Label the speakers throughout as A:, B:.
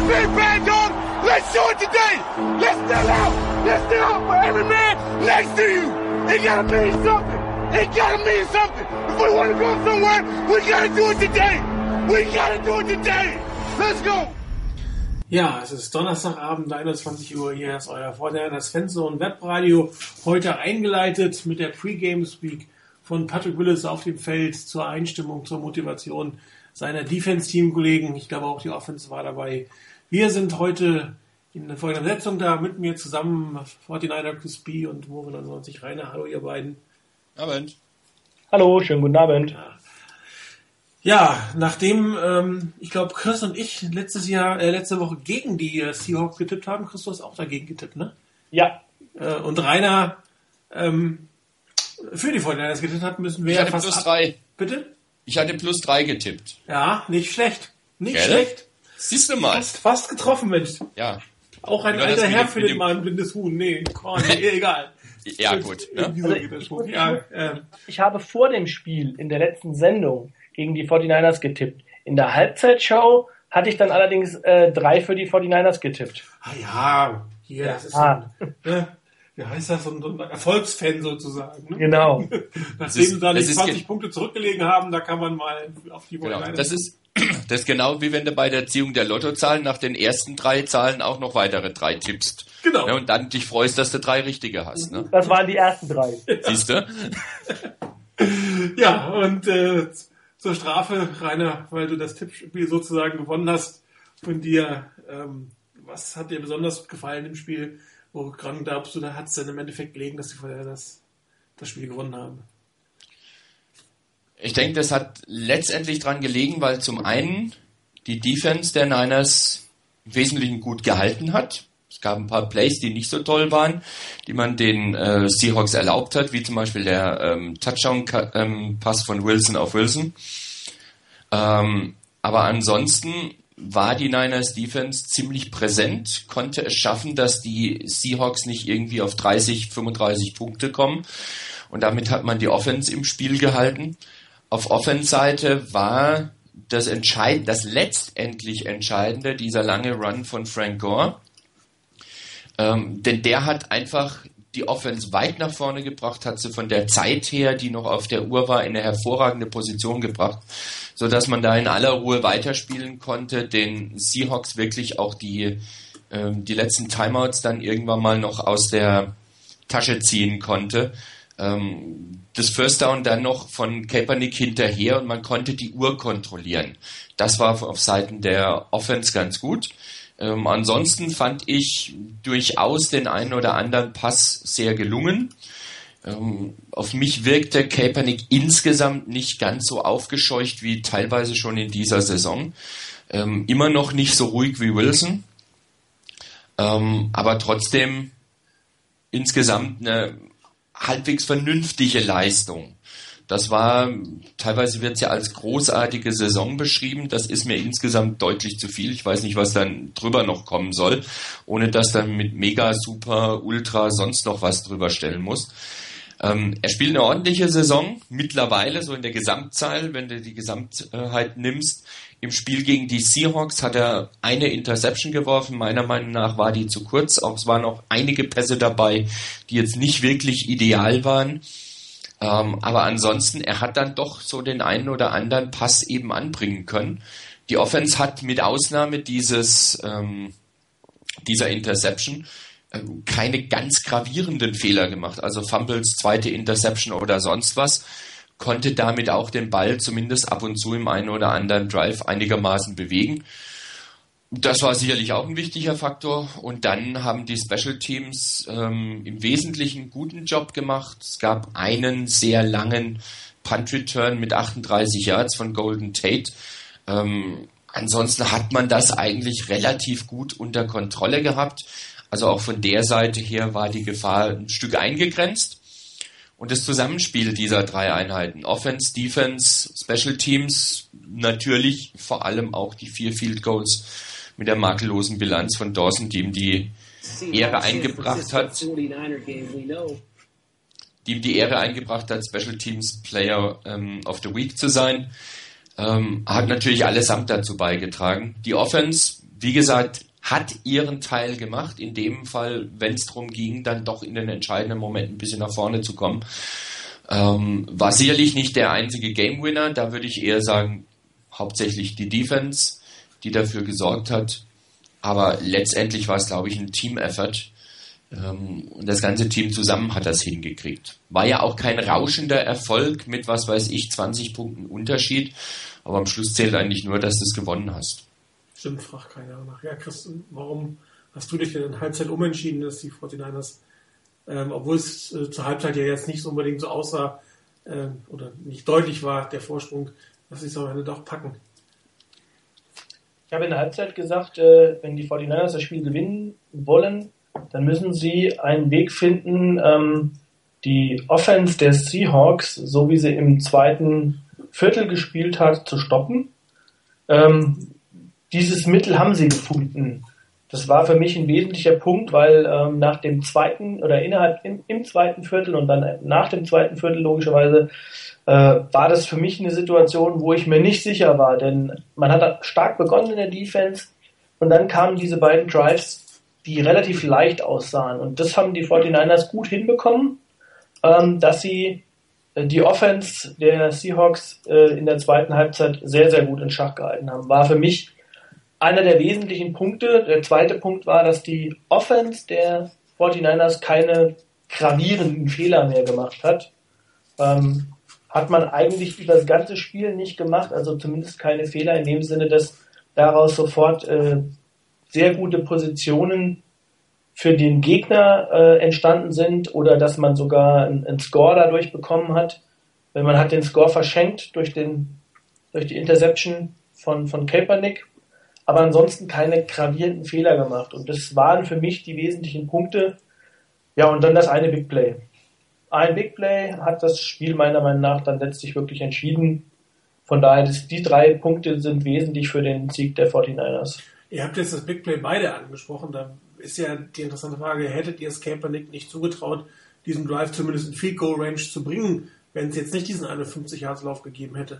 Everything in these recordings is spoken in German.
A: big bad dog. Let's show it today. Let's stand out. Let's stand out for every man next to you. It gotta mean something. It gotta mean something. If we want to go somewhere, we gotta do it today. We gotta do it today. Let's go.
B: Ja, es ist Donnerstagabend, 21 Uhr. Hier ist euer Vorteil, das Fanzone Webradio. Heute eingeleitet mit der Pre-Game-Speak von Patrick Willis auf dem Feld zur Einstimmung, zur Motivation seiner Defense-Team-Kollegen. Ich glaube auch die Offense war dabei. Wir sind heute in der folgenden Setzung da mit mir zusammen, 49er Chris B. und Morin 99 Rainer. Hallo ihr beiden.
C: Abend.
D: Hallo, schönen guten Abend.
B: Ja, nachdem ich glaube Chris und ich letzte Woche gegen die Seahawks getippt haben, Chris, du hast auch dagegen getippt, ne?
D: Ja.
B: Und Rainer für die 49ers getippt hat, müssen wir
C: ich hatte
B: fast
C: plus 3.
B: Bitte?
C: Ich hatte plus 3 getippt.
B: Ja, nicht schlecht. Nicht
C: Gell?
B: schlecht.
C: Siehst du mal.
B: Fast getroffen, Mensch.
C: Ja.
B: Auch ein
C: Nur
B: alter
C: das
B: Herr
C: mit
B: findet
C: dem-
B: mal ein blindes Huhn. Nee, egal.
C: Ja, gut. Ne?
B: Irgendwie so geht das schon. Ja,
D: Ich habe vor dem Spiel in der letzten Sendung gegen die 49ers getippt. In der Halbzeitshow hatte ich dann allerdings 3 für die 49ers getippt.
B: Hier, das ist so ein, wie heißt das, so ein Erfolgsfan sozusagen. Ne?
D: Genau.
B: Nachdem da nicht
C: das ist
B: 20 Punkte zurückgelegen haben, da kann man mal auf die
C: Genau.
B: 49ers.
C: Das ist genau wie wenn du bei der Ziehung der Lottozahlen nach den ersten 3 Zahlen auch noch weitere 3 tippst.
B: Genau.
C: Ne? Und dann dich freust, dass du 3 richtige hast. Ne?
D: Das waren die ersten 3.
C: Siehst du?
B: Ja, und zur Strafe, Rainer, weil du das Tippspiel sozusagen gewonnen hast, von dir, was hat dir besonders gefallen im Spiel? Woran glaubst du, da hat es dann im Endeffekt gelegen, dass die vorher das Spiel gewonnen haben?
C: Ich denke, das hat letztendlich dran gelegen, weil zum einen die Defense der Niners im Wesentlichen gut gehalten hat. Es gab ein paar Plays, die nicht so toll waren, die man den Seahawks erlaubt hat, wie zum Beispiel der Touchdown-Pass von Wilson auf Wilson. Aber ansonsten war die Niners Defense ziemlich präsent, konnte es schaffen, dass die Seahawks nicht irgendwie auf 30, 35 Punkte kommen. Und damit hat man die Offense im Spiel gehalten. Auf Offense-Seite war das letztendlich Entscheidende dieser lange Run von Frank Gore. Denn der hat einfach die Offense weit nach vorne gebracht, hat sie von der Zeit her, die noch auf der Uhr war, in eine hervorragende Position gebracht, sodass man da in aller Ruhe weiterspielen konnte, den Seahawks wirklich auch die letzten Timeouts dann irgendwann mal noch aus der Tasche ziehen konnte. Das First Down dann noch von Kaepernick hinterher und man konnte die Uhr kontrollieren. Das war auf Seiten der Offense ganz gut. Ansonsten fand ich durchaus den einen oder anderen Pass sehr gelungen. Auf mich wirkte Kaepernick insgesamt nicht ganz so aufgescheucht wie teilweise schon in dieser Saison. Immer noch nicht so ruhig wie Wilson. Aber trotzdem insgesamt eine halbwegs vernünftige Leistung. Das war, teilweise wird es ja als großartige Saison beschrieben. Das ist mir insgesamt deutlich zu viel. Ich weiß nicht, was dann drüber noch kommen soll, ohne dass dann mit Mega, Super, Ultra sonst noch was drüber stellen muss. Er spielt eine ordentliche Saison, mittlerweile so in der Gesamtzahl, wenn du die Gesamtheit nimmst. Im Spiel gegen die Seahawks hat er eine Interception geworfen. Meiner Meinung nach war die zu kurz. Auch es waren auch einige Pässe dabei, die jetzt nicht wirklich ideal waren. Aber ansonsten, er hat dann doch so den einen oder anderen Pass eben anbringen können. Die Offense hat mit Ausnahme dieser Interception keine ganz gravierenden Fehler gemacht. Also Fumbles, zweite Interception oder sonst was. Konnte damit auch den Ball zumindest ab und zu im einen oder anderen Drive einigermaßen bewegen. Das war sicherlich auch ein wichtiger Faktor. Und dann haben die Special Teams im Wesentlichen einen guten Job gemacht. Es gab einen sehr langen Punt-Return mit 38 Yards von Golden Tate. Ansonsten hat man das eigentlich relativ gut unter Kontrolle gehabt. Also auch von der Seite her war die Gefahr ein Stück eingegrenzt. Und das Zusammenspiel dieser 3 Einheiten, Offense, Defense, Special Teams, natürlich vor allem auch die 4 Field Goals mit der makellosen Bilanz von Dawson, die ihm die Ehre eingebracht hat, Special Teams Player of the Week zu sein, hat natürlich allesamt dazu beigetragen. Die Offense wie gesagt, hat ihren Teil gemacht. In dem Fall, wenn es darum ging, dann doch in den entscheidenden Momenten ein bisschen nach vorne zu kommen. War sicherlich nicht der einzige Game Winner. Da würde ich eher sagen, hauptsächlich die Defense, die dafür gesorgt hat. Aber letztendlich war es, glaube ich, ein Team-Effort. Und das ganze Team zusammen hat das hingekriegt. War ja auch kein rauschender Erfolg mit, 20 Punkten Unterschied. Aber am Schluss zählt eigentlich nur, dass du es gewonnen hast.
B: Stimmt, fragt keiner nach. Ja, Christian, warum hast du dich denn in Halbzeit umentschieden, dass die 49ers, obwohl es zur Halbzeit ja jetzt nicht so unbedingt so aussah, oder nicht deutlich war, der Vorsprung, dass sie es am Ende doch packen?
D: Ich habe in der Halbzeit gesagt, wenn die 49ers das Spiel gewinnen wollen, dann müssen sie einen Weg finden, die Offense der Seahawks, so wie sie im zweiten Viertel gespielt hat, zu stoppen. Dieses Mittel haben sie gefunden. Das war für mich ein wesentlicher Punkt, weil nach dem zweiten oder im zweiten Viertel und dann nach dem zweiten Viertel logischerweise war das für mich eine Situation, wo ich mir nicht sicher war, denn man hat stark begonnen in der Defense und dann kamen diese beiden Drives, die relativ leicht aussahen, und das haben die 49ers gut hinbekommen, dass sie die Offense der Seahawks in der zweiten Halbzeit sehr, sehr gut in Schach gehalten haben. War für mich einer der wesentlichen Punkte. Der zweite Punkt war, dass die Offense der 49ers keine gravierenden Fehler mehr gemacht hat. Hat man eigentlich über das ganze Spiel nicht gemacht, also zumindest keine Fehler in dem Sinne, dass daraus sofort sehr gute Positionen für den Gegner entstanden sind oder dass man sogar einen Score dadurch bekommen hat. Man hat den Score verschenkt durch die Interception von Kaepernick, aber ansonsten keine gravierenden Fehler gemacht. Und das waren für mich die wesentlichen Punkte. Ja, und dann das eine Big Play. Ein Big Play hat das Spiel meiner Meinung nach dann letztlich wirklich entschieden. Von daher, die 3 Punkte sind wesentlich für den Sieg der 49ers.
B: Ihr habt jetzt das Big Play beide angesprochen. Da ist ja die interessante Frage, hättet ihr es Kaepernick nicht zugetraut, diesen Drive zumindest in Field Goal Range zu bringen, wenn es jetzt nicht diesen 51-Yards-Lauf gegeben hätte?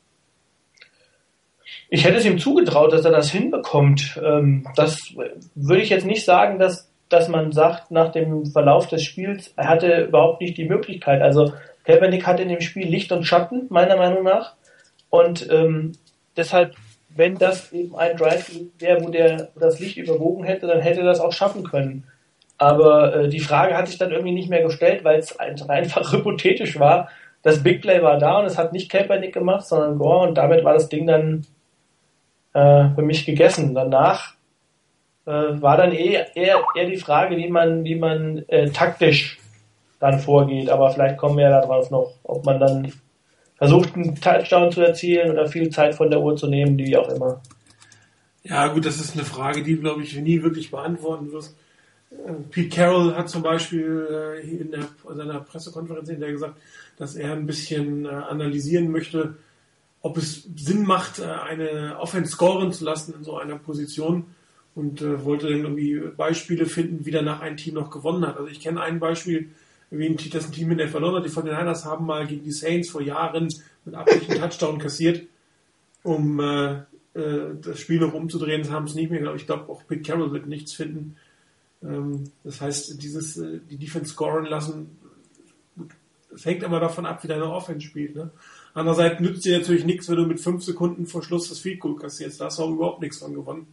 D: Ich hätte es ihm zugetraut, dass er das hinbekommt. Das würde ich jetzt nicht sagen, dass man sagt, nach dem Verlauf des Spiels, er hatte überhaupt nicht die Möglichkeit. Also Kaepernick hatte in dem Spiel Licht und Schatten, meiner Meinung nach. Und deshalb, wenn das eben ein Drive wäre, wo das Licht überwogen hätte, dann hätte er das auch schaffen können. Aber die Frage hat sich dann irgendwie nicht mehr gestellt, weil es einfach hypothetisch war. Das Big Play war da und es hat nicht Kaepernick gemacht, sondern Gore, und damit war das Ding dann für mich gegessen. Danach war dann eher die Frage, wie man taktisch dann vorgeht. Aber vielleicht kommen wir ja darauf noch, ob man dann versucht, einen Touchdown zu erzielen oder viel Zeit von der Uhr zu nehmen, wie auch immer.
B: Ja gut, das ist eine Frage, die, glaube ich, nie wirklich beantworten wirst. Pete Carroll hat zum Beispiel in seiner Pressekonferenz hinterher gesagt, dass er ein bisschen analysieren möchte, ob es Sinn macht, eine Offense scoren zu lassen in so einer Position, und wollte dann irgendwie Beispiele finden, wie danach ein Team noch gewonnen hat. Also ich kenne ein Beispiel, dass ein Team in der verloren hat. Die 49ers haben mal gegen die Saints vor Jahren mit Absicht einen Touchdown kassiert, um das Spiel noch umzudrehen. Das haben es nicht mehr. Ich glaube, auch Pete Carroll wird nichts finden. Das heißt, die Defense scoren lassen, das hängt immer davon ab, wie deine Offense spielt. Ne? Andererseits nützt dir natürlich nichts, wenn du mit 5 Sekunden vor Schluss das Field Goal kassierst. Da hast du auch überhaupt nichts von gewonnen.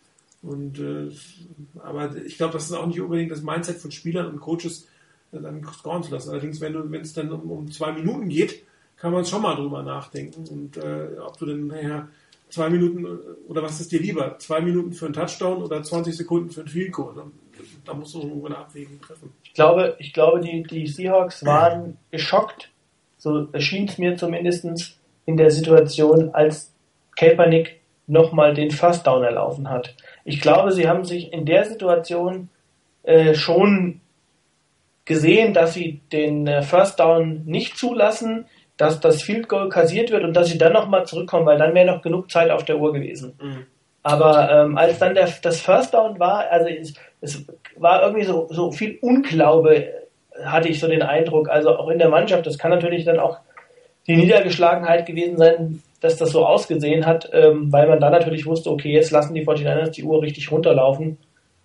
B: Aber ich glaube, das ist auch nicht unbedingt das Mindset von Spielern und Coaches, dann scoren zu lassen. Allerdings, wenn es dann um 2 Minuten geht, kann man schon mal drüber nachdenken. Und ob du dann nachher 2 Minuten, oder was ist dir lieber? 2 Minuten für einen Touchdown oder 20 Sekunden für ein Field Goal? Da musst du irgendwo eine Abwägung treffen. Ich glaube, die Seahawks waren geschockt, so erschien es mir zumindest in der Situation, als Kaepernick nochmal den First Down erlaufen hat. Ich glaube, sie haben sich in der Situation schon gesehen, dass sie den First Down nicht zulassen, dass das Field Goal kassiert wird und dass sie dann nochmal zurückkommen, weil dann wäre noch genug Zeit auf der Uhr gewesen. Mhm. Aber als dann das First Down war, also es war irgendwie so viel Unglaube, hatte ich so den Eindruck, also auch in der Mannschaft. Das kann natürlich dann auch die Niedergeschlagenheit gewesen sein,
D: dass das so ausgesehen hat, weil man dann natürlich wusste, okay, jetzt lassen die 49ers die Uhr richtig runterlaufen.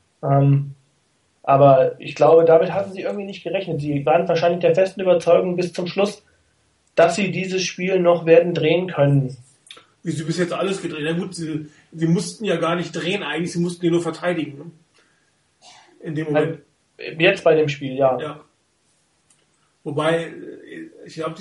D: Aber ich glaube, damit hatten sie irgendwie nicht gerechnet. Sie waren wahrscheinlich der festen Überzeugung bis zum Schluss, dass sie dieses Spiel noch werden drehen können.
B: Wie sie bis jetzt alles gedreht haben. Ja, gut, sie mussten ja gar nicht drehen eigentlich, sie mussten ja nur verteidigen. Ne? In dem Moment.
D: Jetzt bei dem Spiel, ja.
B: Wobei, ich glaube,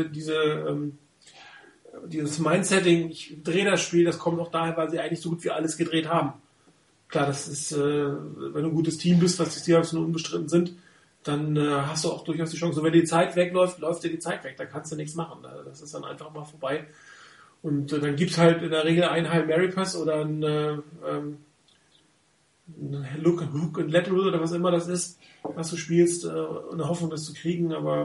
B: dieses Mindsetting, ich drehe das Spiel, das kommt auch daher, weil sie eigentlich so gut wie alles gedreht haben. Klar, das ist, wenn du ein gutes Team bist, was die Seahawks nur unbestritten sind, dann hast du auch durchaus die Chance. Und wenn die Zeit wegläuft, läuft dir die Zeit weg, da kannst du nichts machen. Das ist dann einfach mal vorbei. Und dann gibt es halt in der Regel einen Hail Mary Pass oder ein Look and Lateral oder was immer das ist, was du spielst, in der Hoffnung, das zu kriegen, aber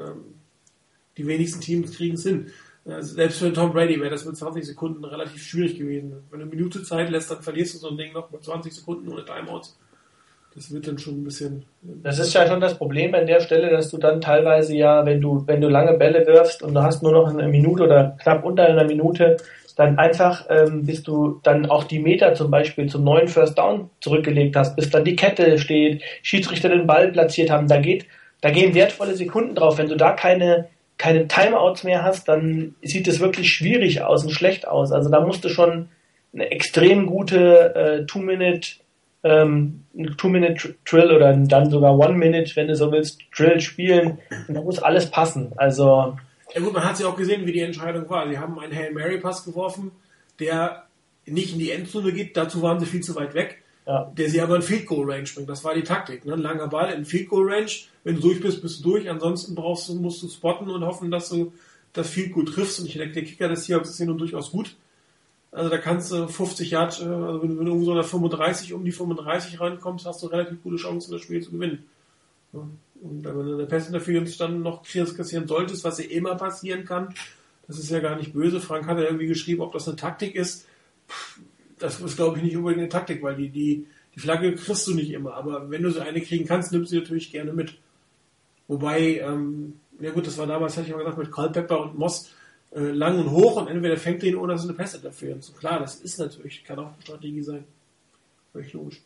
B: die wenigsten Teams kriegen es hin. Selbst für Tom Brady wäre das mit 20 Sekunden relativ schwierig gewesen. Wenn du eine Minute Zeit lässt, dann verlierst du so ein Ding noch mit 20 Sekunden ohne Timeouts. Das wird dann schon ein bisschen...
D: Das ist ja schon das Problem an der Stelle, dass du dann teilweise ja, wenn du lange Bälle wirfst und du hast nur noch eine Minute oder knapp unter einer Minute, dann einfach, bis du dann auch die Meter zum Beispiel zum neuen First Down zurückgelegt hast, bis dann die Kette steht, Schiedsrichter den Ball platziert haben, da gehen wertvolle Sekunden drauf. Wenn du da keine Timeouts mehr hast, dann sieht es wirklich schwierig aus und schlecht aus. Also da musst du schon eine extrem gute Two-Minute Drill oder dann sogar One-Minute, wenn du so willst, Drill spielen. Und da muss alles passen. Also
B: ja gut, man hat ja auch gesehen, wie die Entscheidung war. Sie haben einen Hail Mary Pass geworfen, der nicht in die Endzone geht, dazu waren sie viel zu weit weg, der sie aber in Field Goal Range bringt. Das war die Taktik. Ne? Ein langer Ball in Field Goal Range, wenn du durch bist, bist du durch, ansonsten musst du spotten und hoffen, dass du das Field Goal triffst. Und ich denke, der Kicker des Seahawks ist hier nun durchaus gut. Also da kannst du 50 Yards, also wenn du irgendwo so nach 35, um die 35 reinkommst, hast du relativ gute Chancen, das Spiel zu gewinnen. Ja. Und wenn du eine Pass-Interference dann noch kassieren solltest, was ja immer passieren kann, das ist ja gar nicht böse. Frank hat ja irgendwie geschrieben, ob das eine Taktik ist. Das ist, glaube ich, nicht unbedingt eine Taktik, weil die Flagge kriegst du nicht immer. Aber wenn du so eine kriegen kannst, nimmst du sie natürlich gerne mit. Wobei, ja gut, das war damals, hätte ich mal gesagt, mit Culpepper und Moss lang und hoch und entweder fängt den oder es ist eine Pass-Interference. Und klar, das ist natürlich, kann auch eine Strategie sein. Völlig logisch.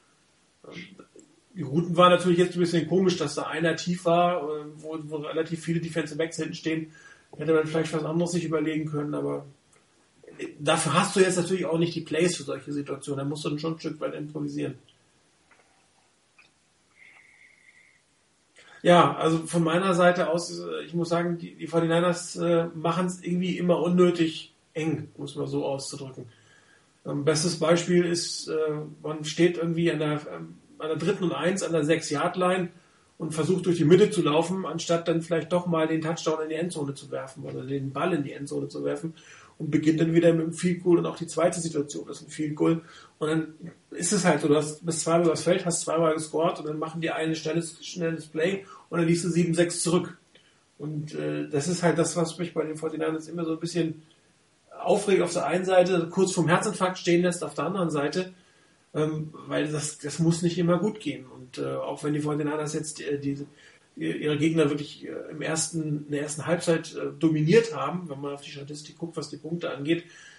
B: Die Routen waren natürlich jetzt ein bisschen komisch, dass da einer tief war, wo relativ viele Defensive Backs hinten stehen. Hätte man vielleicht was anderes sich überlegen können, aber dafür hast du jetzt natürlich auch nicht die Plays für solche Situationen. Da musst du dann schon ein Stück weit improvisieren. Ja, also von meiner Seite aus, ich muss sagen, die 49ers machen es irgendwie immer unnötig eng, muss man so auszudrücken. Bestes Beispiel ist, man steht irgendwie an der 3. und 1 an der 6-Yard-Line und versucht durch die Mitte zu laufen, anstatt dann vielleicht doch mal den Touchdown in die Endzone zu werfen oder den Ball in die Endzone zu werfen und beginnt dann wieder mit dem Field Goal und auch die zweite Situation ist ein Field Goal und dann ist es halt so, du bist zweimal übers Feld, hast zweimal gescored und dann machen die ein schnelles Play und dann liegst du 7-6 zurück. Und das ist halt das, was mich bei den 49ers immer so ein bisschen aufregt auf der einen Seite, kurz vorm Herzinfarkt stehen lässt, auf der anderen Seite, weil das muss nicht immer gut gehen. Und auch wenn die 49ers jetzt ihre Gegner wirklich in der ersten Halbzeit dominiert haben, wenn man auf die Statistik guckt, was die Punkte angeht,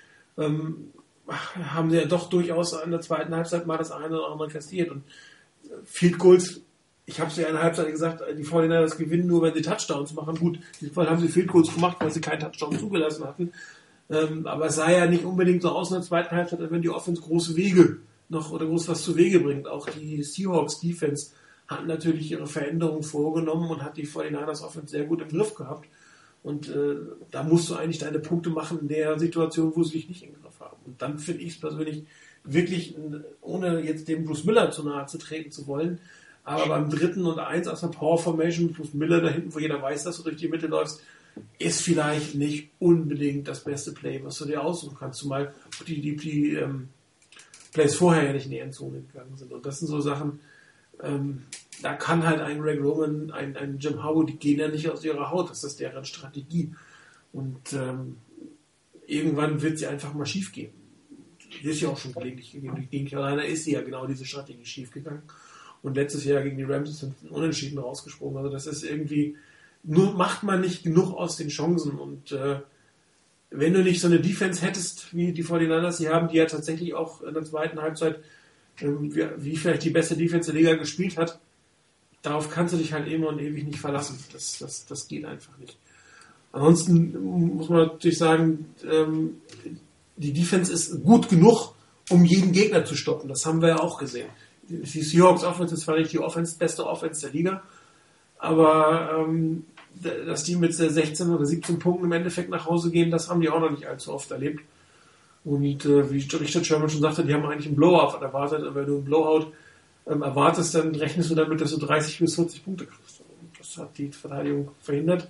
B: haben sie ja doch durchaus in der zweiten Halbzeit mal das eine oder andere kassiert. Und Field Goals, ich habe es ja in der Halbzeit gesagt, die 49ers gewinnen nur, wenn sie Touchdowns machen. Gut, in diesem Fall haben sie Field Goals gemacht, weil sie keinen Touchdown zugelassen hatten. Aber es sah ja nicht unbedingt so aus in der zweiten Halbzeit, als wenn die Offense große Wege noch oder groß was zu Wege bringt. Auch die Seahawks Defense hat natürlich ihre Veränderungen vorgenommen und hat die 49ers Offense sehr gut im Griff gehabt. Und da musst du eigentlich deine Punkte machen in der Situation, wo sie dich nicht im Griff haben. Und dann finde ich es persönlich wirklich, ohne jetzt dem Bruce Miller zu nahe zu treten zu wollen, aber beim 3. und 1 aus der Power Formation mit Bruce Miller da hinten, wo jeder weiß, dass du durch die Mitte läufst, ist vielleicht nicht unbedingt das beste Play, was du dir aussuchen kannst, zumal die Plays vorher ja nicht in die Endzone gegangen sind. Und das sind so Sachen, da kann halt ein Greg Roman, ein Jim Howard, die gehen ja nicht aus ihrer Haut, das ist deren Strategie. Und irgendwann wird sie einfach mal schief gehen. Die ist ja auch schon gelegentlich gegeben. Gegen Carolina ist sie ja genau diese Strategie schief gegangen. Und letztes Jahr gegen die Rams sind Unentschieden rausgesprungen. Also das ist irgendwie, nur macht man nicht genug aus den Chancen. Und wenn du nicht so eine Defense hättest, wie die 49ers sie haben, die ja tatsächlich auch in der zweiten Halbzeit wie vielleicht die beste Defense der Liga gespielt hat, darauf kannst du dich halt immer und ewig nicht verlassen. Das geht einfach nicht. Ansonsten muss man natürlich sagen, die Defense ist gut genug, um jeden Gegner zu stoppen. Das haben wir ja auch gesehen. Die Seahawks Offense ist zwar nicht die beste Offense der Liga, aber dass die mit 16 oder 17 Punkten im Endeffekt nach Hause gehen, das haben die auch noch nicht allzu oft erlebt. Und wie Richard Sherman schon sagte, die haben eigentlich einen Blowout erwartet. Und wenn du einen Blowout erwartest, dann rechnest du damit, dass du 30 bis 40 Punkte kriegst. Und das hat die Verteidigung verhindert.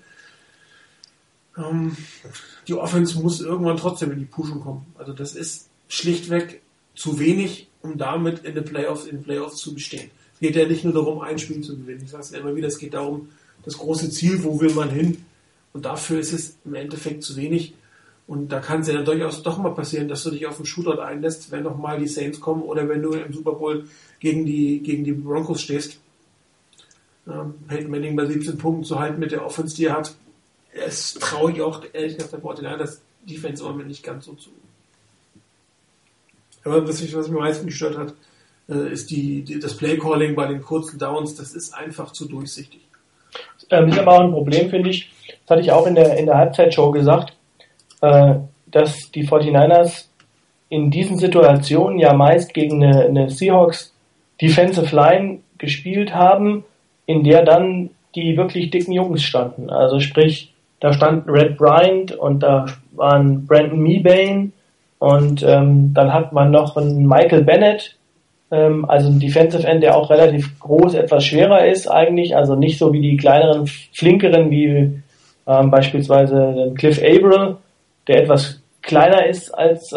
B: Die Offense muss irgendwann trotzdem in die Puschen kommen. Also das ist schlichtweg zu wenig, um damit in den Playoffs zu bestehen. Es geht ja nicht nur darum, ein Spiel zu gewinnen. Ich sage es ja immer wieder, es geht darum, das große Ziel, wo will man hin? Und dafür ist es im Endeffekt zu wenig. Und da kann es ja dann durchaus doch mal passieren, dass du dich auf einen Shootout einlässt, wenn noch mal die Saints kommen oder wenn du im Super Bowl gegen die Broncos stehst. Peyton Manning bei 17 Punkten zu halten mit der Offense, die er hat, es traue ich auch ehrlich gesagt der 49ers Defense im Moment nicht ganz so zu. Aber was mich am meisten gestört hat, ist das Play-Calling bei den kurzen Downs. Das ist einfach zu durchsichtig.
D: Das ist aber auch ein Problem, finde ich. Das hatte ich auch in der Halbzeitshow gesagt, dass die 49ers in diesen Situationen ja meist gegen eine Seahawks Defensive Line gespielt haben, in der dann die wirklich dicken Jungs standen. Also sprich, da stand Red Bryant und da waren Brandon Mebane und dann hat man noch einen Michael Bennett, also ein Defensive End, der auch relativ groß, etwas schwerer ist eigentlich, also nicht so wie die kleineren, flinkeren wie beispielsweise Cliff Averill, der etwas kleiner ist als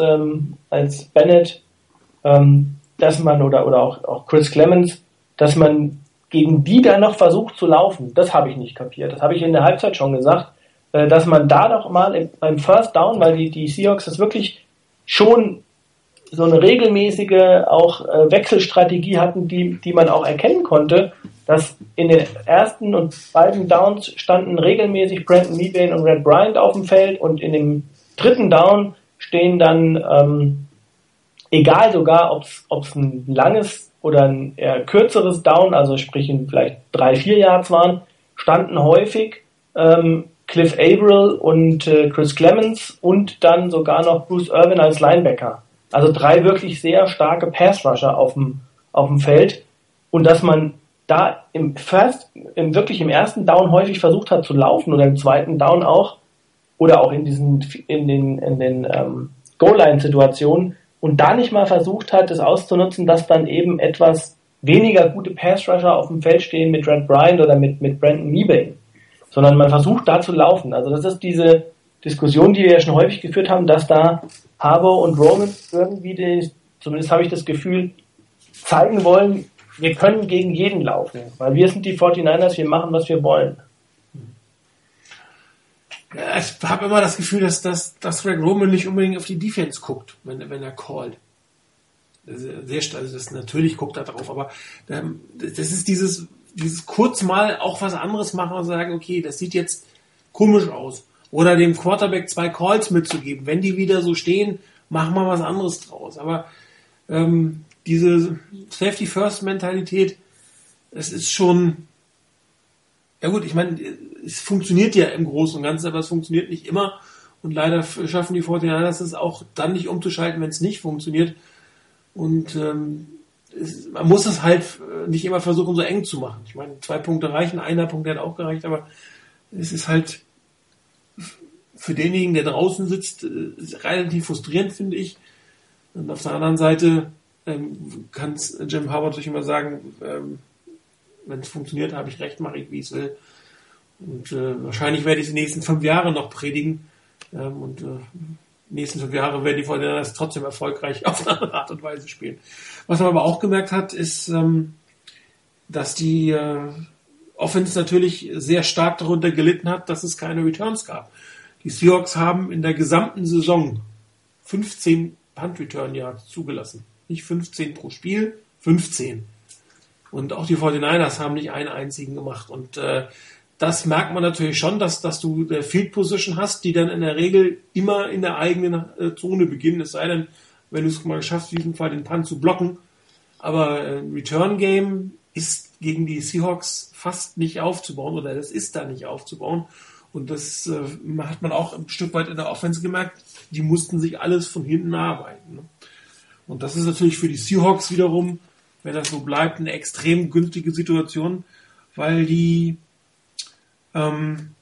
D: Bennett, dass man oder auch Chris Clemens, dass man gegen die dann noch versucht zu laufen. Das habe ich nicht kapiert. Das habe ich in der Halbzeit schon gesagt, dass man da doch mal beim First Down, weil die Seahawks das wirklich schon so eine regelmäßige auch Wechselstrategie hatten, die man auch erkennen konnte, dass in den ersten und beiden Downs standen regelmäßig Brandon Mebane und Red Bryant auf dem Feld und in dem dritten Down stehen dann, egal sogar, ob es ein langes oder ein eher kürzeres Down, also sprich in vielleicht 3-4 Yards waren, standen häufig Cliff Averill und Chris Clemens und dann sogar noch Bruce Irvin als Linebacker. Also 3 wirklich sehr starke Pass-Rusher auf dem Feld. Und dass man da wirklich im ersten Down häufig versucht hat zu laufen oder im zweiten Down auch, oder auch in den Goal-Line-Situationen und da nicht mal versucht hat, das auszunutzen, dass dann eben etwas weniger gute Pass-Rusher auf dem Feld stehen mit Red Bryant oder mit Brandon Mebane, sondern man versucht da zu laufen. Also das ist diese Diskussion, die wir ja schon häufig geführt haben, dass da Harbaugh und Roman irgendwie, zumindest habe ich das Gefühl, zeigen wollen, wir können gegen jeden laufen, weil wir sind die 49ers, wir machen, was wir wollen.
B: Ja, ich habe immer das Gefühl, dass Greg Roman nicht unbedingt auf die Defense guckt, wenn er callt. Natürlich guckt er drauf, aber das ist dieses kurz mal auch was anderes machen und sagen, okay, das sieht jetzt komisch aus. Oder dem Quarterback 2 Calls mitzugeben. Wenn die wieder so stehen, machen wir was anderes draus. Aber diese Safety-First-Mentalität, es ist schon, ja gut, ich meine, es funktioniert ja im Großen und Ganzen, aber es funktioniert nicht immer. Und leider schaffen die 49ers es auch dann nicht umzuschalten, wenn es nicht funktioniert. Und man muss es halt nicht immer versuchen, so eng zu machen. Ich meine, 2 Punkte reichen, 1 Punkt hat auch gereicht, aber es ist halt für denjenigen, der draußen sitzt, relativ frustrierend, finde ich. Und auf der anderen Seite kann Jim Harbaugh natürlich immer sagen, wenn es funktioniert, habe ich recht, mache ich, wie ich es will. Und wahrscheinlich werde ich die nächsten 5 Jahre noch predigen. Die nächsten 5 Jahre werden die 49ers trotzdem erfolgreich auf eine andere Art und Weise spielen. Was man aber auch gemerkt hat, ist, dass die Offense natürlich sehr stark darunter gelitten hat, dass es keine Returns gab. Die Seahawks haben in der gesamten Saison 15 Punt-Return-Yards zugelassen. Nicht 15 pro Spiel, 15. Und auch die 49ers haben nicht einen einzigen gemacht. Und das merkt man natürlich schon, dass du Field Position hast, die dann in der Regel immer in der eigenen Zone beginnen, es sei denn, wenn du es mal schaffst, in diesem Fall den Punt zu blocken. Aber Return Game ist gegen die Seahawks fast nicht aufzubauen, oder das ist da nicht aufzubauen. Und das hat man auch ein Stück weit in der Offense gemerkt. Die mussten sich alles von hinten arbeiten. Ne? Und das ist natürlich für die Seahawks wiederum, wenn das so bleibt, eine extrem günstige Situation, weil die dann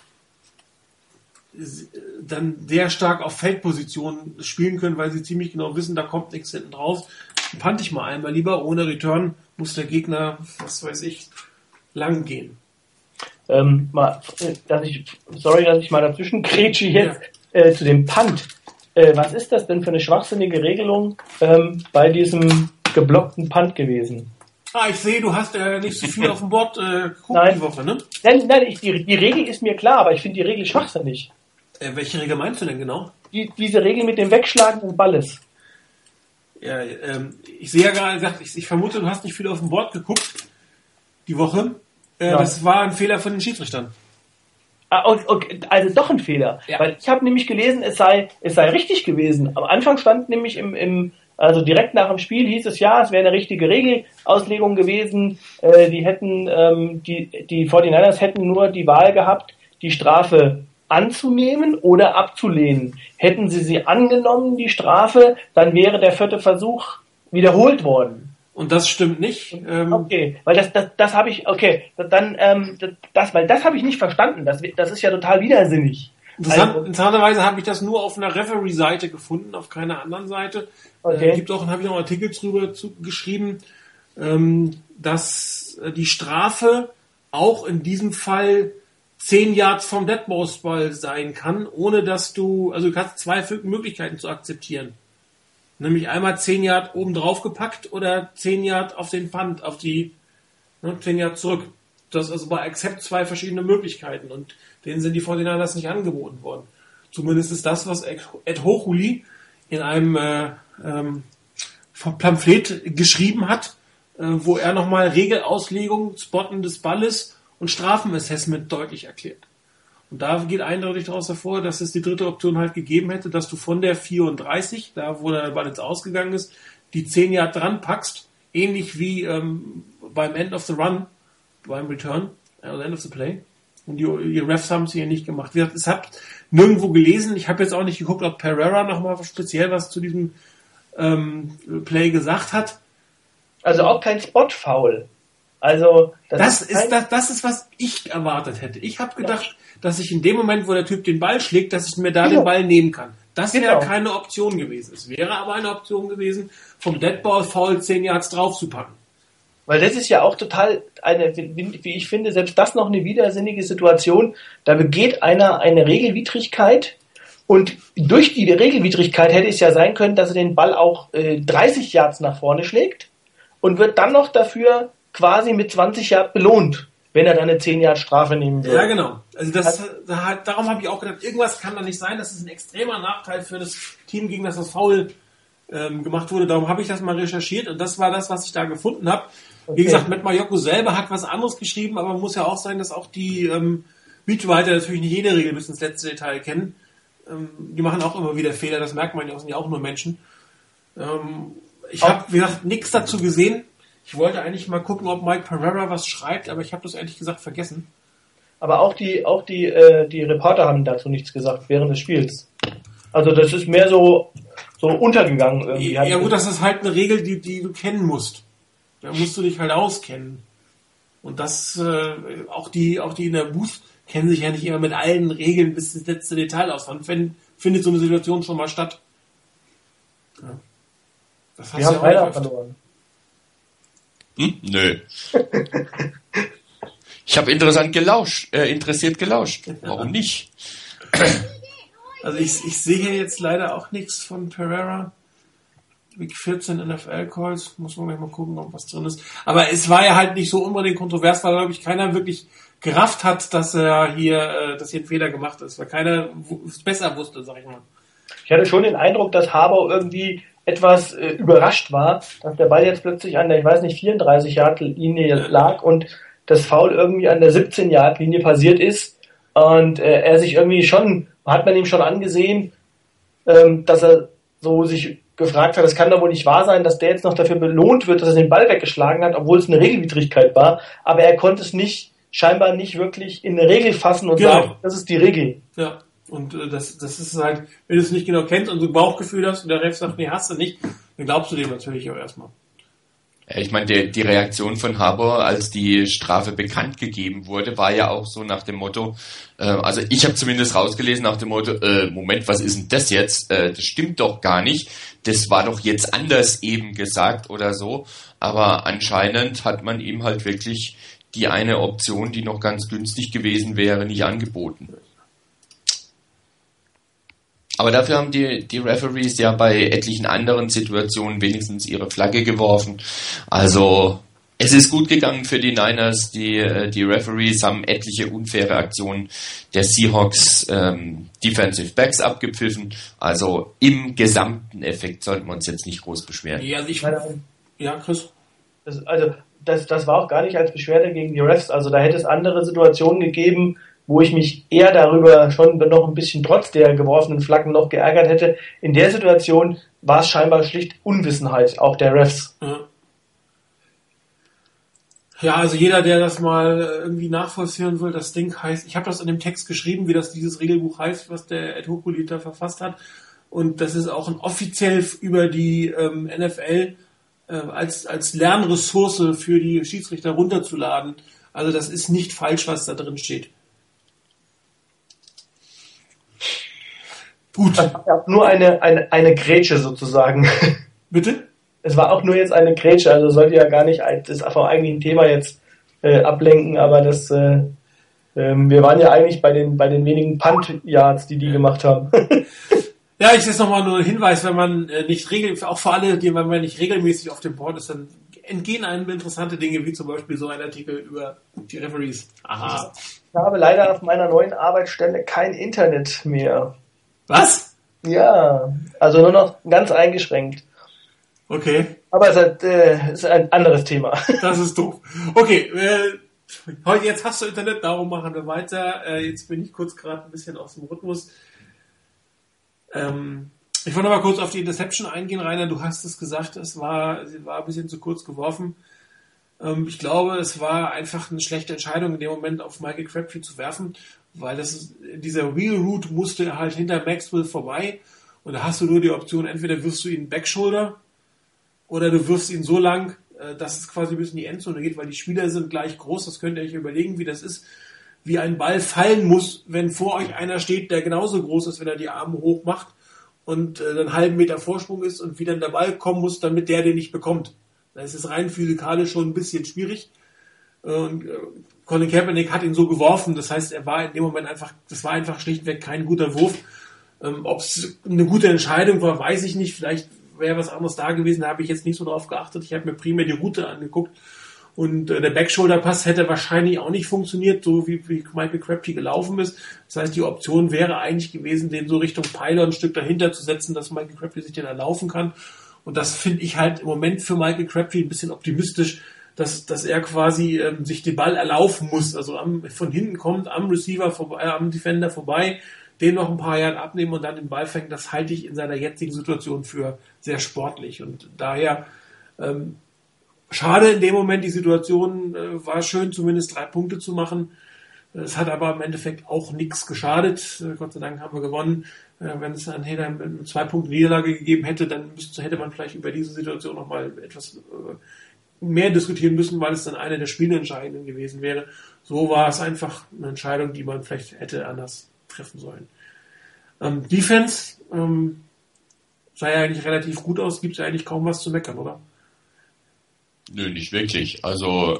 B: sehr stark auf Feldpositionen spielen können, weil sie ziemlich genau wissen, da kommt nichts hinten drauf. Punt ich mal einmal lieber, ohne Return muss der Gegner, was weiß ich, lang gehen.
D: Dass ich mal dazwischen grätsche jetzt zu dem Punt. Was ist das denn für eine schwachsinnige Regelung bei diesem geblockten Punt gewesen?
B: Ich sehe, du hast ja nicht so viel auf dem Board geguckt die Woche, ne?
D: Nein, die Regel ist mir klar, aber ich finde die Regel schwachsinnig.
B: Welche Regel meinst du denn genau?
D: Diese Regel mit dem Wegschlagen des Balles.
B: Ja, ich sehe ja gerade gesagt, ich vermute, du hast nicht viel auf dem Board geguckt die Woche. Das war ein Fehler von den Schiedsrichtern.
D: Okay, also doch ein Fehler. Ja. Weil ich habe nämlich gelesen, es sei richtig gewesen. Am Anfang stand nämlich also direkt nach dem Spiel hieß es ja, es wäre eine richtige Regelauslegung gewesen. Die 49ers hätten nur die Wahl gehabt, die Strafe anzunehmen oder abzulehnen. Hätten sie angenommen, die Strafe, dann wäre der 4. Versuch wiederholt worden.
B: Und das stimmt nicht.
D: Okay, weil das habe ich, weil das habe ich nicht verstanden. Das ist ja total widersinnig.
B: Interessanterweise habe ich das nur auf einer Referee-Seite gefunden, auf keiner anderen Seite.
D: Okay.
B: Habe ich noch einen Artikel drüber geschrieben, dass die Strafe auch in diesem Fall 10 Yards vom Deadball sein kann, ohne dass du hast 2 Möglichkeiten zu akzeptieren. Nämlich einmal 10 Yard oben drauf gepackt oder 10 Yard auf den Punt, 10 Yard zurück. Das ist also bei Accept 2 verschiedene Möglichkeiten und denen sind die 49ers nicht angeboten worden. Zumindest ist das, was Ed Hochuli in einem Pamphlet geschrieben hat, wo er nochmal Regelauslegung, Spotten des Balles und Strafenassessment deutlich erklärt. Und da geht eindeutig daraus hervor, dass es die dritte Option halt gegeben hätte, dass du von der 34, da wo der Ball jetzt ausgegangen ist, die 10 Yard dran packst, ähnlich wie beim End of the Run, beim Return, End of the Play. Und die Refs haben es hier nicht gemacht. Wie gesagt, ich habe nirgendwo gelesen, ich habe jetzt auch nicht geguckt, ob Pereira nochmal speziell was zu diesem Play gesagt hat.
D: Also auch kein Spot-Foul. Also
B: das ist, was ich erwartet hätte. Ich habe gedacht, dass ich in dem Moment, wo der Typ den Ball schlägt, dass ich mir da den Ball nehmen kann. Das wäre keine Option gewesen. Es wäre aber eine Option gewesen, vom Deadball-Foul 10 Yards drauf zu packen.
D: Weil das ist ja auch total wie ich finde, selbst das noch eine widersinnige Situation. Da begeht einer eine Regelwidrigkeit und durch die Regelwidrigkeit hätte es ja sein können, dass er den Ball auch 30 Yards nach vorne schlägt und wird dann noch dafür quasi mit 20 Yard belohnt, wenn er dann eine 10 Yard Strafe nehmen würde.
B: Ja, genau. Also darum habe ich auch gedacht, irgendwas kann da nicht sein. Das ist ein extremer Nachteil für das Team, gegen das Foul gemacht wurde. Darum habe ich das mal recherchiert und das war das, was ich da gefunden habe. Okay. Wie gesagt, Matt Majocco selber hat was anderes geschrieben, aber muss ja auch sein, dass auch die Beatwriter natürlich nicht jede Regel bis ins letzte Detail kennen. Die machen auch immer wieder Fehler, das merkt man ja, sind ja auch nur Menschen. Ich habe, wie gesagt, nichts dazu gesehen. Ich wollte eigentlich mal gucken, ob Mike Pereira was schreibt, aber ich habe das ehrlich gesagt vergessen.
D: Aber auch die Reporter haben dazu nichts gesagt während des Spiels. Also das ist mehr so untergegangen irgendwie.
B: Ja gut, das ist halt eine Regel, die du kennen musst. Da musst du dich halt auskennen. Und das, auch die in der Booth kennen sich ja nicht immer mit allen Regeln bis ins letzte Detail aus. Dann findet so eine Situation schon mal statt. Ja. Das hast
D: wir haben beide auch verloren.
C: Nö. Ich habe interessiert gelauscht. Warum nicht?
B: Also ich sehe hier jetzt leider auch nichts von Pereira. Week 14 NFL Calls, muss man gleich mal gucken, ob was drin ist. Aber es war ja halt nicht so unbedingt kontrovers, weil, glaube ich, keiner wirklich gerafft hat, dass er hier, dass hier ein Fehler gemacht ist, weil keiner es besser wusste, sag ich mal.
D: Ich hatte schon den Eindruck, dass Harbaugh irgendwie etwas überrascht war, dass der Ball jetzt plötzlich an der, 34 Yard Linie lag und das Foul irgendwie an der 17-Yard-Linie passiert ist und er sich irgendwie schon, hat man ihm schon angesehen, dass er so sich gefragt hat, das kann doch wohl nicht wahr sein, dass der jetzt noch dafür belohnt wird, dass er den Ball weggeschlagen hat, obwohl es eine Regelwidrigkeit war, aber er konnte es scheinbar nicht wirklich in eine Regel fassen und sagen, das ist die Regel.
B: Ja, und das ist halt, wenn du es nicht genau kennst und so ein Bauchgefühl hast und der Ref sagt, nee, hast du nicht, dann glaubst du dem natürlich auch erstmal.
C: Ich meine, die Reaktion von Harbour, als die Strafe bekannt gegeben wurde, war ja auch so nach dem Motto, also ich habe zumindest rausgelesen nach dem Motto, Moment, was ist denn das jetzt? Das stimmt doch gar nicht. Das war doch jetzt anders eben gesagt oder so. Aber anscheinend hat man ihm halt wirklich die eine Option, die noch ganz günstig gewesen wäre, nicht angeboten. Aber dafür haben die Referees ja bei etlichen anderen Situationen wenigstens ihre Flagge geworfen. Also es ist gut gegangen für die Niners. Die Referees haben etliche unfaire Aktionen der Seahawks Defensive Backs abgepfiffen. Also im gesamten Effekt sollten wir uns jetzt nicht groß beschweren.
B: Ja, also Chris?
D: Das war auch gar nicht als Beschwerde gegen die Refs. Also da hätte es andere Situationen gegeben, wo ich mich eher darüber schon noch ein bisschen trotz der geworfenen Flaggen noch geärgert hätte. In der Situation war es scheinbar schlicht Unwissenheit, auch der Refs.
B: Ja, also jeder, der das mal irgendwie nachvollziehen will, das Ding heißt, ich habe das in dem Text geschrieben, wie das dieses Regelbuch heißt, was der Ed Hokulita verfasst hat. Und das ist auch offiziell über die NFL als Lernressource für die Schiedsrichter runterzuladen. Also das ist nicht falsch, was da drin steht. Gut.
D: Es gab nur eine Grätsche sozusagen.
B: Bitte?
D: Es war auch nur jetzt eine Grätsche, also sollte ja gar nicht das vom eigentlichen Thema jetzt ablenken, aber das wir waren ja eigentlich bei den wenigen Punt-Yards, die gemacht haben.
B: Ja, ich jetzt nochmal nur ein Hinweis, wenn man auch für alle, wenn man nicht regelmäßig auf dem Board ist, dann entgehen einem interessante Dinge, wie zum Beispiel so ein Artikel über die Referees. Aha.
D: Ich habe leider auf meiner neuen Arbeitsstelle kein Internet mehr.
B: Was?
D: Ja, also nur noch ganz eingeschränkt.
B: Okay.
D: Aber es ist ein anderes Thema.
B: Das ist doof. Okay, jetzt hast du Internet, darum machen wir weiter. Jetzt bin ich kurz gerade ein bisschen aus dem Rhythmus. Ich wollte aber kurz auf die Interception eingehen, Rainer. Du hast es gesagt, sie war ein bisschen zu kurz geworfen. Ich glaube, es war einfach eine schlechte Entscheidung, in dem Moment auf Michael Crabtree zu werfen, weil dieser Wheel Route musste halt hinter Maxwell vorbei und da hast du nur die Option, entweder wirfst du ihn Backshoulder oder du wirfst ihn so lang, dass es quasi bis in die Endzone geht, weil die Spieler sind gleich groß, das könnt ihr euch überlegen, wie das ist, wie ein Ball fallen muss, wenn vor euch einer steht, der genauso groß ist, wenn er die Arme hoch macht und dann einen halben Meter Vorsprung ist und wie dann der Ball kommen muss, damit der den nicht bekommt. Das ist rein physikalisch schon ein bisschen schwierig. Und Colin Kaepernick hat ihn so geworfen, das heißt, er war in dem Moment das war einfach schlichtweg kein guter Wurf. Ob es eine gute Entscheidung war, weiß ich nicht. Vielleicht wäre was anderes da gewesen, da habe ich jetzt nicht so drauf geachtet. Ich habe mir primär die Route angeguckt. Und der Backshoulder-Pass hätte wahrscheinlich auch nicht funktioniert, so wie Michael Crabtree gelaufen ist. Das heißt, die Option wäre eigentlich gewesen, den so Richtung Pylon ein Stück dahinter zu setzen, dass Michael Crabtree sich den erlaufen kann. Und das finde ich halt im Moment für Michael Crabtree ein bisschen optimistisch, dass er quasi sich den Ball erlaufen muss. Also von hinten kommt, am Receiver vorbei, am Defender vorbei, den noch ein paar Jahre abnehmen und dann den Ball fängt. Das halte ich in seiner jetzigen Situation für sehr sportlich. Und daher schade in dem Moment, die Situation war schön, zumindest 3 Punkte zu machen. Es hat aber im Endeffekt auch nichts geschadet. Gott sei Dank haben wir gewonnen. Wenn es dann eine 2 Punkte Niederlage gegeben hätte, dann hätte man vielleicht über diese Situation nochmal etwas mehr diskutieren müssen, weil es dann eine der Spielentscheidenden gewesen wäre. So war es einfach eine Entscheidung, die man vielleicht hätte anders treffen sollen. Defense sah ja eigentlich relativ gut aus. Gibt es ja eigentlich kaum was zu meckern, oder?
C: Nö, nicht wirklich. Also,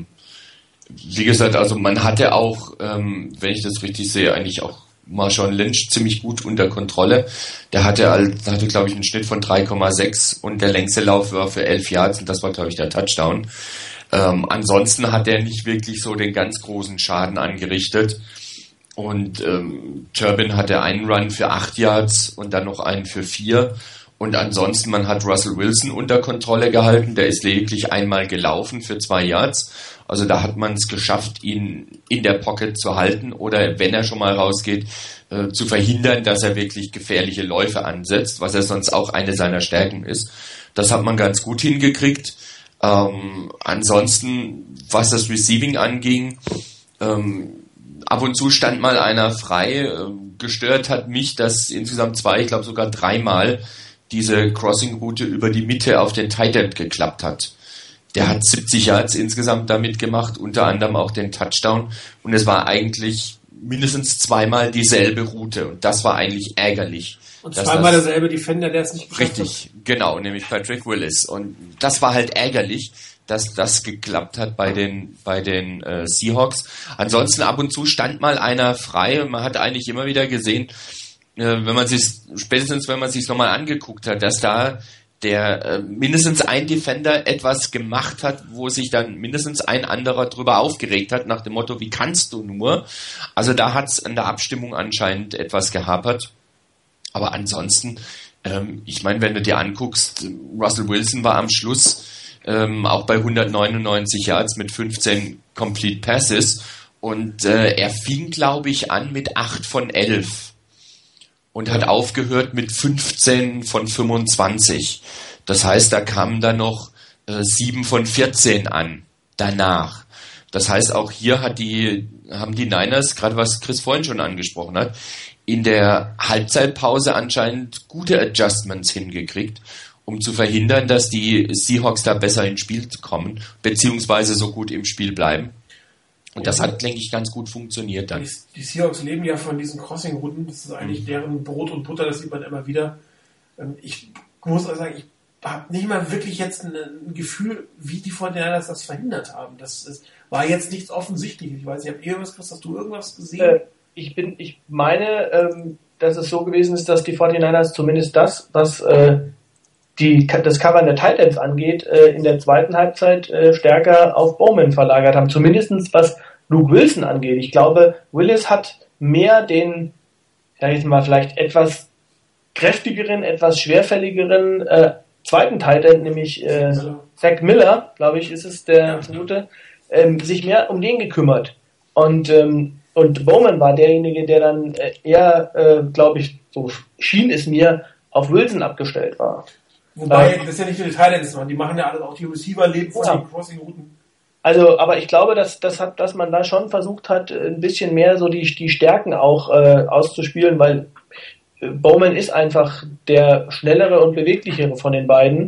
C: wie gesagt, also man hatte auch, wenn ich das richtig sehe, eigentlich auch Marshawn Lynch ziemlich gut unter Kontrolle. Der hatte glaube ich, einen Schnitt von 3,6 und der längste Lauf war für 11 Yards und das war, glaube ich, der Touchdown. Ansonsten hat er nicht wirklich so den ganz großen Schaden angerichtet. Und Turbin hatte einen Run für 8 Yards und dann noch einen für 4. Und ansonsten, man hat Russell Wilson unter Kontrolle gehalten, der ist lediglich einmal gelaufen für 2 Yards. Also da hat man es geschafft, ihn in der Pocket zu halten oder wenn er schon mal rausgeht, zu verhindern, dass er wirklich gefährliche Läufe ansetzt, was ja sonst auch eine seiner Stärken ist. Das hat man ganz gut hingekriegt. Ansonsten, was das Receiving anging, ab und zu stand mal einer frei. Gestört hat mich, dass insgesamt 2, ich glaube sogar 3 Mal diese Crossing-Route über die Mitte auf den Tight End geklappt hat. Der hat 70 Yards insgesamt damit gemacht, unter anderem auch den Touchdown. Und es war eigentlich mindestens 2-mal dieselbe Route. Und das war eigentlich ärgerlich.
B: Und 2-mal derselbe Defender, der es nicht geschafft hat.
C: Richtig, genau, nämlich Patrick Willis. Und das war halt ärgerlich, dass das geklappt hat bei den Seahawks. Ansonsten ab und zu stand mal einer frei und man hat eigentlich immer wieder gesehen, spätestens wenn man sich nochmal angeguckt hat, dass da der mindestens ein Defender etwas gemacht hat, wo sich dann mindestens ein anderer drüber aufgeregt hat, nach dem Motto, wie kannst du nur? Also da hat es an der Abstimmung anscheinend etwas gehapert. Aber ansonsten, ich meine, wenn du dir anguckst, Russell Wilson war am Schluss auch bei 199 Yards mit 15 Complete Passes und er fing, glaube ich, an mit 8 von 11 und hat aufgehört mit 15 von 25. Das heißt, da kamen dann noch 7 von 14 an danach. Das heißt, auch hier haben die Niners, gerade was Chris vorhin schon angesprochen hat, in der Halbzeitpause anscheinend gute Adjustments hingekriegt, um zu verhindern, dass die Seahawks da besser ins Spiel kommen, beziehungsweise so gut im Spiel bleiben. Und das hat, denke ich, ganz gut funktioniert dann.
B: Die Seahawks leben ja von diesen Crossing-Routen. Das ist eigentlich deren Brot und Butter, das sieht man immer wieder. Ich muss also sagen, ich habe nicht mal wirklich jetzt ein Gefühl, wie die Fortinanders das verhindert haben. Das war jetzt nichts Offensichtliches. Ich weiß nicht, hast du irgendwas gesehen?
D: Ich meine, dass es so gewesen ist, dass die 49ers zumindest das, was das Covern der Tight Ends angeht, in der zweiten Halbzeit stärker auf Bowman verlagert haben. Zumindestens was Luke Wilson angeht. Ich glaube, Willis hat mehr den, sag ich mal, vielleicht etwas kräftigeren, etwas schwerfälligeren zweiten Tight End, nämlich Zach Miller, glaube ich, ist es der Minute, sich mehr um den gekümmert. Und Bowman war derjenige, der dann eher, glaube ich, so schien es mir, auf Wilson abgestellt war.
B: Wobei, das ist ja nicht nur die Thailands, die machen ja alles, auch die Receiver leben von den Crossing-Routen.
D: Also, aber ich glaube, dass man da schon versucht hat, ein bisschen mehr so die Stärken auch auszuspielen, weil Bowman ist einfach der schnellere und beweglichere von den beiden.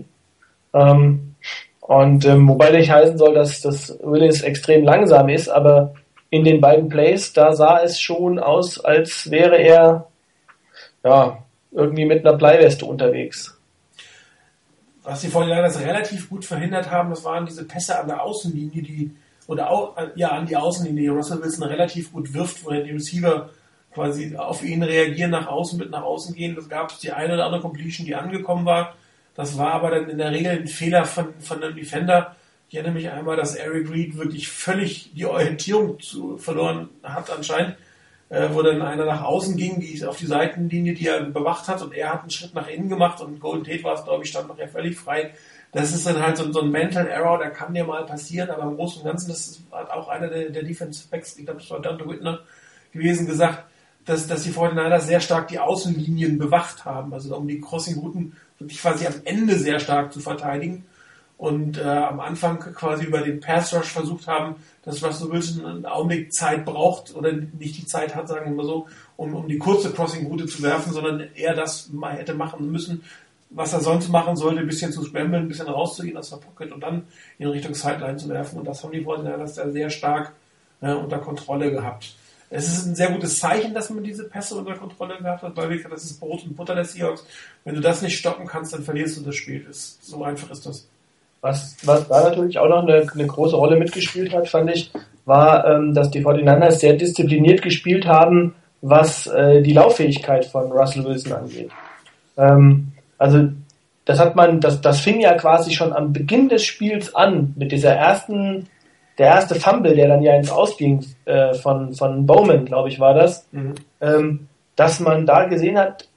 D: Wobei nicht heißen soll, dass Willis extrem langsam ist, aber in den beiden Plays, da sah es schon aus, als wäre er irgendwie mit einer Bleiweste unterwegs.
B: Was die 49ers relativ gut verhindert haben, das waren diese Pässe an der Außenlinie, an die Außenlinie, die Russell Wilson relativ gut wirft, wo die Receiver quasi auf ihn reagieren, nach außen gehen. Das gab es die eine oder andere Completion, die angekommen war. Das war aber dann in der Regel ein Fehler von einem Defender. Ich erinnere mich einmal, dass Eric Reed wirklich völlig die Orientierung verloren hat anscheinend, wo dann einer nach außen ging, auf die Seitenlinie, die er bewacht hat, und er hat einen Schritt nach innen gemacht und Golden Tate war es, glaube ich, stand noch ja völlig frei. Das ist dann halt so ein Mental Error, der kann dir mal passieren, aber im Großen und Ganzen, das hat auch einer der Defensive Backs, ich glaube, das war Dante Whitner gewesen, gesagt, dass die 49ers sehr stark die Außenlinien bewacht haben, also um die Crossing-Routen wirklich quasi am Ende sehr stark zu verteidigen. Und am Anfang quasi über den Pass Rush versucht haben, dass Russell Wilson einen Augenblick Zeit braucht oder nicht die Zeit hat, sagen wir mal so, um die kurze Crossing-Route zu werfen, sondern er das mal hätte machen müssen, was er sonst machen sollte, ein bisschen zu scramblen, ein bisschen rauszugehen aus der Pocket und dann in Richtung Sideline zu werfen. Und das haben die Fortinanders da sehr stark unter Kontrolle gehabt. Es ist ein sehr gutes Zeichen, dass man diese Pässe unter Kontrolle gehabt hat, weil das ist Brot und Butter der Seahawks. Wenn du das nicht stoppen kannst, dann verlierst du das Spiel. So einfach ist das. Was
D: da natürlich auch noch eine große Rolle mitgespielt hat, fand ich, war, dass die 49ers sehr diszipliniert gespielt haben, was die Lauffähigkeit von Russell Wilson angeht. Also das fing ja quasi schon am Beginn des Spiels an mit der erste Fumble, der dann ja ins Ausging von Bowman, glaube ich, war das, dass man da gesehen hat,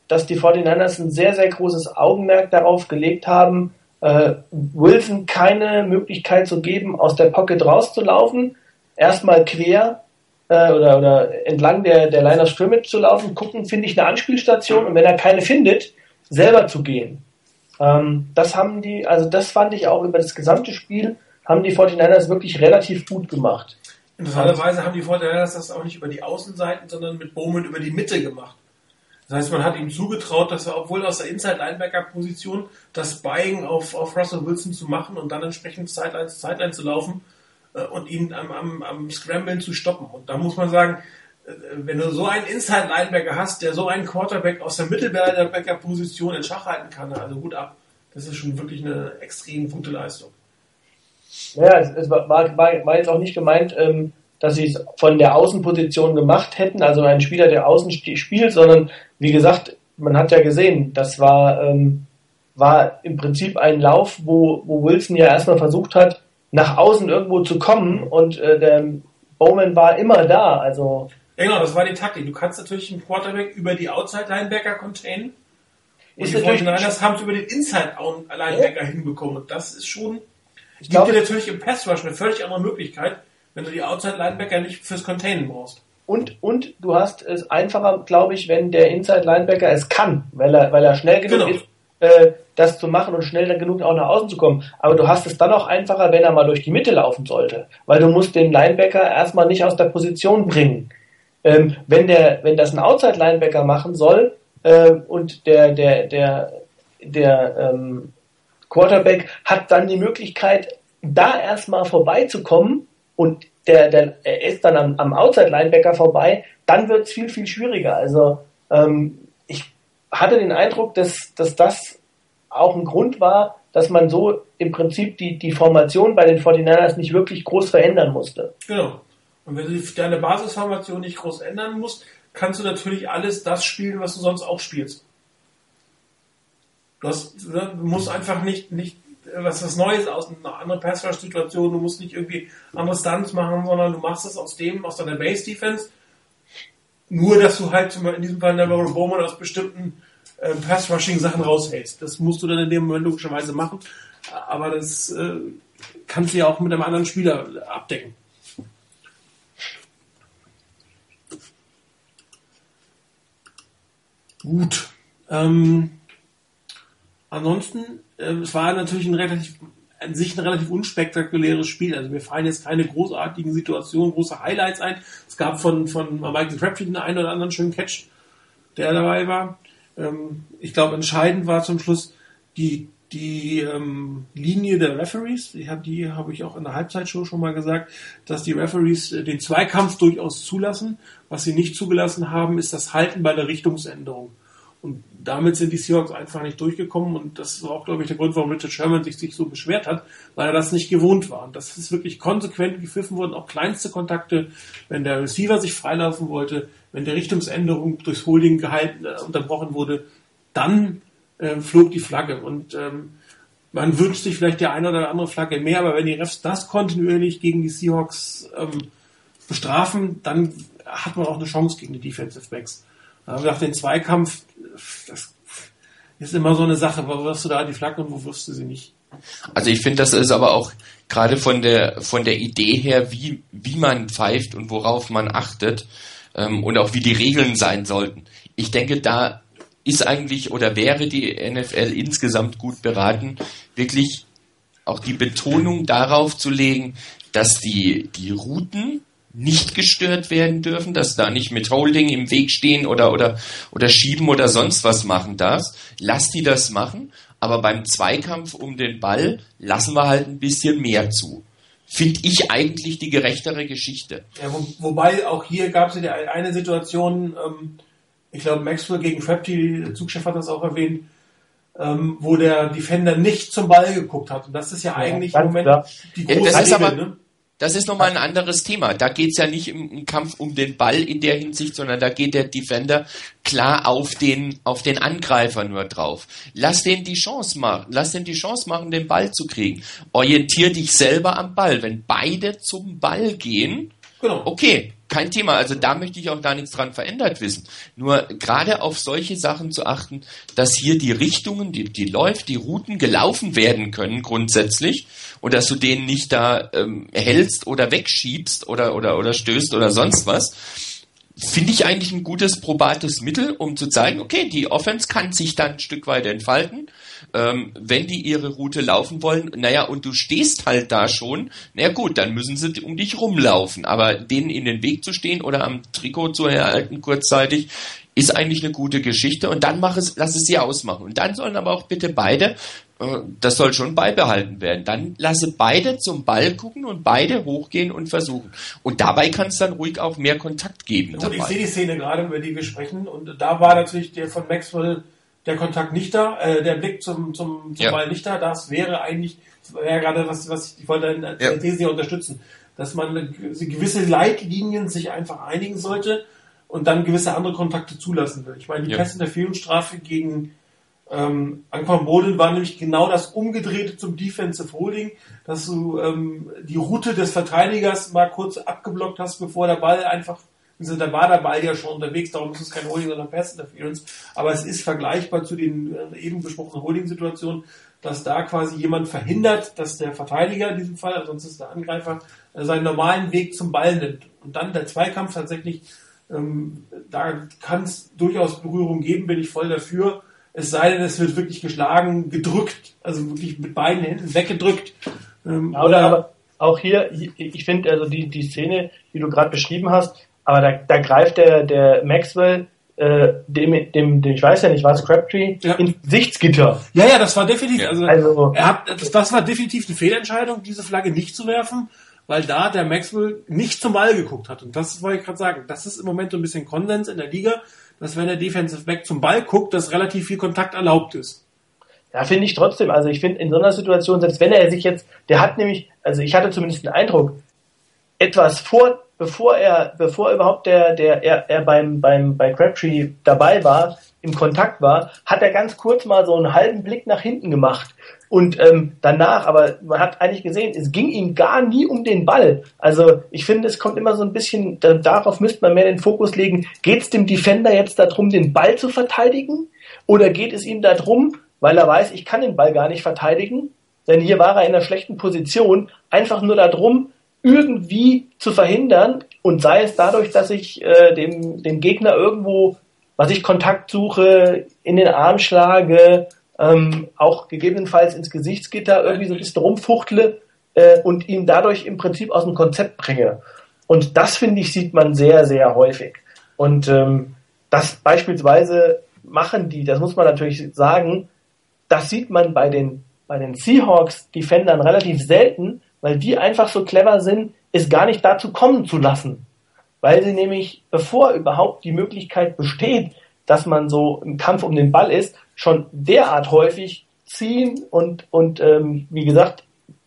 D: dass die 49ers ein sehr, sehr großes Augenmerk darauf gelegt haben, Wilson keine Möglichkeit zu geben, aus der Pocket rauszulaufen, erstmal quer oder entlang der Line of Scrimmage zu laufen, gucken, finde ich eine Anspielstation, und wenn er keine findet, selber zu gehen. Das fand ich auch über das gesamte Spiel, haben die 49ers wirklich relativ gut gemacht.
B: Interessanterweise haben die 49ers das auch nicht über die Außenseiten, sondern mit Bowman über die Mitte gemacht. Das heißt, man hat ihm zugetraut, dass er, obwohl aus der Inside-Linebacker-Position, das Buying auf Russell Wilson zu machen und dann entsprechend Sideline zu laufen und ihn am Scramblen zu stoppen. Und da muss man sagen, wenn du so einen Inside-Linebacker hast, der so einen Quarterback aus der Mittellinebacker-Position in Schach halten kann, also gut ab. Das ist schon wirklich eine extrem gute Leistung.
D: Ja, es war jetzt auch nicht gemeint, dass sie es von der Außenposition gemacht hätten, also ein Spieler, der außen spielt, sondern wie gesagt, man hat ja gesehen, das war im Prinzip ein Lauf, wo Wilson ja erstmal versucht hat, nach außen irgendwo zu kommen, und der Bowman war immer da. Also
B: ja, genau, das war die Taktik. Du kannst natürlich einen Quarterback über die Outside-Linebacker containen, und die 49ers haben es über den Inside-Linebacker hinbekommen, und das ist schon, gibt dir natürlich im Pass-Rush eine völlig andere Möglichkeit, wenn du die Outside-Linebacker nicht fürs Containen brauchst.
D: Und du hast es einfacher, glaube ich, wenn der Inside-Linebacker es kann, weil er schnell genug ist, das zu machen und schnell genug auch nach außen zu kommen. Aber du hast es dann auch einfacher, wenn er mal durch die Mitte laufen sollte, weil du musst den Linebacker erstmal nicht aus der Position bringen. Wenn das ein Outside-Linebacker machen soll und der Quarterback hat dann die Möglichkeit, da erstmal vorbeizukommen, und er ist dann am Outside-Linebacker vorbei, dann wird es viel, viel schwieriger. Also ich hatte den Eindruck, dass das auch ein Grund war, dass man so im Prinzip die Formation bei den 49ers nicht wirklich groß verändern musste.
B: Genau. Und wenn du deine Basisformation nicht groß ändern musst, kannst du natürlich alles das spielen, was du sonst auch spielst. Du musst einfach nicht was Neues aus einer anderen Pass-Rush-Situation, du musst nicht irgendwie andere Stunts machen, sondern du machst es aus deiner Base-Defense. Nur, dass du halt in diesem Fall Navarro Bowman aus bestimmten Pass-Rushing-Sachen raushältst. Das musst du dann in dem Moment logischerweise machen, aber das kannst du ja auch mit einem anderen Spieler abdecken. Gut. Ansonsten, es war natürlich ein relativ unspektakuläres Spiel. Also mir fallen jetzt keine großartigen Situationen, große Highlights ein. Es gab von Michael Crabtree den einen oder anderen schönen Catch, der dabei war. Ich glaube, entscheidend war zum Schluss die Linie der Referees. Die habe ich auch in der Halbzeitshow schon mal gesagt, dass die Referees den Zweikampf durchaus zulassen. Was sie nicht zugelassen haben, ist das Halten bei der Richtungsänderung. Und damit sind die Seahawks einfach nicht durchgekommen, und das war auch, glaube ich, der Grund, warum Richard Sherman sich so beschwert hat, weil er das nicht gewohnt war. Und das ist wirklich konsequent gepfiffen worden, auch kleinste Kontakte, wenn der Receiver sich freilaufen wollte, wenn der Richtungsänderung durchs Holding unterbrochen wurde, dann flog die Flagge. Und man wünscht sich vielleicht die eine oder andere Flagge mehr, aber wenn die Refs das kontinuierlich gegen die Seahawks bestrafen, dann hat man auch eine Chance gegen die Defensive Backs. Nach dem Zweikampf, das ist immer so eine Sache, wo wirfst du da die Flagge und wo wirfst du sie nicht?
C: Also ich finde, das ist aber auch gerade von der Idee her, wie man pfeift und worauf man achtet, und auch wie die Regeln sein sollten. Ich denke, da ist eigentlich oder wäre die NFL insgesamt gut beraten, wirklich auch die Betonung darauf zu legen, dass die Routen nicht gestört werden dürfen, dass da nicht mit Holding im Weg stehen oder schieben oder sonst was machen darfst. Lass die das machen, aber beim Zweikampf um den Ball lassen wir halt ein bisschen mehr zu. Finde ich eigentlich die gerechtere Geschichte.
B: Ja, wobei auch hier gab es ja eine Situation, ich glaube Maxwell gegen Crabtree, der Zugchef hat das auch erwähnt, wo der Defender nicht zum Ball geguckt hat. Und das ist ja eigentlich im Moment die große Regel, ne?
C: Das ist nochmal ein anderes Thema. Da geht es ja nicht im Kampf um den Ball in der Hinsicht, sondern da geht der Defender klar auf den Angreifer nur drauf. Lass den die Chance machen, den Ball zu kriegen. Orientier dich selber am Ball. Wenn beide zum Ball gehen,
B: Genau.
C: Okay, kein Thema. Also da möchte ich auch gar nichts dran verändert wissen. Nur gerade auf solche Sachen zu achten, dass hier die Richtungen, die Routen gelaufen werden können grundsätzlich und dass du denen nicht da hältst oder wegschiebst oder stößt oder sonst was. Finde ich eigentlich ein gutes, probates Mittel, um zu zeigen, okay, die Offense kann sich dann ein Stück weit entfalten, wenn die ihre Route laufen wollen. Naja, und du stehst halt da schon, na gut, dann müssen sie um dich rumlaufen. Aber denen in den Weg zu stehen oder am Trikot zu erhalten kurzzeitig, ist eigentlich eine gute Geschichte. Und dann lass es sie ausmachen. Und dann sollen aber auch bitte beide, das soll schon beibehalten werden, dann lasse beide zum Ball gucken und beide hochgehen und versuchen. Und dabei kann es dann ruhig auch mehr Kontakt geben.
B: Und ich sehe die Szene gerade, über die wir sprechen, und da war natürlich der von Maxwell der Kontakt nicht da, der Blick zum Ball nicht da. Das wäre gerade was ich wollte in der These hier unterstützen, dass man gewisse Leitlinien sich einfach einigen sollte und dann gewisse andere Kontakte zulassen will. Ich meine, die Pass-Interference-Strafe gegen Anquan Boldin war nämlich genau das Umgedrehte zum Defensive Holding, dass du die Route des Verteidigers mal kurz abgeblockt hast, bevor der Ball einfach, also da war der Ball ja schon unterwegs, darum ist es kein Holding, sondern Pass Interference, aber es ist vergleichbar zu den eben besprochenen Holding-Situationen, dass da quasi jemand verhindert, dass der Verteidiger in diesem Fall, also sonst ist der Angreifer, seinen normalen Weg zum Ball nimmt. Und dann der Zweikampf tatsächlich, da kann es durchaus Berührung geben, bin ich voll dafür. Es sei denn, es wird wirklich geschlagen, gedrückt, also wirklich mit beiden Händen weggedrückt.
D: Aber auch hier, ich finde, also die Szene, die du gerade beschrieben hast, aber da greift der Maxwell dem ich weiß ja nicht, war es Crabtree, ins Gesichtsgitter.
B: Ja, das war definitiv, das war definitiv eine Fehlentscheidung, diese Flagge nicht zu werfen, weil da der Maxwell nicht zum Ball geguckt hat. Und das wollte ich gerade sagen, das ist im Moment so ein bisschen Konsens in der Liga, dass wenn der Defensive Back zum Ball guckt, dass relativ viel Kontakt erlaubt ist.
D: Ja, finde ich trotzdem. Also ich finde in so einer Situation, selbst wenn er sich jetzt, der hat nämlich, also ich hatte zumindest den Eindruck, etwas bevor er überhaupt er bei Crabtree dabei war, im Kontakt war, hat er ganz kurz mal so einen halben Blick nach hinten gemacht. Und danach, aber man hat eigentlich gesehen, es ging ihm gar nie um den Ball. Also ich finde, es kommt immer so ein bisschen, darauf müsste man mehr den Fokus legen, geht es dem Defender jetzt darum, den Ball zu verteidigen? Oder geht es ihm darum, weil er weiß, ich kann den Ball gar nicht verteidigen, denn hier war er in einer schlechten Position, einfach nur darum, irgendwie zu verhindern, und sei es dadurch, dass ich dem Gegner irgendwo, was ich Kontakt suche, in den Arm schlage, auch gegebenenfalls ins Gesichtsgitter irgendwie so ein bisschen rumfuchtle und ihn dadurch im Prinzip aus dem Konzept bringe. Und das, finde ich, sieht man sehr, sehr häufig. Und das beispielsweise machen die, das muss man natürlich sagen, das sieht man bei den Seahawks-Defendern relativ selten, weil die einfach so clever sind, es gar nicht dazu kommen zu lassen. Weil sie nämlich, bevor überhaupt die Möglichkeit besteht, dass man so im Kampf um den Ball ist, schon derart häufig ziehen und wie gesagt,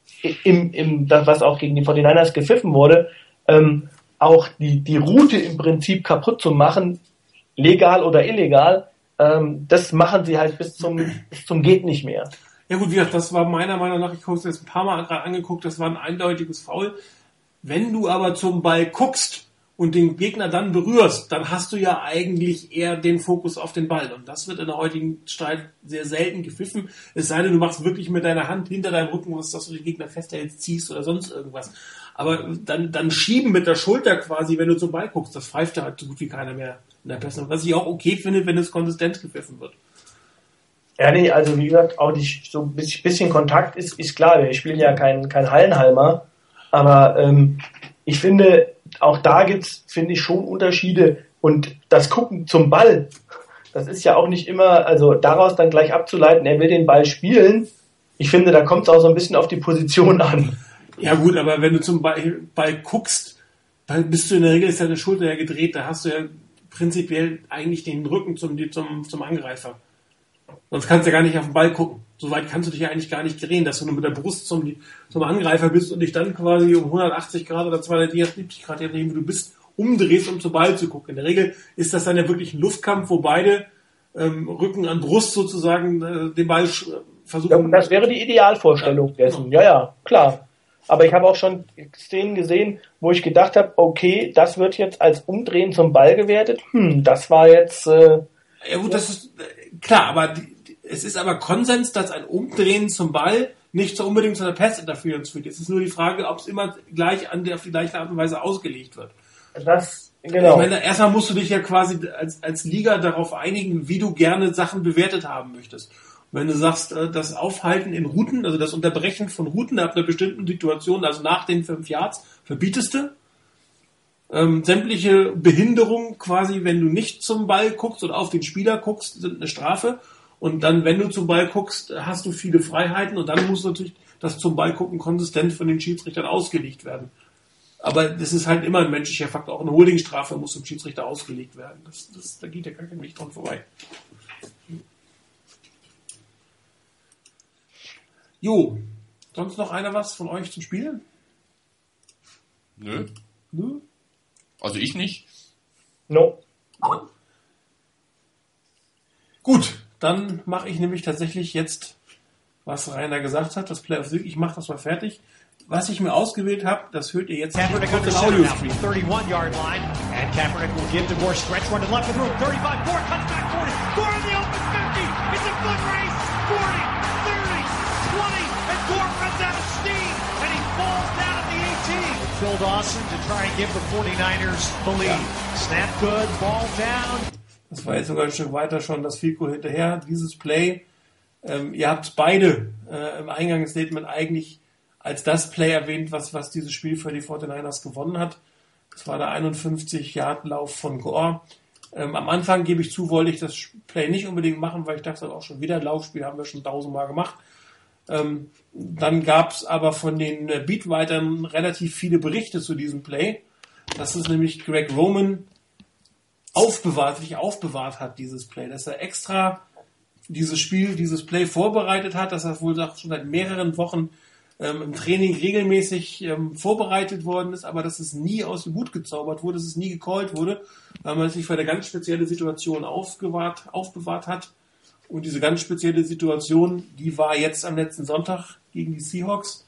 D: das, was auch gegen die 49ers gepfiffen wurde, auch die Route im Prinzip kaputt zu machen, legal oder illegal, das machen sie halt bis zum geht nicht mehr.
B: Ja gut, wie gesagt, das war meiner Meinung nach, ich habe es jetzt ein paar Mal gerade angeguckt, das war ein eindeutiges Foul. Wenn du aber zum Ball guckst und den Gegner dann berührst, dann hast du ja eigentlich eher den Fokus auf den Ball. Und das wird in der heutigen Streit sehr selten gepfiffen. Es sei denn, du machst wirklich mit deiner Hand hinter deinem Rücken was, dass du den Gegner festhältst, ziehst oder sonst irgendwas. Aber dann schieben mit der Schulter quasi, wenn du zum Ball guckst, das pfeift ja halt so gut wie keiner mehr in der Pässe. Was ich auch okay finde, wenn es konsistent gepfiffen wird.
D: Ja, nee, also wie gesagt, auch so ein bisschen Kontakt ist klar. Wir spielen ja kein Hallenhalmer, aber ich finde, auch da gibt's, finde ich, schon Unterschiede. Und das Gucken zum Ball, das ist ja auch nicht immer, also daraus dann gleich abzuleiten, er will den Ball spielen. Ich finde, da kommt es auch so ein bisschen auf die Position an.
B: Ja gut, aber wenn du zum Ball guckst, dann bist du in der Regel, ist deine Schulter ja gedreht, da hast du ja prinzipiell eigentlich den Rücken zum Angreifer. Sonst kannst du ja gar nicht auf den Ball gucken. So weit kannst du dich ja eigentlich gar nicht drehen, dass du nur mit der Brust zum Angreifer bist und dich dann quasi um 180 Grad oder 270 Grad, je nachdem wie du bist, umdrehst, um zum Ball zu gucken. In der Regel ist das dann ja wirklich ein Luftkampf, wo beide Rücken an Brust sozusagen den Ball versuchen.
D: Ja, das wäre die Idealvorstellung dessen. Ja, klar. Aber ich habe auch schon Szenen gesehen, wo ich gedacht habe, okay, das wird jetzt als Umdrehen zum Ball gewertet. Das war jetzt...
B: Ja gut, das ist klar, aber es ist aber Konsens, dass ein Umdrehen zum Ball nicht so unbedingt zu einer Pass-Interference führt. Es ist nur die Frage, ob es immer gleich auf die gleiche Art und Weise ausgelegt wird.
D: Genau.
B: Ich meine, erstmal musst du dich ja quasi als Liga darauf einigen, wie du gerne Sachen bewertet haben möchtest. Und wenn du sagst, das Aufhalten in Routen, also das Unterbrechen von Routen ab einer bestimmten Situation, also nach den 5 Yards, verbietest du. Sämtliche Behinderungen quasi, wenn du nicht zum Ball guckst oder auf den Spieler guckst, sind eine Strafe. Und dann, wenn du zum Ball guckst, hast du viele Freiheiten und dann muss natürlich das zum Ball gucken konsistent von den Schiedsrichtern ausgelegt werden. Aber das ist halt immer ein menschlicher Faktor. Auch eine Holdingstrafe muss vom Schiedsrichter ausgelegt werden. Da geht ja gar kein Weg dran vorbei. Jo, sonst noch einer was von euch zum Spielen?
C: Nö.
B: Nö?
C: Also ich nicht.
D: No.
B: Gut, dann mache ich nämlich tatsächlich jetzt, was Rainer gesagt hat, das Play of the Week. Ich mache das mal fertig. Was ich mir ausgewählt habe, das hört ihr jetzt hier
E: Kaepernick
B: kurz
E: under
B: im
E: center now,
B: Audio-Stream.
E: 31-yard line, and Kaepernick will give to Gore, stretch one to left of the room, 35, Gore cuts back 40, Gore in the open 50, it's a foot race, 40, 30, 20, and Gore runs out of steam, and he falls down at the 18. Phil Dawson to try and give the 49ers the lead. Snap good, ball down.
B: Das war jetzt sogar ein Stück weiter schon das Field Goal hinterher. Dieses Play, ihr habt beide im Eingangsstatement eigentlich als das Play erwähnt, was dieses Spiel für die 49ers gewonnen hat. Das war der 51-Yard-Lauf von Gore. Am Anfang, gebe ich zu, wollte ich das Play nicht unbedingt machen, weil ich dachte, auch schon wieder Laufspiel haben wir schon 1000-mal gemacht. Dann gab es aber von den Beatwritern relativ viele Berichte zu diesem Play. Das ist nämlich Greg Roman aufbewahrt hat, dieses Play. Dass er extra dieses Play vorbereitet hat, dass er wohl schon seit mehreren Wochen im Training regelmäßig vorbereitet worden ist, aber dass es nie aus dem Hut gezaubert wurde, dass es nie gecallt wurde, weil man sich für eine ganz spezielle Situation aufbewahrt hat. Und diese ganz spezielle Situation, die war jetzt am letzten Sonntag gegen die Seahawks.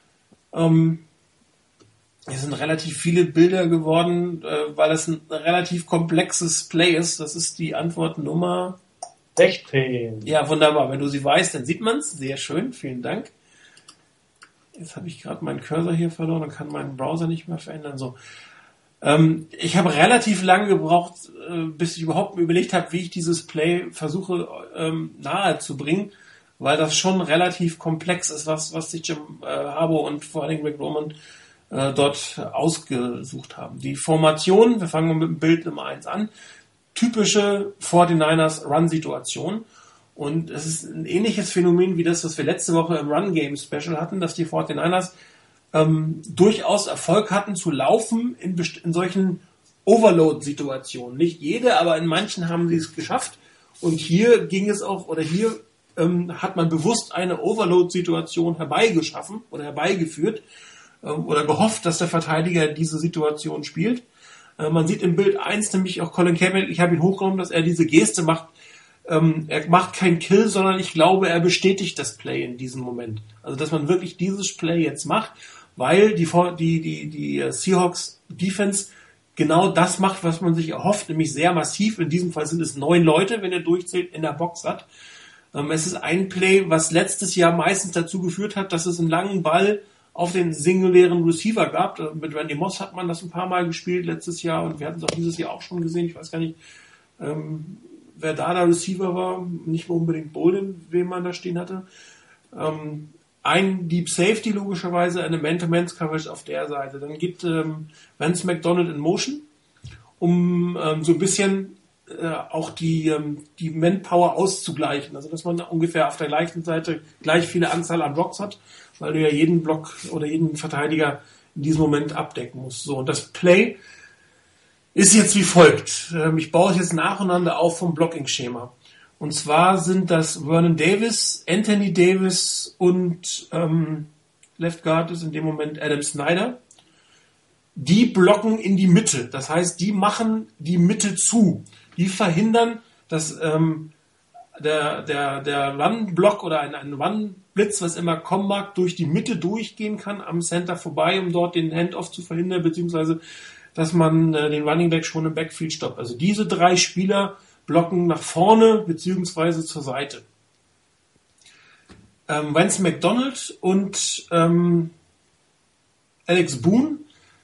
B: Es sind relativ viele Bilder geworden, weil es ein relativ komplexes Play ist. Das ist die Antwort Nummer
D: 16.
B: Ja, wunderbar. Wenn du sie weißt, dann sieht man es. Sehr schön, vielen Dank. Jetzt habe ich gerade meinen Cursor hier verloren und kann meinen Browser nicht mehr verändern. So. Ich habe relativ lange gebraucht, bis ich überhaupt überlegt habe, wie ich dieses Play versuche nahe zu bringen, weil das schon relativ komplex ist, was sich Jim Harbaugh und vor allem Greg Roman dort ausgesucht haben. Die Formation, wir fangen mit dem Bild Nummer 1 an, typische 49ers Run-Situation. Und es ist ein ähnliches Phänomen wie das, was wir letzte Woche im Run-Game-Special hatten, dass die 49ers durchaus Erfolg hatten zu laufen in solchen Overload-Situationen. Nicht jede, aber in manchen haben sie es geschafft. Und hier ging es auch, oder hier hat man bewusst eine Overload-Situation herbeigeschaffen oder herbeigeführt oder gehofft, dass der Verteidiger diese Situation spielt. Man sieht im Bild 1 nämlich auch Colin Kaepernick, ich habe ihn hochgenommen, dass er diese Geste macht. Er macht keinen Kill, sondern ich glaube, er bestätigt das Play in diesem Moment. Also, dass man wirklich dieses Play jetzt macht, weil die Seahawks Defense genau das macht, was man sich erhofft, nämlich sehr massiv. In diesem Fall sind es 9 Leute, wenn er durchzählt, in der Box hat. Es ist ein Play, was letztes Jahr meistens dazu geführt hat, dass es einen langen Ball auf den singulären Receiver gab. Mit Randy Moss hat man das ein paar Mal gespielt letztes Jahr und wir hatten es auch dieses Jahr auch schon gesehen. Ich weiß gar nicht, wer da der Receiver war, nicht mehr unbedingt Bolden, wen man da stehen hatte. Ein Deep Safety logischerweise, eine Man-to-Man-Coverage auf der Seite. Dann gibt Vance McDonald in Motion, um so ein bisschen auch die Manpower auszugleichen. Also dass man ungefähr auf der gleichen Seite gleich viele Anzahl an Blocks hat, weil du ja jeden Block oder jeden Verteidiger in diesem Moment abdecken musst. So, und das Play ist jetzt wie folgt. Ich baue es jetzt nacheinander auf vom Blocking-Schema. Und zwar sind das Vernon Davis, Anthony Davis und Left Guard ist in dem Moment Adam Snyder. Die blocken in die Mitte. Das heißt, die machen die Mitte zu. Die verhindern, dass der Run-Block oder ein Blitz, was immer kommen mag, durch die Mitte durchgehen kann, am Center vorbei, um dort den Handoff zu verhindern, beziehungsweise dass man den Running Back schon im Backfield stoppt. Also diese 3 Spieler blocken nach vorne beziehungsweise zur Seite. Vance McDonald und Alex Boone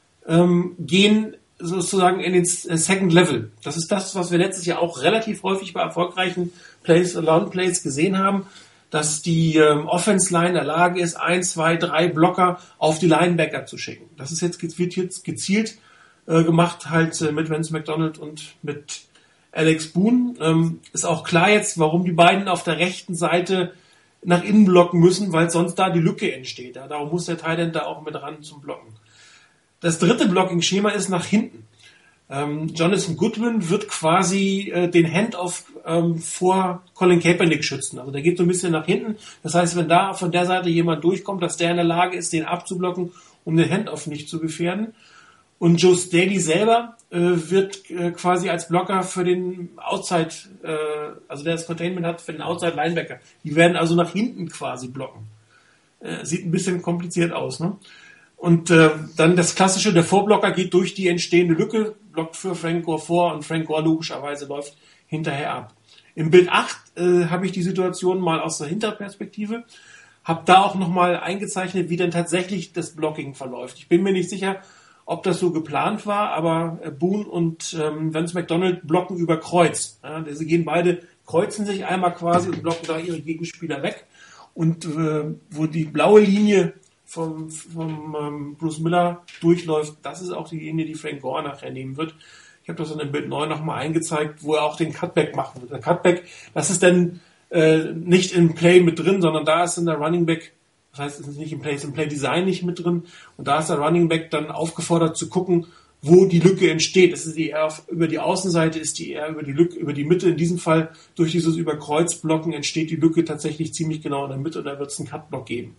B: gehen sozusagen in den Second Level. Das ist das, was wir letztes Jahr auch relativ häufig bei erfolgreichen Plays gesehen haben, dass die Offense-Line in der Lage ist, 1, 2, 3 Blocker auf die Linebacker zu schicken. Das ist wird jetzt gezielt gemacht, halt mit Vance McDonald und mit Alex Boone. Ist auch klar jetzt, warum die beiden auf der rechten Seite nach innen blocken müssen, weil sonst da die Lücke entsteht. Ja, darum muss der Tight End da auch mit ran zum Blocken. Das dritte Blocking-Schema ist nach hinten. Jonathan Goodwin wird quasi den Handoff vor Colin Kaepernick schützen. Also der geht so ein bisschen nach hinten. Das heißt, wenn da von der Seite jemand durchkommt, dass der in der Lage ist, den abzublocken, um den Handoff nicht zu gefährden. Und Joe Staley selber wird quasi als Blocker für den Outside, also der das Containment hat, für den Outside Linebacker. Die werden also nach hinten quasi blocken. Sieht ein bisschen kompliziert aus, ne? Und dann das Klassische, der Vorblocker geht durch die entstehende Lücke, blockt für Frank Gore vor und Frank Gore logischerweise läuft hinterher ab. Im Bild 8 habe ich die Situation mal aus der Hinterperspektive, habe da auch nochmal eingezeichnet, wie denn tatsächlich das Blocking verläuft. Ich bin mir nicht sicher, ob das so geplant war, aber Boone und Vance McDonald blocken über Kreuz. Ja, sie gehen beide, kreuzen sich einmal quasi und blocken da ihre Gegenspieler weg. Und wo die blaue Linie vom Bruce Miller durchläuft, das ist auch die Linie, die Frank Gore nachher nehmen wird. Ich habe das in dem Bild 9 nochmal eingezeigt, wo er auch den Cutback machen wird. Der Cutback, das ist dann nicht im Play mit drin, sondern da ist dann der Running Back, das heißt, es ist nicht im Play, ist im Play Design nicht mit drin. Und da ist der Running Back dann aufgefordert zu gucken, wo die Lücke entsteht. Das ist die eher über die Außenseite, ist die eher über die Lücke, über die Mitte. In diesem Fall durch dieses Überkreuzblocken entsteht die Lücke tatsächlich ziemlich genau in der Mitte und da wird es einen Cutblock geben.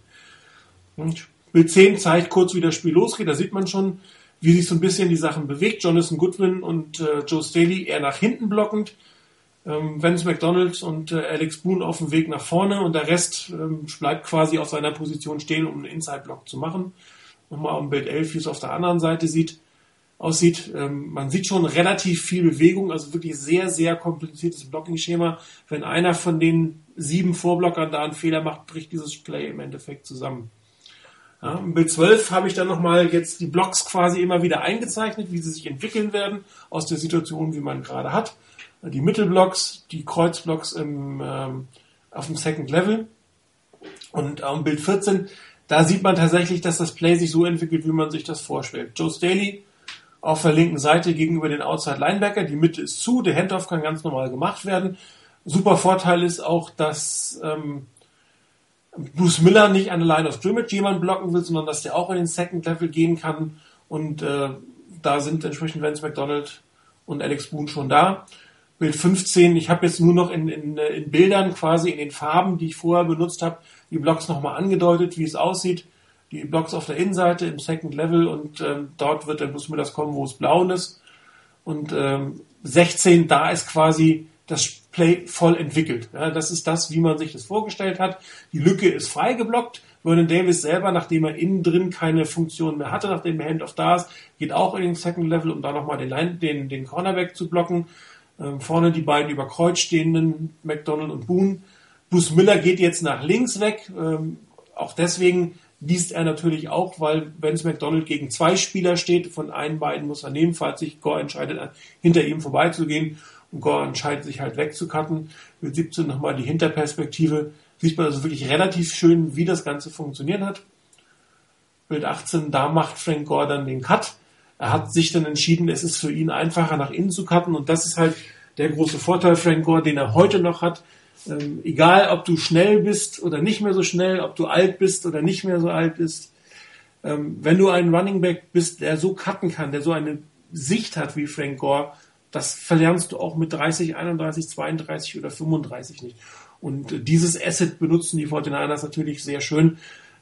B: Und Bild 10 zeigt kurz, wie das Spiel losgeht. Da sieht man schon, wie sich so ein bisschen die Sachen bewegt. Jonathan Goodwin und Joe Staley eher nach hinten blockend. Vance McDonald und Alex Boone auf dem Weg nach vorne und der Rest bleibt quasi auf seiner Position stehen, um einen Inside-Block zu machen. Nochmal am Bild 11, wie es auf der anderen Seite aussieht. Man sieht schon relativ viel Bewegung, also wirklich sehr, sehr kompliziertes Blocking-Schema. Wenn einer von den 7 Vorblockern da einen Fehler macht, bricht dieses Play im Endeffekt zusammen. Ja, im Bild 12 habe ich dann nochmal jetzt die Blocks quasi immer wieder eingezeichnet, wie sie sich entwickeln werden aus der Situation, wie man gerade hat. Die Mittelblocks, die Kreuzblocks auf dem Second Level. Und am Bild 14, da sieht man tatsächlich, dass das Play sich so entwickelt, wie man sich das vorstellt. Joe Staley auf der linken Seite gegenüber den Outside Linebacker. Die Mitte ist zu, der Handoff kann ganz normal gemacht werden. Super Vorteil ist auch, dass Bruce Miller nicht an der Line of Scrimmage jemand blocken will, sondern dass der auch in den Second Level gehen kann. Und da sind entsprechend Vance McDonald und Alex Boone schon da. Bild 15, ich habe jetzt nur noch in Bildern quasi in den Farben, die ich vorher benutzt habe, die Blocks nochmal angedeutet, wie es aussieht. Die Blocks auf der Innenseite im Second Level und dort wird der Bruce Millers kommen, wo es blau ist. Und 16, da ist quasi das Play voll entwickelt. Ja, das ist das, wie man sich das vorgestellt hat. Die Lücke ist frei geblockt. Vernon Davis selber, nachdem er innen drin keine Funktion mehr hatte, nachdem der Handoff da ist, geht auch in den Second Level, um da nochmal den Cornerback zu blocken. Vorne die beiden über Kreuz stehenden McDonald und Boone. Bruce Miller geht jetzt nach links weg. Auch deswegen liest er natürlich auch, weil Vance McDonald gegen 2 Spieler steht. Von einen beiden muss er nehmen, falls sich Gore entscheidet, hinter ihm vorbeizugehen. Und Gore entscheidet sich halt wegzucutten. Mit 17 nochmal die Hinterperspektive. Sieht man also wirklich relativ schön, wie das Ganze funktioniert hat. Bild 18, da macht Frank Gore dann den Cut. Er hat sich dann entschieden, es ist für ihn einfacher, nach innen zu cutten. Und das ist halt der große Vorteil Frank Gore, den er heute noch hat. Egal, ob du schnell bist oder nicht mehr so schnell, ob du alt bist oder nicht mehr so alt bist. Wenn du ein Running Back bist, der so cutten kann, der so eine Sicht hat wie Frank Gore, das verlernst du auch mit 30, 31, 32 oder 35 nicht. Und dieses Asset benutzen die 49ers natürlich sehr schön.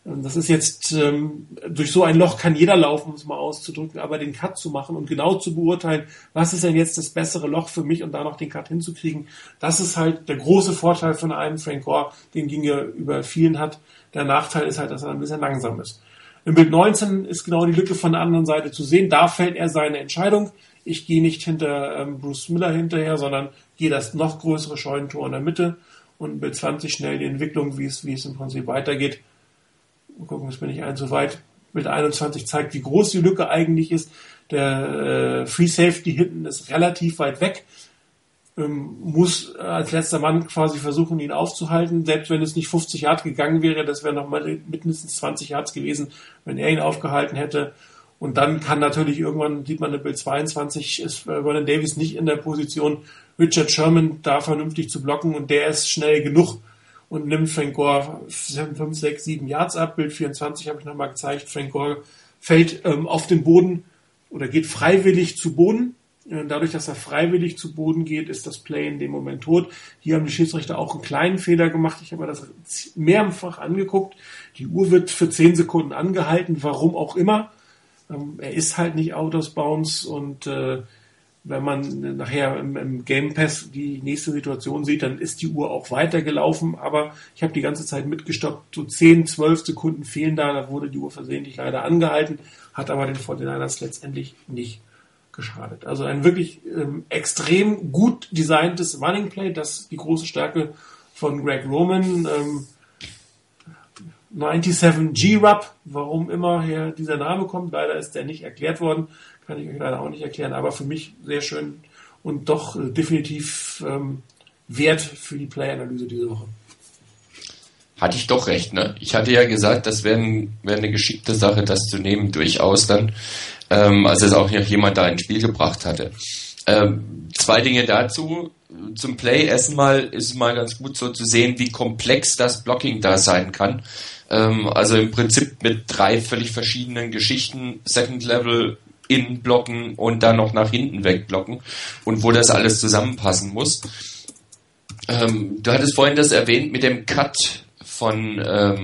B: Das ist jetzt, durch so ein Loch kann jeder laufen, um es mal auszudrücken, aber den Cut zu machen und genau zu beurteilen, was ist denn jetzt das bessere Loch für mich und da noch den Cut hinzukriegen, das ist halt der große Vorteil von einem Frank Gore, den gegenüber vielen hat. Der Nachteil ist halt, dass er ein bisschen langsam ist. Im Bild 19 ist genau die Lücke von der anderen Seite zu sehen. Da fällt er seine Entscheidung. Ich gehe nicht hinter Bruce Miller hinterher, sondern gehe das noch größere Scheunentor in der Mitte und Bild 20 schnell die Entwicklung, wie es im Prinzip weitergeht. Mal gucken, jetzt bin ich zu weit. Bild 21 zeigt, wie groß die Lücke eigentlich ist. Der Free Safety hinten ist relativ weit weg. Muss als letzter Mann quasi versuchen, ihn aufzuhalten. Selbst wenn es nicht 50 Yards gegangen wäre, das wäre nochmal mindestens 20 Yards gewesen, wenn er ihn aufgehalten hätte. Und dann kann natürlich irgendwann, sieht man in Bild 22, ist Vernon Davis nicht in der Position, Richard Sherman da vernünftig zu blocken und der ist schnell genug und nimmt Frank Gore 5, 6, 7 Yards ab. Bild 24 habe ich nochmal gezeigt. Frank Gore fällt auf den Boden oder geht freiwillig zu Boden. Dadurch, dass er freiwillig zu Boden geht, ist das Play in dem Moment tot. Hier haben die Schiedsrichter auch einen kleinen Fehler gemacht. Ich habe mir das mehrfach angeguckt. Die Uhr wird für 10 Sekunden angehalten, warum auch immer. Er ist halt nicht out of bounds und wenn man nachher im Game Pass die nächste Situation sieht, dann ist die Uhr auch weitergelaufen, aber ich habe die ganze Zeit mitgestoppt. So 10, 12 Sekunden fehlen da wurde die Uhr versehentlich leider angehalten, hat aber den 49ers letztendlich nicht geschadet. Also ein wirklich extrem gut designtes Running Play, das ist die große Stärke von Greg Roman. 97 G-Rub, warum immer hier dieser Name kommt, leider ist der nicht erklärt worden, kann ich euch leider auch nicht erklären, aber für mich sehr schön und doch definitiv wert für die Play-Analyse diese Woche.
C: Hatte ich doch recht, ne? Ich hatte ja gesagt, das wäre eine geschickte Sache, das zu nehmen, durchaus dann, als es auch noch jemand da ins Spiel gebracht hatte. 2 Dinge dazu. Zum Play erstmal ist es mal ganz gut so zu sehen, wie komplex das Blocking da sein kann. Also im Prinzip mit 3 völlig verschiedenen Geschichten, Second Level innen blocken und dann noch nach hinten weg blocken und wo das alles zusammenpassen muss. Du hattest vorhin das erwähnt mit dem Cut von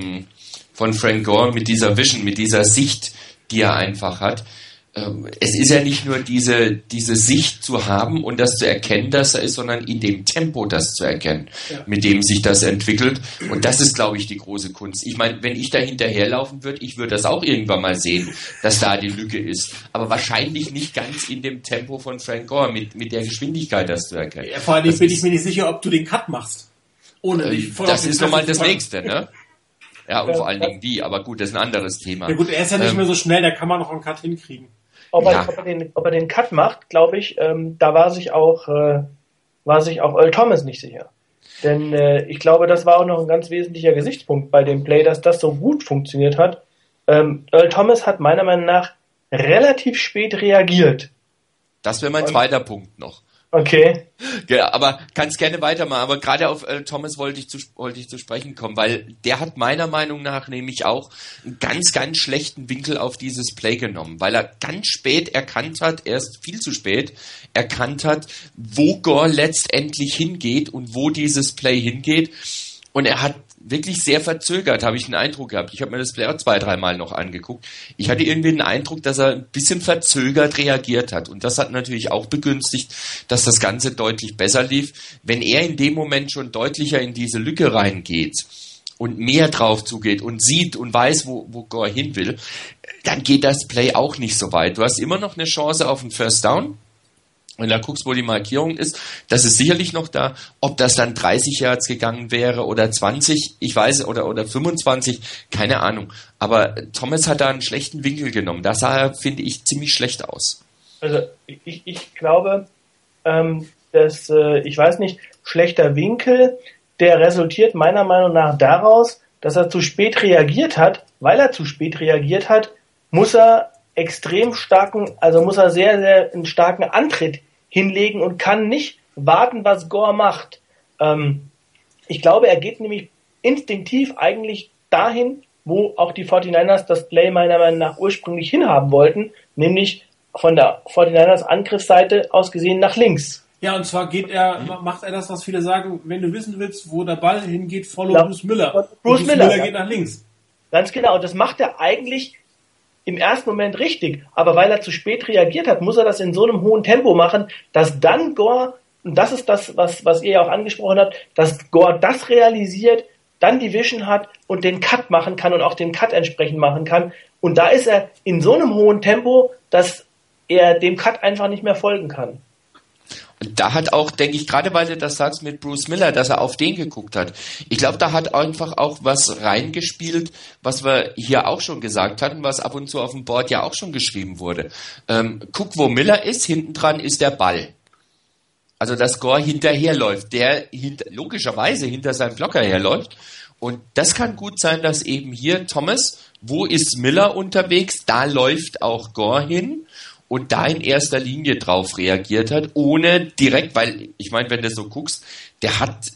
C: Frank Gore, mit dieser Vision, mit dieser Sicht, die er einfach hat. Es ist ja nicht nur diese Sicht zu haben und das zu erkennen, dass er ist, sondern in dem Tempo das zu erkennen, mit dem sich das entwickelt. Und das ist, glaube ich, die große Kunst. Ich meine, wenn ich da hinterherlaufen würde, ich würde das auch irgendwann mal sehen, dass da die Lücke ist. Aber wahrscheinlich nicht ganz in dem Tempo von Frank Gore, mit der Geschwindigkeit das zu erkennen.
B: Ja, vor allem bin ich mir nicht sicher, ob du den Cut machst. Ohne dich voll
C: das ist nochmal das Nächste, ne? Ja, und vor allen Dingen wie. Aber gut, das ist ein anderes Thema.
B: Ja gut, er ist ja nicht mehr so schnell, da kann man noch einen Cut hinkriegen.
D: Ob er den Cut macht, glaube ich, da war sich auch Earl Thomas nicht sicher. Denn ich glaube, das war auch noch ein ganz wesentlicher Gesichtspunkt bei dem Play, dass das so gut funktioniert hat. Earl Thomas hat meiner Meinung nach relativ spät reagiert.
C: Das wäre mein zweiter Punkt noch.
D: Okay.
C: Ja, aber kannst gerne weitermachen. Aber gerade auf Thomas wollte ich zu sprechen kommen, weil der hat meiner Meinung nach nämlich auch einen ganz, ganz schlechten Winkel auf dieses Play genommen, weil er ganz spät erkannt hat, erst viel zu spät erkannt hat, wo Gore letztendlich hingeht und wo dieses Play hingeht. Und er hat wirklich sehr verzögert, habe ich den Eindruck gehabt. Ich habe mir das Play auch 2-3 Mal noch angeguckt. Ich hatte irgendwie den Eindruck, dass er ein bisschen verzögert reagiert hat. Und das hat natürlich auch begünstigt, dass das Ganze deutlich besser lief. Wenn er in dem Moment schon deutlicher in diese Lücke reingeht und mehr drauf zugeht und sieht und weiß, wo Gore hin will, dann geht das Play auch nicht so weit. Du hast immer noch eine Chance auf einen First Down. Wenn du guckst, wo die Markierung ist, das ist sicherlich noch da. Ob das dann 30 Yards gegangen wäre oder 20, ich weiß, oder 25, keine Ahnung. Aber Thomas hat da einen schlechten Winkel genommen. Da sah er, finde ich, ziemlich schlecht aus.
D: Also ich glaube, dass, ich weiß nicht, schlechter Winkel, der resultiert meiner Meinung nach daraus, dass er zu spät reagiert hat. Weil er zu spät reagiert hat, muss er sehr, sehr einen starken Antritt hinlegen und kann nicht warten, was Gore macht. Ich glaube, er geht nämlich instinktiv eigentlich dahin, wo auch die 49ers das Play meiner Meinung nach ursprünglich hinhaben wollten, nämlich von der 49ers Angriffsseite aus gesehen nach links.
B: Ja, und zwar macht er das, was viele sagen, wenn du wissen willst, wo der Ball hingeht, follow Bruce Miller.
D: Bruce Miller
B: geht nach links.
D: Ganz genau. Und das macht er eigentlich im ersten Moment richtig. Aber weil er zu spät reagiert hat, muss er das in so einem hohen Tempo machen, dass dann Gore, und das ist das, was ihr ja auch angesprochen habt, dass Gore das realisiert, dann die Vision hat und den Cut machen kann und auch den Cut entsprechend machen kann. Und da ist er in so einem hohen Tempo, dass er dem Cut einfach nicht mehr folgen kann.
C: Und da hat auch, denke ich, gerade weil du das sagst mit Bruce Miller, dass er auf den geguckt hat. Ich glaube, da hat einfach auch was reingespielt, was wir hier auch schon gesagt hatten, was ab und zu auf dem Board ja auch schon geschrieben wurde. Guck, wo Miller ist, hinten dran ist der Ball. Also dass Gore hinterherläuft, der logischerweise hinter seinem Blocker herläuft. Und das kann gut sein, dass eben hier Thomas, wo ist Miller unterwegs, da läuft auch Gore hin. Und da in erster Linie drauf reagiert hat, ohne direkt, weil, ich meine, wenn du so guckst, der hat,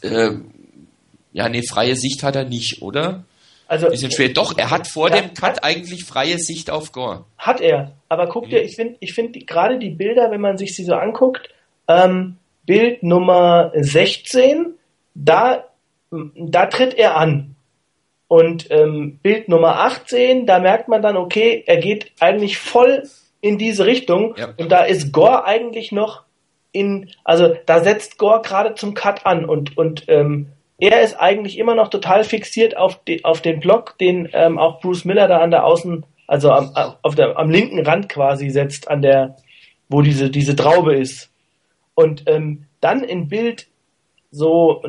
C: freie Sicht hat er nicht, oder? Also, bisschen schwer. Doch, er hat vor dem Cut eigentlich freie Sicht auf Gore.
D: Hat er, aber guck dir, ich finde gerade die Bilder, wenn man sich sie so anguckt, Bild Nummer 16, da tritt er an. Und Bild Nummer 18, da merkt man dann, okay, er geht eigentlich voll in diese Richtung, ja. Und da ist Gore eigentlich noch also da setzt Gore gerade zum Cut an und er ist eigentlich immer noch total fixiert auf den Block, den auch Bruce Miller da an der Außen, also am linken Rand quasi setzt, wo diese Traube ist. Und dann in Bild so,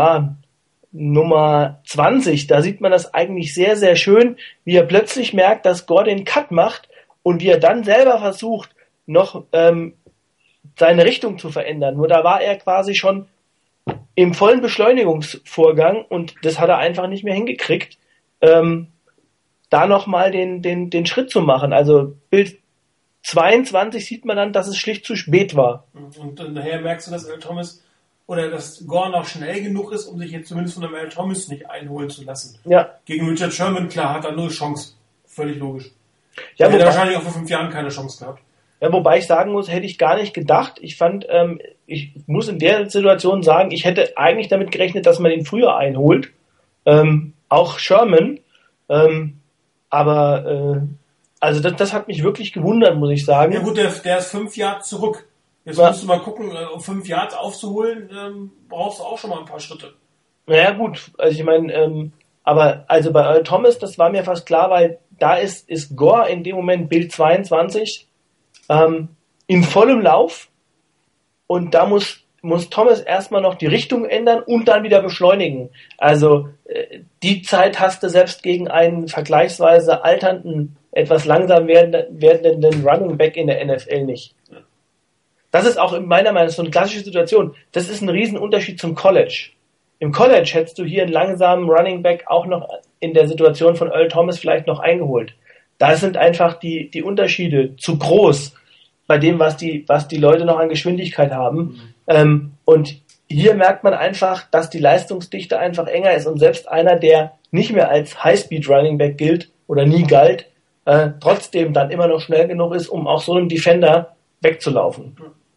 D: Nummer 20, da sieht man das eigentlich sehr, sehr schön, wie er plötzlich merkt, dass Gore den Cut macht, und wie er dann selber versucht, noch seine Richtung zu verändern. Nur da war er quasi schon im vollen Beschleunigungsvorgang und das hat er einfach nicht mehr hingekriegt, da nochmal den Schritt zu machen. Also Bild 22 sieht man dann, dass es schlicht zu spät war.
B: Und daher merkst du, dass Earl Thomas oder dass Gore noch schnell genug ist, um sich jetzt zumindest von dem Earl Thomas nicht einholen zu lassen.
D: Ja.
B: Gegen Richard Sherman, klar, hat er nur Chance. Völlig logisch.
D: Ja,
B: hätte wahrscheinlich auch vor 5 Jahren keine Chance gehabt.
D: Ja, wobei ich sagen muss, hätte ich gar nicht gedacht. Ich fand, ich muss in der Situation sagen, ich hätte eigentlich damit gerechnet, dass man ihn früher einholt. Auch Sherman. Aber also das hat mich wirklich gewundert, muss ich sagen.
B: Ja gut, der ist 5 Yards zurück. Jetzt musst du mal gucken, um 5 Yards aufzuholen, brauchst du auch schon mal ein paar Schritte.
D: Naja gut, also ich meine, aber also bei Earl Thomas, das war mir fast klar, weil da ist Gore in dem Moment Bild 22 in vollem Lauf und da muss Thomas erstmal noch die Richtung ändern und dann wieder beschleunigen. Also die Zeit hast du selbst gegen einen vergleichsweise alternden, etwas langsam werdenden Running Back in der NFL nicht. Das ist auch in meiner Meinung nach so eine klassische Situation. Das ist ein Riesenunterschied zum College. Im College hättest du hier einen langsamen Running Back auch noch in der Situation von Earl Thomas vielleicht noch eingeholt. Da sind einfach die Unterschiede zu groß bei dem, was die Leute noch an Geschwindigkeit haben. Und hier merkt man einfach, dass die Leistungsdichte einfach enger ist und selbst einer, der nicht mehr als High-Speed Running Back gilt oder nie galt, trotzdem dann immer noch schnell genug ist, um auch so einem Defender wegzulaufen.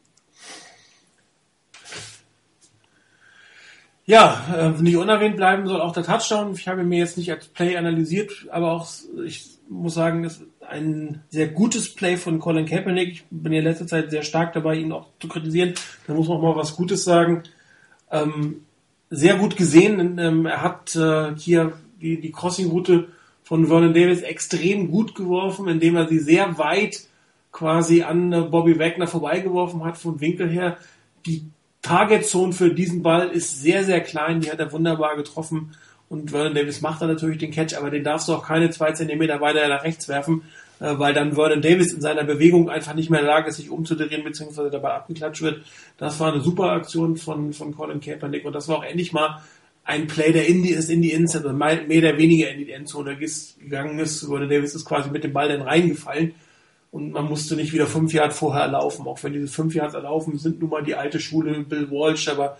B: Ja, nicht unerwähnt bleiben soll auch der Touchdown. Ich habe mir jetzt nicht als Play analysiert, aber auch, ich muss sagen, das ist ein sehr gutes Play von Colin Kaepernick. Ich bin in letzter Zeit sehr stark dabei, ihn auch zu kritisieren. Da muss man auch mal was Gutes sagen. Sehr gut gesehen. Er hat hier die Crossing-Route von Vernon Davis extrem gut geworfen, indem er sie sehr weit quasi an Bobby Wagner vorbeigeworfen hat vom Winkel her. Die Target-Zone für diesen Ball ist sehr, sehr klein, die hat er wunderbar getroffen und Vernon Davis macht dann natürlich den Catch, aber den darfst du auch keine 2 Zentimeter weiter nach rechts werfen, weil dann Vernon Davis in seiner Bewegung einfach nicht mehr in der Lage ist, sich umzudrehen, beziehungsweise dabei abgeklatscht wird. Das war eine super Aktion von Colin Kaepernick und das war auch endlich mal ein Play, der in die Endzone, mehr oder weniger in die Endzone gegangen ist. Vernon Davis ist quasi mit dem Ball dann reingefallen. Und man musste nicht wieder 5 Yards vorher erlaufen, auch wenn diese 5 Yards erlaufen sind nun mal die alte Schule Bill Walsh, aber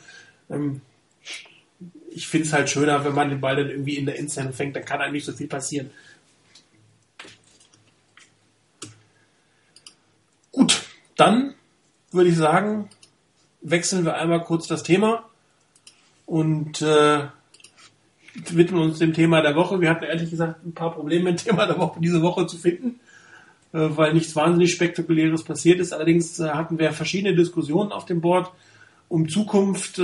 B: ich finde es halt schöner, wenn man den Ball dann irgendwie in der Endzone fängt, dann kann einem nicht so viel passieren. Gut, dann würde ich sagen, wechseln wir einmal kurz das Thema und widmen uns dem Thema der Woche. Wir hatten ehrlich gesagt ein paar Probleme mit dem Thema der Woche diese Woche zu finden, weil nichts wahnsinnig Spektakuläres passiert ist. Allerdings hatten wir verschiedene Diskussionen auf dem Board um Zukunft.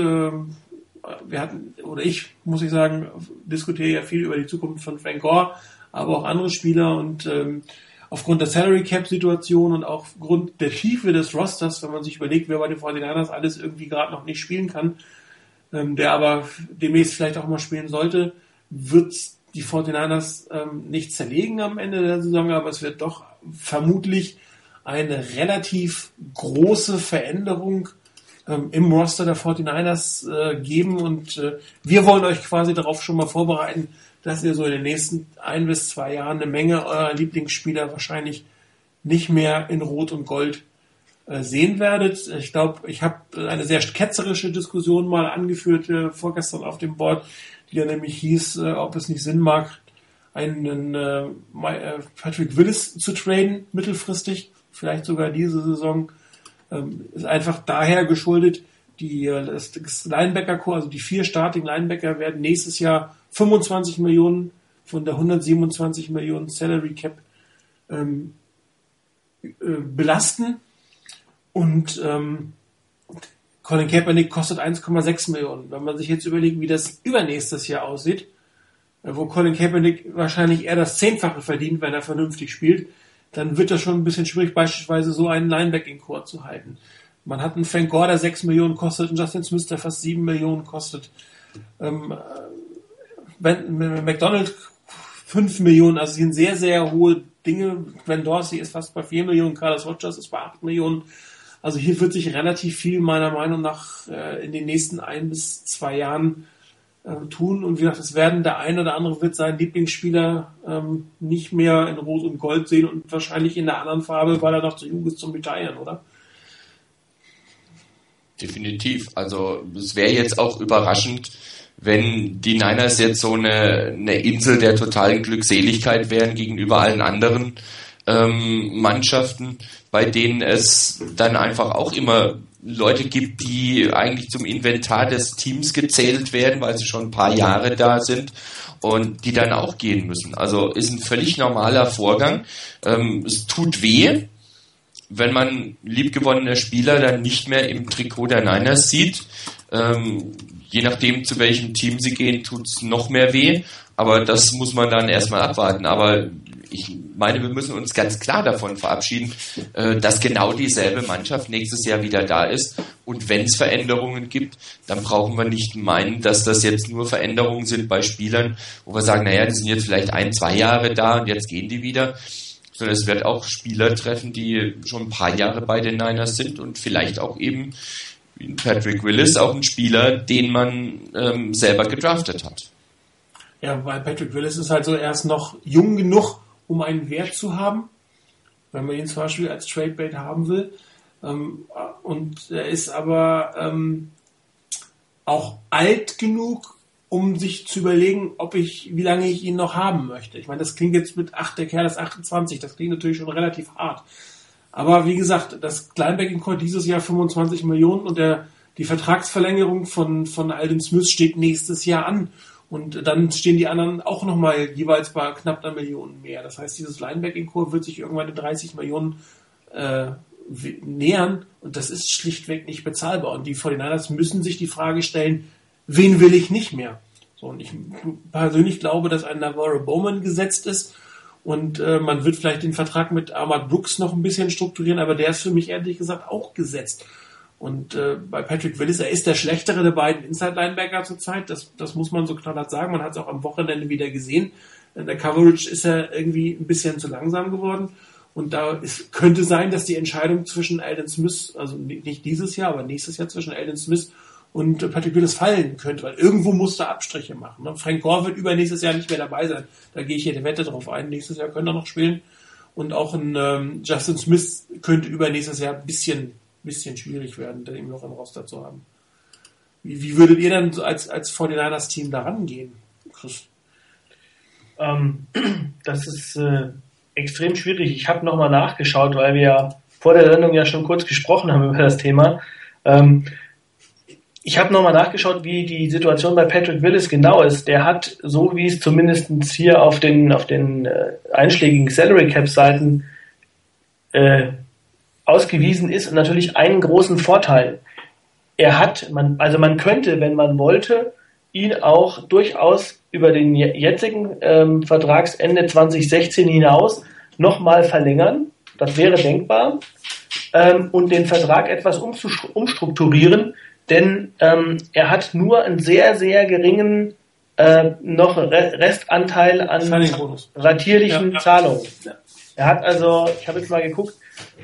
B: Ich muss sagen, diskutiere ja viel über die Zukunft von Frank Gore, aber auch andere Spieler und aufgrund der Salary Cap Situation und auch aufgrund der Tiefe des Rosters, wenn man sich überlegt, wer bei den 49ers alles irgendwie gerade noch nicht spielen kann, der aber demnächst vielleicht auch mal spielen sollte, wird die 49ers nicht zerlegen am Ende der Saison, aber es wird doch vermutlich eine relativ große Veränderung im Roster der 49ers geben und wir wollen euch quasi darauf schon mal vorbereiten, dass ihr so in den nächsten 1 bis 2 Jahren eine Menge eurer Lieblingsspieler wahrscheinlich nicht mehr in Rot und Gold sehen werdet. Ich glaube, ich habe eine sehr ketzerische Diskussion mal angeführt vorgestern auf dem Board, die dann nämlich hieß, ob es nicht Sinn macht, einen Patrick Willis zu traden, mittelfristig, vielleicht sogar diese Saison. Ist einfach daher geschuldet, das Linebacker-Core, also die 4 Starting Linebacker werden nächstes Jahr 25 Millionen von der 127 Millionen Salary Cap belasten. Und Colin Kaepernick kostet 1,6 Millionen. Wenn man sich jetzt überlegt, wie das übernächstes Jahr aussieht, wo Colin Kaepernick wahrscheinlich eher das 10-fache verdient, wenn er vernünftig spielt, dann wird das schon ein bisschen schwierig, beispielsweise so einen Linebacking-Core zu halten. Man hat einen Frank Gore, der 6 Millionen kostet, und Justin Smith, der fast 7 Millionen kostet. McDonald 5 Millionen, also sind sehr, sehr hohe Dinge. Glenn Dorsey ist fast bei 4 Millionen, Carlos Rogers ist bei 8 Millionen. Also hier wird sich relativ viel meiner Meinung nach in den nächsten 1 bis 2 Jahren tun. Und wie gesagt, der eine oder andere wird seinen Lieblingsspieler nicht mehr in Rot und Gold sehen und wahrscheinlich in der anderen Farbe, weil er noch zu jung ist zum Retiren, oder?
C: Definitiv. Also es wäre jetzt auch überraschend, wenn die Niners jetzt so eine Insel der totalen Glückseligkeit wären gegenüber allen anderen Mannschaften, bei denen es dann einfach auch immer Leute gibt, die eigentlich zum Inventar des Teams gezählt werden, weil sie schon ein paar Jahre da sind und die dann auch gehen müssen. Also ist ein völlig normaler Vorgang. Es tut weh, wenn man liebgewonnene Spieler dann nicht mehr im Trikot der Niners sieht. Je nachdem, zu welchem Team sie gehen, tut es noch mehr weh. Aber das muss man dann erstmal abwarten. Aber ich meine, wir müssen uns ganz klar davon verabschieden, dass genau dieselbe Mannschaft nächstes Jahr wieder da ist. Und wenn es Veränderungen gibt, dann brauchen wir nicht meinen, dass das jetzt nur Veränderungen sind bei Spielern, wo wir sagen, naja, die sind jetzt vielleicht 1, 2 Jahre da und jetzt gehen die wieder. Sondern es wird auch Spieler treffen, die schon ein paar Jahre bei den Niners sind und vielleicht auch eben wie Patrick Willis, auch ein Spieler, den man selber gedraftet hat.
B: Ja, weil Patrick Willis ist halt so erst noch jung genug, um einen Wert zu haben, wenn man ihn zum Beispiel als Tradebait haben will. Und er ist aber auch alt genug, um sich zu überlegen, wie lange ich ihn noch haben möchte. Ich meine, das klingt jetzt der Kerl ist 28, das klingt natürlich schon relativ hart. Aber wie gesagt, das Linebacking-Core dieses Jahr 25 Millionen und die Vertragsverlängerung von Aldon Smith steht nächstes Jahr an. Und dann stehen die anderen auch nochmal jeweils bei knapp 1 Million mehr. Das heißt, dieses Linebacking-Core wird sich irgendwann in 30 Millionen nähern und das ist schlichtweg nicht bezahlbar. Und die 49ers müssen sich die Frage stellen, wen will ich nicht mehr? So, und ich persönlich glaube, dass ein Navarro Bowman gesetzt ist und man wird vielleicht den Vertrag mit Ahmad Brooks noch ein bisschen strukturieren, aber der ist für mich ehrlich gesagt auch gesetzt. Und bei Patrick Willis, er ist der schlechtere der beiden Inside-Linebacker zurzeit, das muss man so knallhart sagen. Man hat es auch am Wochenende wieder gesehen. In der Coverage ist er irgendwie ein bisschen zu langsam geworden. Und könnte sein, dass die Entscheidung zwischen Aldon Smith, also nicht dieses Jahr, aber nächstes Jahr zwischen Aldon Smith und Patrick Willis fallen könnte, weil irgendwo musst du Abstriche machen. Ne? Frank Gore wird übernächstes Jahr nicht mehr dabei sein. Da gehe ich hier die Wette drauf ein. Nächstes Jahr könnte er noch spielen. Und auch ein Justin Smith könnte übernächstes Jahr ein bisschen schwierig werden, den noch im Roster zu haben. Wie würdet ihr dann als 49ers-Team da rangehen, Chris?
D: Das ist extrem schwierig. Ich habe nochmal nachgeschaut, weil wir ja vor der Sendung ja schon kurz gesprochen haben über das Thema. Ich habe nochmal nachgeschaut, wie die Situation bei Patrick Willis genau ist. Der hat, so wie es zumindest hier auf den einschlägigen Salary Cap Seiten ausgewiesen ist, natürlich einen großen Vorteil. Man könnte, wenn man wollte, ihn auch durchaus über den jetzigen Vertragsende 2016 hinaus nochmal verlängern. Das wäre denkbar. Und den Vertrag etwas umstrukturieren, denn er hat nur einen sehr, sehr geringen noch Restanteil an ratierlichen Zahlungen. Ja. Er hat also, ich habe jetzt mal geguckt,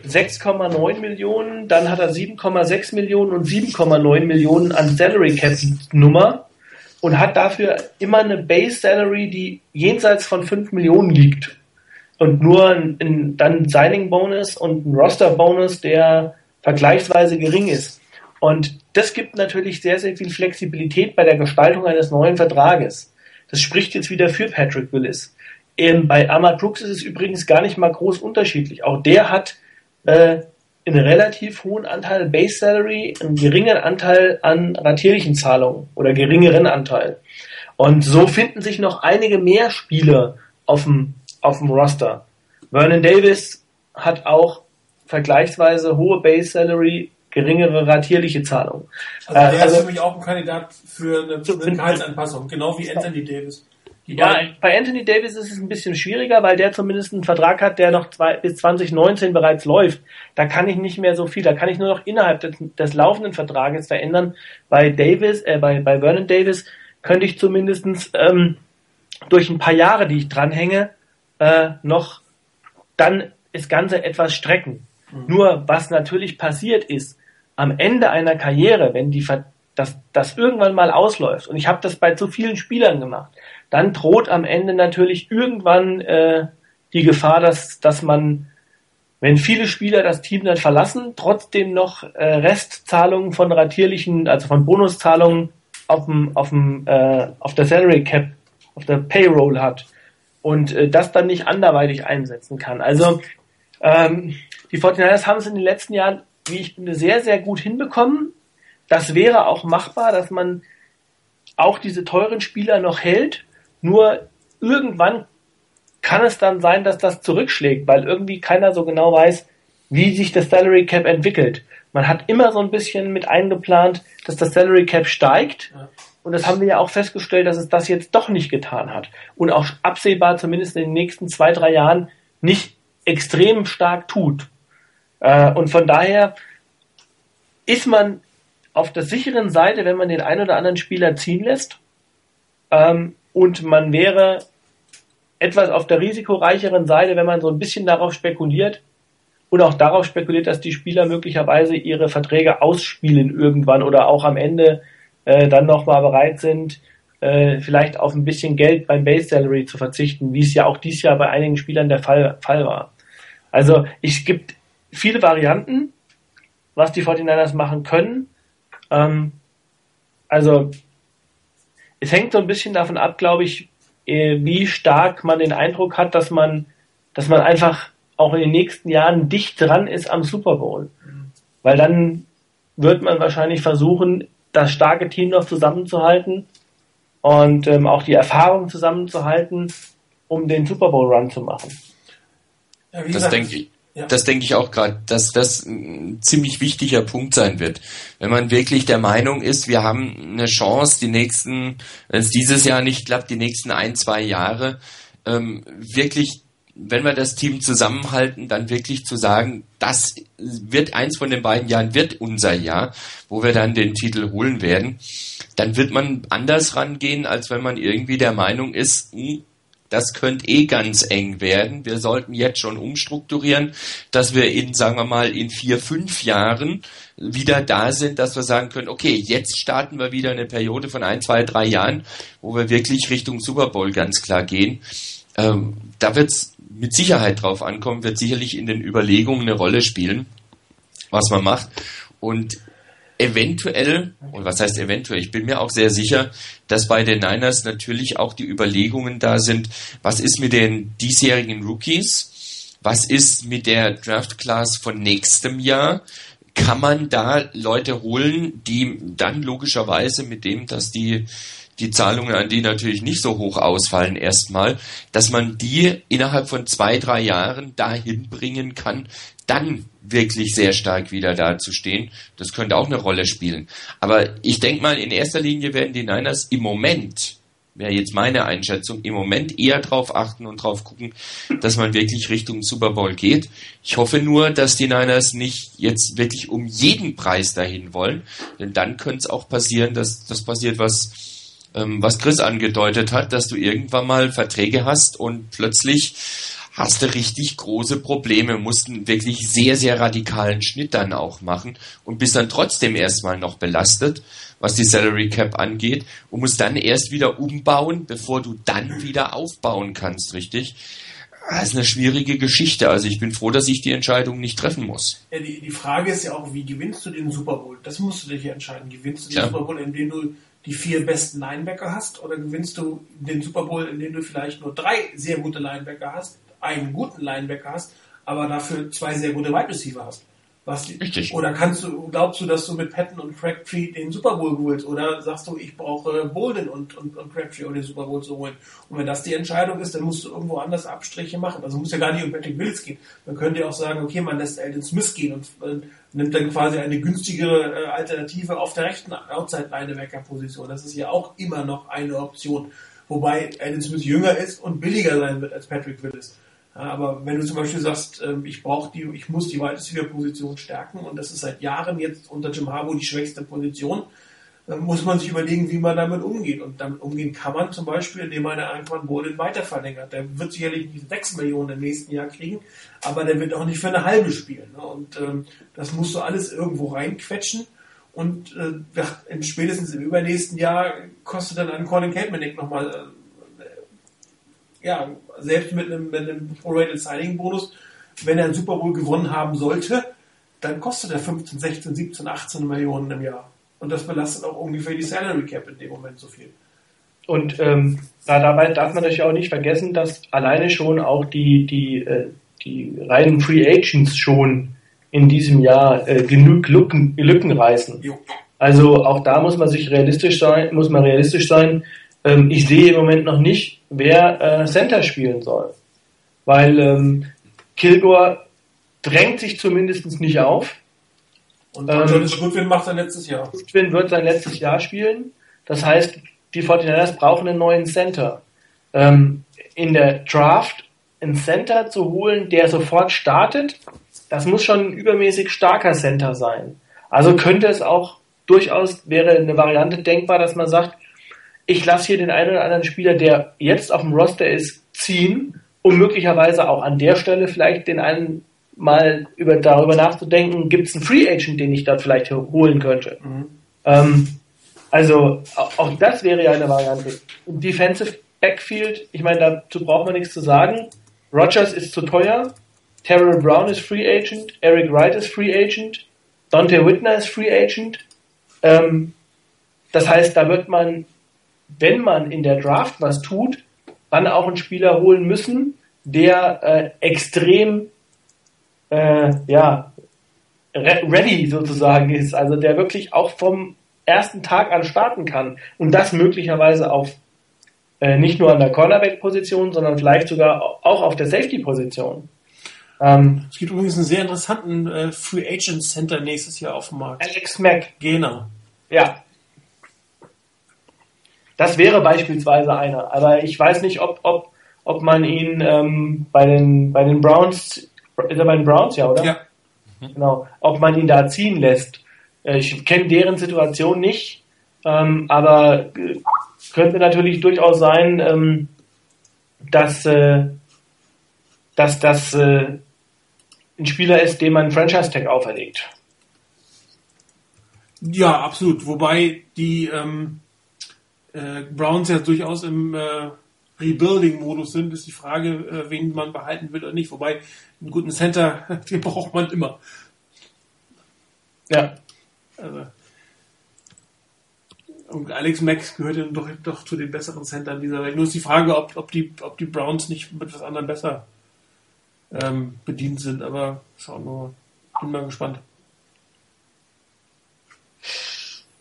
D: 6,9 Millionen, dann hat er 7,6 Millionen und 7,9 Millionen an Salary Cap Nummer und hat dafür immer eine Base Salary, die jenseits von 5 Millionen liegt. Und nur dann Signing Bonus und ein Roster Bonus, der vergleichsweise gering ist. Und das gibt natürlich sehr, sehr viel Flexibilität bei der Gestaltung eines neuen Vertrages. Das spricht jetzt wieder für Patrick Willis. Bei Ahmad Brooks ist es übrigens gar nicht mal groß unterschiedlich. Auch der hat einen relativ hohen Anteil Base Salary, einen geringen Anteil an ratierlichen Zahlungen oder geringeren Anteil. Und so finden sich noch einige mehr Spieler auf dem Roster. Vernon Davis hat auch vergleichsweise hohe Base Salary, geringere ratierliche Zahlungen.
B: Also der ist für mich auch ein Kandidat für eine Gehaltsanpassung, genau wie Anthony Davis.
D: Ja, bei Anthony Davis ist es ein bisschen schwieriger, weil der zumindest einen Vertrag hat, der noch bis 2019 bereits läuft. Da kann ich nicht mehr so viel, da kann ich nur noch innerhalb des laufenden Vertrages verändern. Bei Vernon Davis könnte ich zumindest durch ein paar Jahre, die ich dranhänge, noch dann das Ganze etwas strecken. Nur was natürlich passiert ist, am Ende einer Karriere, wenn das irgendwann mal ausläuft, und ich habe das bei zu vielen Spielern gemacht, dann droht am Ende natürlich irgendwann die Gefahr, dass man, wenn viele Spieler das Team dann verlassen, trotzdem noch Restzahlungen von ratierlichen, also von Bonuszahlungen auf der Salary Cap, auf der Payroll hat und das dann nicht anderweitig einsetzen kann. Also die 49ers haben es in den letzten Jahren, wie ich finde, sehr, sehr gut hinbekommen. Das wäre auch machbar, dass man auch diese teuren Spieler noch hält. Nur irgendwann kann es dann sein, dass das zurückschlägt, weil irgendwie keiner so genau weiß, wie sich das Salary Cap entwickelt. Man hat immer so ein bisschen mit eingeplant, dass das Salary Cap steigt. Und das haben wir ja auch festgestellt, dass es das jetzt doch nicht getan hat. Und auch absehbar, zumindest in den nächsten 2-3 Jahren, nicht extrem stark tut. Und von daher ist man auf der sicheren Seite, wenn man den einen oder anderen Spieler ziehen lässt, und man wäre etwas auf der risikoreicheren Seite, wenn man so ein bisschen darauf spekuliert und auch darauf spekuliert, dass die Spieler möglicherweise ihre Verträge ausspielen irgendwann oder auch am Ende dann nochmal bereit sind, vielleicht auf ein bisschen Geld beim Base Salary zu verzichten, wie es ja auch dieses Jahr bei einigen Spielern der Fall war. Also es gibt viele Varianten, was die 49ers machen können. Also es hängt so ein bisschen davon ab, glaube ich, wie stark man den Eindruck hat, dass man einfach auch in den nächsten Jahren dicht dran ist am Super Bowl. Weil dann wird man wahrscheinlich versuchen, das starke Team noch zusammenzuhalten und auch die Erfahrung zusammenzuhalten, um den Super Bowl Run zu machen.
C: Ja, das denke ich auch gerade, dass das ein ziemlich wichtiger Punkt sein wird. Wenn man wirklich der Meinung ist, wir haben eine Chance, wenn es dieses Jahr nicht klappt, die nächsten 1-2 Jahre, wirklich, wenn wir das Team zusammenhalten, dann wirklich zu sagen, das wird eins von den beiden Jahren, wird unser Jahr, wo wir dann den Titel holen werden, dann wird man anders rangehen, als wenn man irgendwie der Meinung ist, das könnte ganz eng werden. Wir sollten jetzt schon umstrukturieren, dass wir sagen wir mal, in 4-5 Jahren wieder da sind, dass wir sagen können, okay, jetzt starten wir wieder eine Periode von 1, 2, 3 Jahren, wo wir wirklich Richtung Super Bowl ganz klar gehen. Da wird es mit Sicherheit drauf ankommen, wird sicherlich in den Überlegungen eine Rolle spielen, was man macht. Und eventuell, und was heißt eventuell, ich bin mir auch sehr sicher, dass bei den Niners natürlich auch die Überlegungen da sind, was ist mit den diesjährigen Rookies, was ist mit der Draft-Class von nächstem Jahr, kann man da Leute holen, die dann logischerweise mit dem, dass die Zahlungen an die natürlich nicht so hoch ausfallen erstmal, dass man die innerhalb von 2-3 Jahren dahin bringen kann, dann wirklich sehr stark wieder dazustehen. Das könnte auch eine Rolle spielen. Aber ich denke mal, in erster Linie werden die Niners im Moment, wäre jetzt meine Einschätzung, im Moment eher drauf achten und drauf gucken, dass man wirklich Richtung Super Bowl geht. Ich hoffe nur, dass die Niners nicht jetzt wirklich um jeden Preis dahin wollen, denn dann könnte es auch passieren, dass das passiert, was Chris angedeutet hat, dass du irgendwann mal Verträge hast und plötzlich hast du richtig große Probleme, musst einen wirklich sehr, sehr radikalen Schnitt dann auch machen und bist dann trotzdem erstmal noch belastet, was die Salary Cap angeht, und musst dann erst wieder umbauen, bevor du dann wieder aufbauen kannst, richtig? Das ist eine schwierige Geschichte. Also ich bin froh, dass ich die Entscheidung nicht treffen muss.
B: Ja, die Frage ist ja auch, wie gewinnst du den Super Bowl? Das musst du dich ja entscheiden. Gewinnst du den Super Bowl, indem du die 4 besten Linebacker hast, oder gewinnst du den Super Bowl, indem du vielleicht nur 3 sehr gute Linebacker hast, einen guten Linebacker hast, aber dafür 2 sehr gute Wide Receiver hast?
C: Richtig.
B: Oder glaubst du, dass du mit Patton und Crabtree den Super Bowl holst? Oder sagst du, ich brauche Bolden und Crabtree, um den Super Bowl zu holen? Und wenn das die Entscheidung ist, dann musst du irgendwo anders Abstriche machen. Also muss ja gar nicht um Patrick Willis gehen. Man könnte ja auch sagen, okay, man lässt Aldon Smith gehen und nimmt dann quasi eine günstigere Alternative auf der rechten Outside-Linebacker-Position. Das ist ja auch immer noch eine Option. Wobei Aldon Smith jünger ist und billiger sein wird als Patrick Willis. Ja, aber wenn du zum Beispiel sagst, ich muss die Wide Receiver Position stärken, und das ist seit Jahren jetzt unter Jim Harbaugh die schwächste Position, dann muss man sich überlegen, wie man damit umgeht. Und damit umgehen kann man zum Beispiel, indem man Anquan Boldin weiter verlängert. Der wird sicherlich nicht 6 Millionen im nächsten Jahr kriegen, aber der wird auch nicht für eine halbe spielen. Ne? Und das musst du alles irgendwo reinquetschen. Und spätestens im übernächsten Jahr kostet dann ein Colin Kaepernick nochmal selbst mit einem Prorated Signing Bonus, wenn er einen Super Bowl gewonnen haben sollte, dann kostet er 15, 16, 17, 18 Millionen im Jahr. Und das belastet auch ungefähr die Salary Cap in dem Moment so viel.
D: Und dabei darf man natürlich auch nicht vergessen, dass alleine schon auch die reinen Free Agents schon in diesem Jahr genug Lücken reißen. Jo. Also auch da muss man realistisch sein. Ich sehe im Moment noch nicht, wer Center spielen soll. Weil Kilgore drängt sich zumindest nicht auf.
B: Und Jonas Goodwin macht sein letztes Jahr.
D: Goodwin wird sein letztes Jahr spielen. Das heißt, die 49ers brauchen einen neuen Center. In der Draft einen Center zu holen, der sofort startet, das muss schon ein übermäßig starker Center sein. Also könnte es auch durchaus, wäre eine Variante denkbar, dass man sagt, ich lasse hier den einen oder anderen Spieler, der jetzt auf dem Roster ist, ziehen, um möglicherweise auch an der Stelle vielleicht den einen mal darüber nachzudenken, gibt es einen Free Agent, den ich dort vielleicht holen könnte. Mhm. Also auch das wäre ja eine Variante. Defensive Backfield, ich meine, dazu braucht man nichts zu sagen. Rodgers ist zu teuer, Terrell Brown ist Free Agent, Eric Wright ist Free Agent, Dante Whitner ist Free Agent. Das heißt, da wird man, wenn man in der Draft was tut, dann auch einen Spieler holen müssen, der extrem ready sozusagen ist, also der wirklich auch vom ersten Tag an starten kann, und das möglicherweise auf nicht nur an der Cornerback-Position, sondern vielleicht sogar auch auf der Safety-Position.
B: Es gibt übrigens einen sehr interessanten Free Agent Center nächstes Jahr auf dem Markt.
D: Alex Mack.
B: Genau.
D: Ja. Das wäre beispielsweise einer, aber ich weiß nicht, ob man ihn bei den Browns, ist er bei den Browns, ja, oder?
B: Ja.
D: Genau. Ob man ihn da ziehen lässt. Ich kenne deren Situation nicht, aber könnte natürlich durchaus sein, dass das ein Spieler ist, dem man einen Franchise-Tag auferlegt.
B: Ja, absolut. Wobei die Browns ja durchaus im Rebuilding-Modus sind, ist die Frage, wen man behalten will oder nicht. Wobei einen guten Center, den braucht man immer.
D: Ja.
B: Also, und Alex Mack gehört dann doch zu den besseren Centern dieser Welt. Nur ist die Frage, ob die Browns nicht mit was anderem besser bedient sind. Aber schauen wir mal. Bin mal gespannt.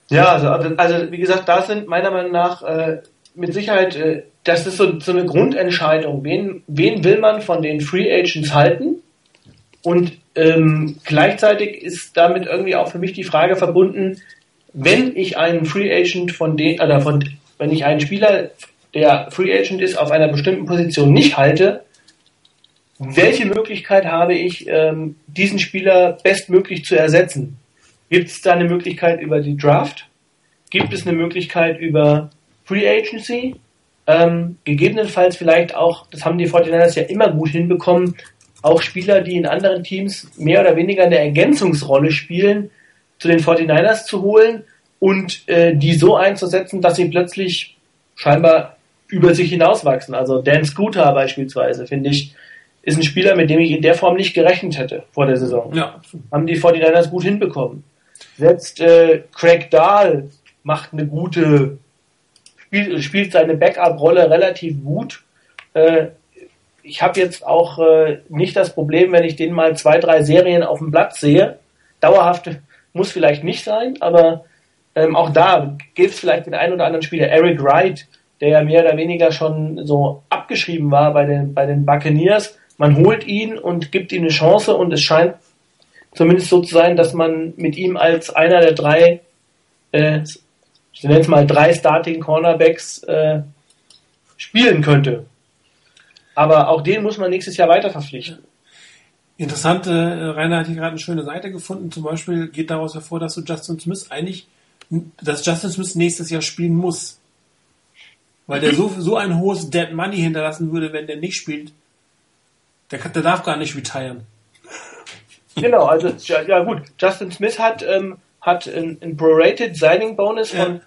D: Ja, also wie gesagt, da sind meiner Meinung nach mit Sicherheit, das ist so eine Grundentscheidung. Wen will man von den Free Agents halten? Und gleichzeitig ist damit irgendwie auch für mich die Frage verbunden, wenn ich einen Free Agent wenn ich einen Spieler, der Free Agent ist, auf einer bestimmten Position nicht halte, welche Möglichkeit habe ich, diesen Spieler bestmöglich zu ersetzen? Gibt es da eine Möglichkeit über die Draft? Gibt es eine Möglichkeit über Free Agency? Gegebenenfalls vielleicht auch, das haben die 49ers ja immer gut hinbekommen, auch Spieler, die in anderen Teams mehr oder weniger eine Ergänzungsrolle spielen, zu den 49ers zu holen und die so einzusetzen, dass sie plötzlich scheinbar über sich hinauswachsen. Also Dan Scooter beispielsweise, finde ich, ist ein Spieler, mit dem ich in der Form nicht gerechnet hätte vor der Saison. Ja. Haben die 49ers gut hinbekommen. Selbst Craig Dahl macht eine gute, spielt seine Backup-Rolle relativ gut. Ich habe jetzt auch nicht das Problem, wenn ich den mal 2-3 Serien auf dem Platz sehe. Dauerhaft muss vielleicht nicht sein, aber auch da gibt es vielleicht den einen oder anderen Spieler. Eric Wright, der ja mehr oder weniger schon so abgeschrieben war bei den Buccaneers. Man holt ihn und gibt ihm eine Chance und es scheint zumindest so zu sein, dass man mit ihm als einer der drei, ich nenne es mal 3 Starting Cornerbacks spielen könnte. Aber auch den muss man nächstes Jahr weiter verpflichten.
B: Interessant, Rainer hat hier gerade eine schöne Seite gefunden. Zum Beispiel geht daraus hervor, dass Justin Smith nächstes Jahr spielen muss. Weil der so ein hohes Dead Money hinterlassen würde, wenn der nicht spielt. Der darf gar nicht retiren.
D: Genau, also ja gut. Justin Smith hat einen Prorated Signing Bonus von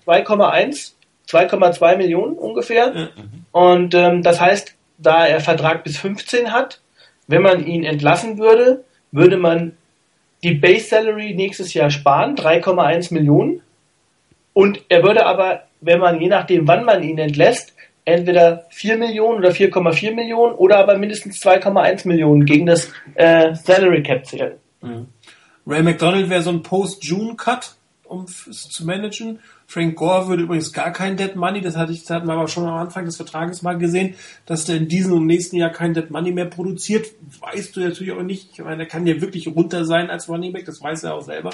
D: 2,2 Millionen ungefähr. Ja. Und das heißt, da er Vertrag bis 15 hat, wenn man ihn entlassen würde, würde man die Base Salary nächstes Jahr sparen, 3,1 Millionen. Und er würde aber, wenn man, je nachdem wann man ihn entlässt, entweder 4 Millionen oder 4,4 Millionen oder aber mindestens 2,1 Millionen gegen das Salary Cap zählen.
B: Mhm. Ray McDonald wäre so ein Post-June-Cut, um es zu managen. Frank Gore würde übrigens gar kein Dead Money, das hatten wir aber schon am Anfang des Vertrages mal gesehen, dass der in diesem und nächsten Jahr kein Dead Money mehr produziert. Weißt du natürlich auch nicht. Ich meine, er kann ja wirklich runter sein als Running Back, das weiß er auch selber.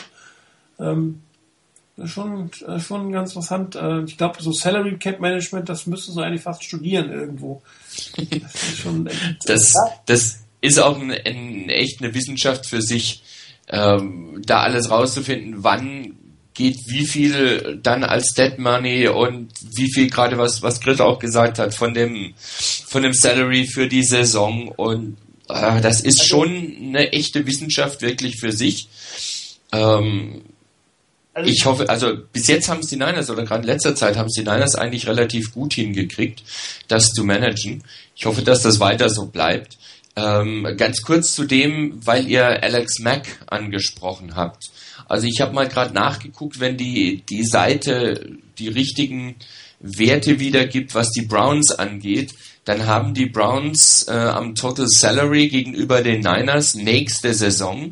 B: Schon ganz interessant. Ich glaube, so Salary Cap Management, das müsstest du eigentlich fast studieren irgendwo. Das ist schon echt,
C: das ist auch echt eine Wissenschaft für sich, da alles rauszufinden, wann geht wie viel dann als Dead Money und wie viel, gerade was Chris auch gesagt hat, von dem Salary für die Saison, und das ist schon eine echte Wissenschaft wirklich für sich. Ich hoffe, also bis jetzt haben es die Niners, oder gerade in letzter Zeit haben es die Niners eigentlich relativ gut hingekriegt, das zu managen. Ich hoffe, dass das weiter so bleibt. Ganz kurz zu dem, weil ihr Alex Mack angesprochen habt. Also ich habe mal gerade nachgeguckt, wenn die Seite die richtigen Werte wiedergibt, was die Browns angeht, dann haben die Browns am Total Salary gegenüber den Niners nächste Saison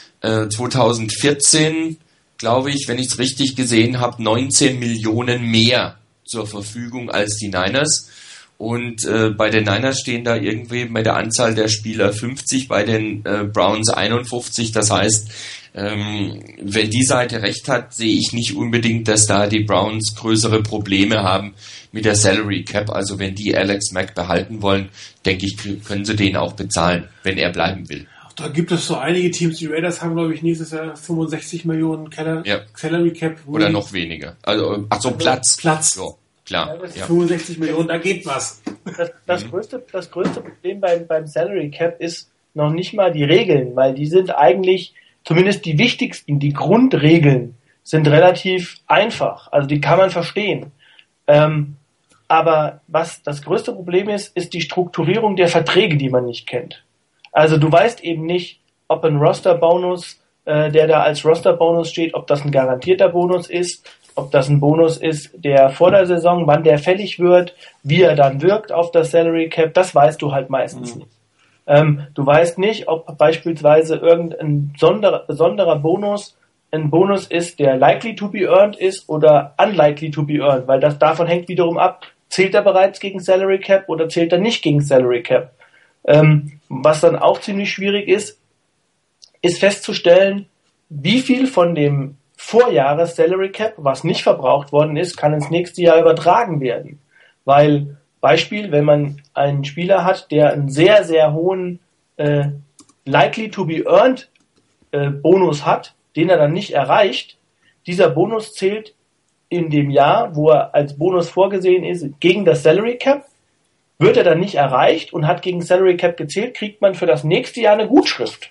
C: 2014, glaube ich, wenn ich es richtig gesehen habe, 19 Millionen mehr zur Verfügung als die Niners. Und bei den Niners stehen da irgendwie bei der Anzahl der Spieler 50, bei den Browns 51. Das heißt, wenn die Seite recht hat, sehe ich nicht unbedingt, dass da die Browns größere Probleme haben mit der Salary Cap. Also wenn die Alex Mack behalten wollen, denke ich, können sie den auch bezahlen, wenn er bleiben will.
B: Da gibt es so einige Teams, die Raiders haben, glaube ich, nächstes Jahr 65 Millionen Salary Cap.
C: Oder noch weniger. Also, Platz.
B: So,
C: klar.
B: Ja. 65 Millionen, da geht was.
D: Das größte Problem beim Salary Cap ist noch nicht mal die Regeln, weil die sind eigentlich, zumindest die wichtigsten, die Grundregeln sind relativ einfach. Also die kann man verstehen. Aber was das größte Problem ist die Strukturierung der Verträge, die man nicht kennt. Also du weißt eben nicht, ob ein Roster-Bonus, der da als Roster-Bonus steht, ob das ein garantierter Bonus ist, ob das ein Bonus ist, der vor der Saison, wann der fällig wird, wie er dann wirkt auf das Salary Cap, das weißt du halt meistens nicht. Du weißt nicht, ob beispielsweise irgendein besonderer Bonus ein Bonus ist, der likely to be earned ist oder unlikely to be earned, weil das davon hängt wiederum ab, zählt er bereits gegen Salary Cap oder zählt er nicht gegen Salary Cap. Was dann auch ziemlich schwierig ist festzustellen, wie viel von dem Vorjahres Salary Cap, was nicht verbraucht worden ist, kann ins nächste Jahr übertragen werden. Weil, Beispiel, wenn man einen Spieler hat, der einen sehr, sehr hohen likely to be earned Bonus hat, den er dann nicht erreicht, dieser Bonus zählt in dem Jahr, wo er als Bonus vorgesehen ist, gegen das Salary Cap. Wird er dann nicht erreicht und hat gegen Salary Cap gezählt, kriegt man für das nächste Jahr eine Gutschrift.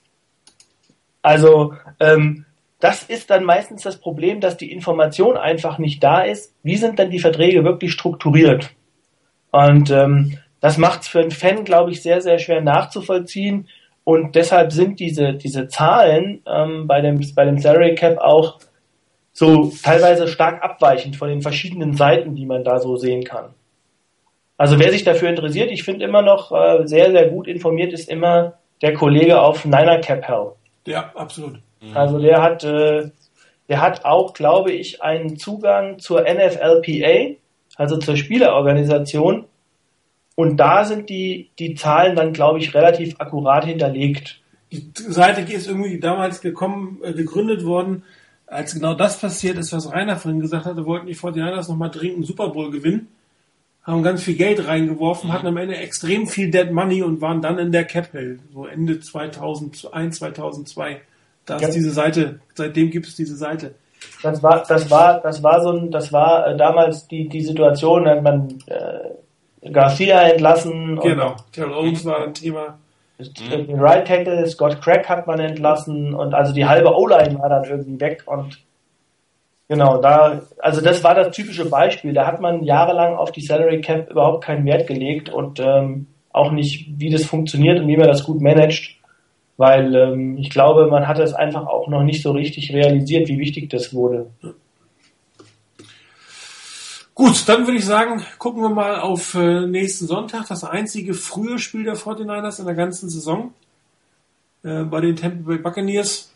D: Also das ist dann meistens das Problem, dass die Information einfach nicht da ist. Wie sind dann die Verträge wirklich strukturiert? Und das macht es für einen Fan, glaube ich, sehr, sehr schwer nachzuvollziehen. Und deshalb sind diese Zahlen bei dem Salary Cap auch so teilweise stark abweichend von den verschiedenen Seiten, die man da so sehen kann. Also wer sich dafür interessiert, ich finde immer noch sehr, sehr gut informiert ist immer der Kollege auf Niner Cap Hell.
B: Ja, absolut.
D: Also der hat auch, glaube ich, einen Zugang zur NFLPA, also zur Spielerorganisation. Und da sind die Zahlen dann, glaube ich, relativ akkurat hinterlegt.
B: Die Seite ist irgendwie damals gegründet worden, als genau das passiert ist, was Rainer vorhin gesagt hatte, wollten die 49ers nochmal dringend einen Super Bowl gewinnen, haben ganz viel Geld reingeworfen, hatten am Ende extrem viel Dead Money und waren dann in der Cap Hell, so Ende 2001, 2002. Da ist diese Seite, seitdem gibt es diese Seite.
D: Das war damals die Situation, da hat man Garcia entlassen.
B: Genau, Terrell Owens war ein Thema.
D: Den Right Tackle, Scott Craig hat man entlassen und also die halbe O-Line war dann irgendwie weg und genau, also das war das typische Beispiel. Da hat man jahrelang auf die Salary Cap überhaupt keinen Wert gelegt und auch nicht, wie das funktioniert und wie man das gut managt, weil ich glaube, man hatte es einfach auch noch nicht so richtig realisiert, wie wichtig das wurde.
B: Gut, dann würde ich sagen, gucken wir mal auf nächsten Sonntag. Das einzige frühe Spiel der 49ers in der ganzen Saison bei den Tampa Bay Buccaneers.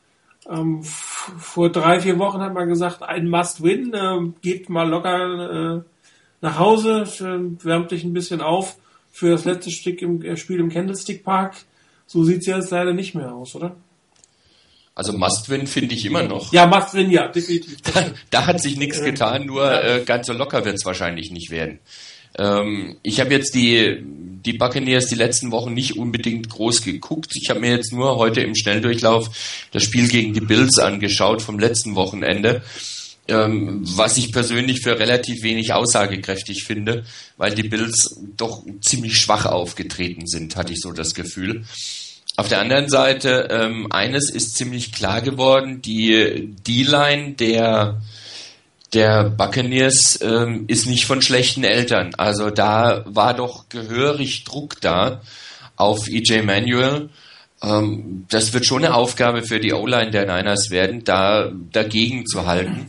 B: Vor 3-4 Wochen hat man gesagt, ein Must-Win. Geht mal locker nach Hause, wärmt dich ein bisschen auf für das letzte Spiel im Candlestick Park. So sieht es jetzt leider nicht mehr aus, oder?
C: Also Must-Win finde ich immer noch.
B: Ja, Must-Win, ja, definitiv.
C: Da hat sich nichts getan, nur ganz so locker wird es wahrscheinlich nicht werden. Ich habe jetzt die Buccaneers die letzten Wochen nicht unbedingt groß geguckt. Ich habe mir jetzt nur heute im Schnelldurchlauf das Spiel gegen die Bills angeschaut vom letzten Wochenende, was ich persönlich für relativ wenig aussagekräftig finde, weil die Bills doch ziemlich schwach aufgetreten sind, hatte ich so das Gefühl. Auf der anderen Seite, eines ist ziemlich klar geworden, die D-Line der Buccaneers ist nicht von schlechten Eltern. Also da war doch gehörig Druck da auf EJ Manuel. Das wird schon eine Aufgabe für die O-Line der Niners werden, da dagegen zu halten.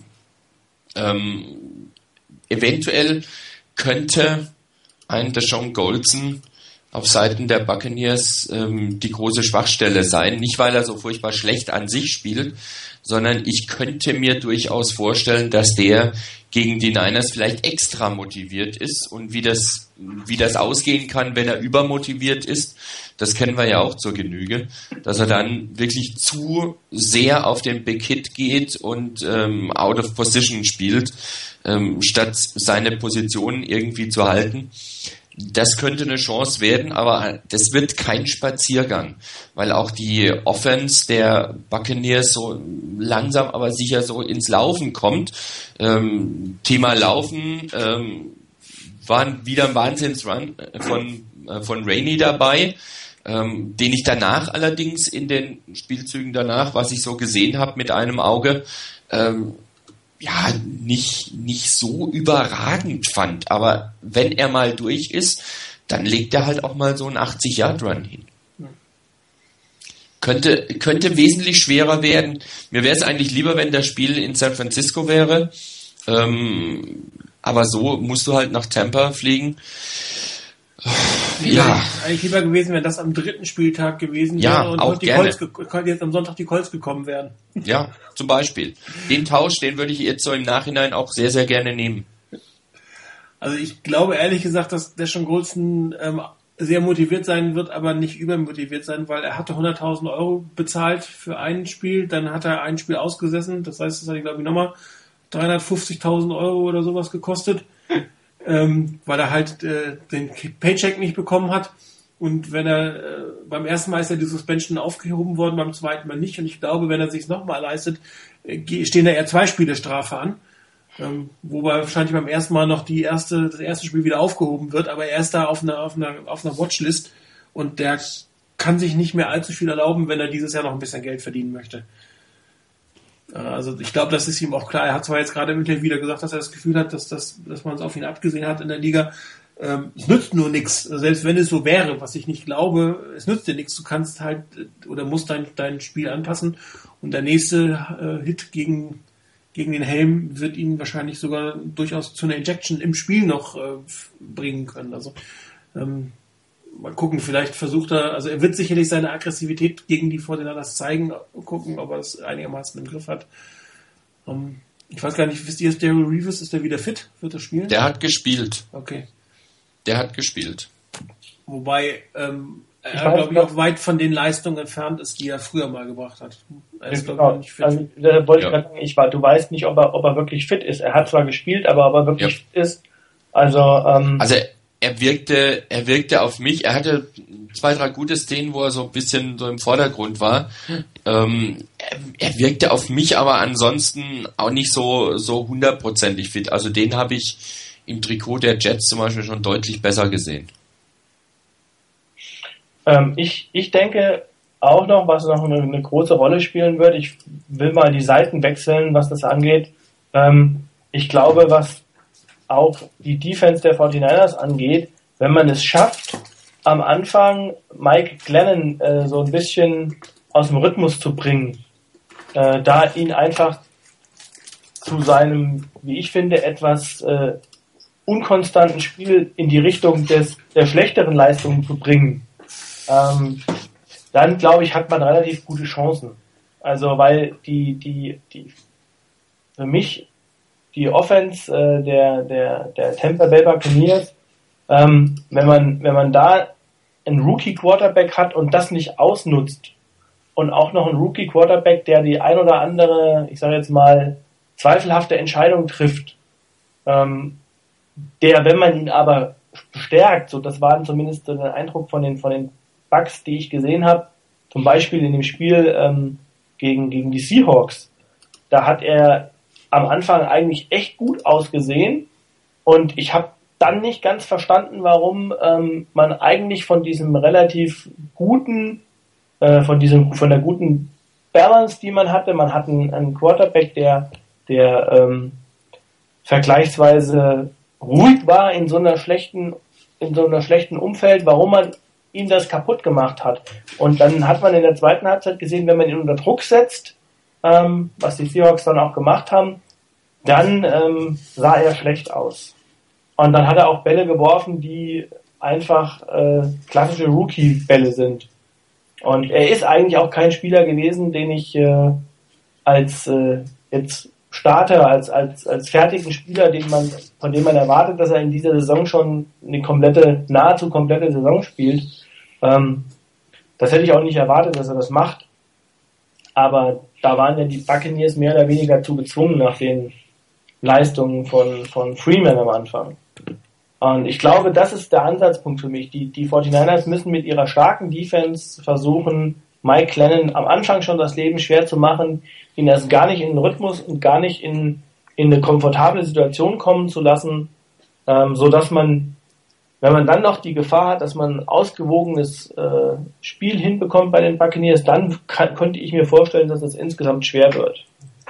C: Eventuell könnte ein Deshaun Goldson auf Seiten der Buccaneers die große Schwachstelle sein. Nicht, weil er so furchtbar schlecht an sich spielt, sondern ich könnte mir durchaus vorstellen, dass der gegen die Niners vielleicht extra motiviert ist und wie das ausgehen kann, wenn er übermotiviert ist, das kennen wir ja auch zur Genüge, dass er dann wirklich zu sehr auf den Big Hit geht und out of position spielt, statt seine Position irgendwie zu halten. Das könnte eine Chance werden, aber das wird kein Spaziergang, weil auch die Offense der Buccaneers so langsam, aber sicher so ins Laufen kommt. Thema Laufen war wieder ein Wahnsinnsrun von Rainey dabei, den ich danach allerdings in den Spielzügen danach, was ich so gesehen habe mit einem Auge, nicht so überragend fand. Aber wenn er mal durch ist, dann legt er halt auch mal so einen 80-Yard-Run hin. Könnte wesentlich schwerer werden. Mir wäre es eigentlich lieber, wenn das Spiel in San Francisco wäre. Aber so musst du halt nach Tampa fliegen. Ja.
B: Eigentlich lieber gewesen, wenn das am 3. Spieltag gewesen
C: Ja,
B: wäre und
C: auch
B: heute
C: gerne.
B: jetzt am Sonntag die Colts gekommen wären.
C: Ja, zum Beispiel. Den Tausch, den würde ich jetzt so im Nachhinein auch sehr, sehr gerne nehmen.
B: Also ich glaube ehrlich gesagt, dass Deshaun Golston sehr motiviert sein wird, aber nicht übermotiviert sein, weil er hatte 100.000 Euro bezahlt für ein Spiel, dann hat er ein Spiel ausgesessen, das heißt, das hat, glaube ich, nochmal 350.000 Euro oder sowas gekostet, weil er halt den Paycheck nicht bekommen hat. Und wenn er beim ersten Mal ist ja die Suspension aufgehoben worden, beim zweiten Mal nicht. Und ich glaube, wenn er sich nochmal leistet, stehen da eher 2 Spiele Strafe an. Wobei wahrscheinlich beim ersten Mal noch das erste Spiel wieder aufgehoben wird, aber er ist da auf einer Watchlist und der kann sich nicht mehr allzu viel erlauben, wenn er dieses Jahr noch ein bisschen Geld verdienen möchte. Also ich glaube, das ist ihm auch klar. Er hat zwar jetzt gerade im Interview wieder gesagt, dass er das Gefühl hat, dass man es auf ihn abgesehen hat in der Liga. Es nützt nur nichts, selbst wenn es so wäre, was ich nicht glaube, es nützt dir nichts. Du kannst halt oder musst dein Spiel anpassen und der nächste Hit gegen den Helm wird ihn wahrscheinlich sogar durchaus zu einer Injection im Spiel noch bringen können. Also mal gucken, vielleicht versucht er wird sicherlich seine Aggressivität gegen die 49ers zeigen, gucken, ob er es einigermaßen im Griff hat. Ich weiß gar nicht, wisst ihr, ist Darrelle Revis, ist der wieder fit? Wird er spielen?
C: Der hat gespielt.
B: Okay.
C: Der hat gespielt.
B: Wobei er, glaube ich, auch weit von den Leistungen entfernt ist, die er früher mal gebracht hat. Er ist, glaube ich, nicht fit.
D: Also, da wollte ich gerade sagen, du weißt nicht, ob er wirklich fit ist. Er hat zwar gespielt, aber ob er wirklich fit ist, also
C: er wirkte auf mich, er hatte 2, 3 gute Szenen, wo er so ein bisschen so im Vordergrund war. Er wirkte auf mich aber ansonsten auch nicht so 100%ig fit. Also den habe ich im Trikot der Jets zum Beispiel schon deutlich besser gesehen.
D: Ich denke auch noch, was noch eine große Rolle spielen wird, ich will mal die Seiten wechseln, was das angeht. Ich glaube, was auch die Defense der 49ers angeht, wenn man es schafft, am Anfang Mike Glennon so ein bisschen aus dem Rhythmus zu bringen, da ihn einfach zu seinem, wie ich finde, etwas unkonstanten Spiel in die Richtung der schlechteren Leistungen zu bringen, dann glaube ich, hat man relativ gute Chancen. Also weil die für mich die Offense der Tampa Bay Buccaneers, wenn man da einen Rookie Quarterback hat und das nicht ausnutzt und auch noch einen Rookie Quarterback, der die ein oder andere, ich sage jetzt mal, zweifelhafte Entscheidung trifft, der, wenn man ihn aber bestärkt, so das war zumindest so der Eindruck von den Bucks, die ich gesehen habe, zum Beispiel in dem Spiel gegen die Seahawks, da hat er am Anfang eigentlich echt gut ausgesehen und ich habe dann nicht ganz verstanden, warum man eigentlich von diesem relativ guten, von der guten Balance, die man hatte, man hat einen Quarterback, der vergleichsweise ruhig war in so einer schlechten Umfeld, warum man ihm das kaputt gemacht hat. Und dann hat man in der zweiten Halbzeit gesehen, wenn man ihn unter Druck setzt, was die Seahawks dann auch gemacht haben, dann sah er schlecht aus. Und dann hat er auch Bälle geworfen, die einfach klassische Rookie-Bälle sind. Und er ist eigentlich auch kein Spieler gewesen, den ich als jetzt Starter, als fertigen Spieler, von dem man erwartet, dass er in dieser Saison schon eine nahezu komplette Saison spielt. Das hätte ich auch nicht erwartet, dass er das macht. Aber da waren ja die Buccaneers mehr oder weniger zu gezwungen nach den Leistungen von Freeman am Anfang. Und ich glaube, das ist der Ansatzpunkt für mich. Die 49ers müssen mit ihrer starken Defense versuchen, Mike Glennon am Anfang schon das Leben schwer zu machen, ihn erst gar nicht in den Rhythmus und gar nicht in eine komfortable Situation kommen zu lassen, so dass man, wenn man dann noch die Gefahr hat, dass man ein ausgewogenes Spiel hinbekommt bei den Buccaneers, dann könnte ich mir vorstellen, dass es insgesamt schwer wird.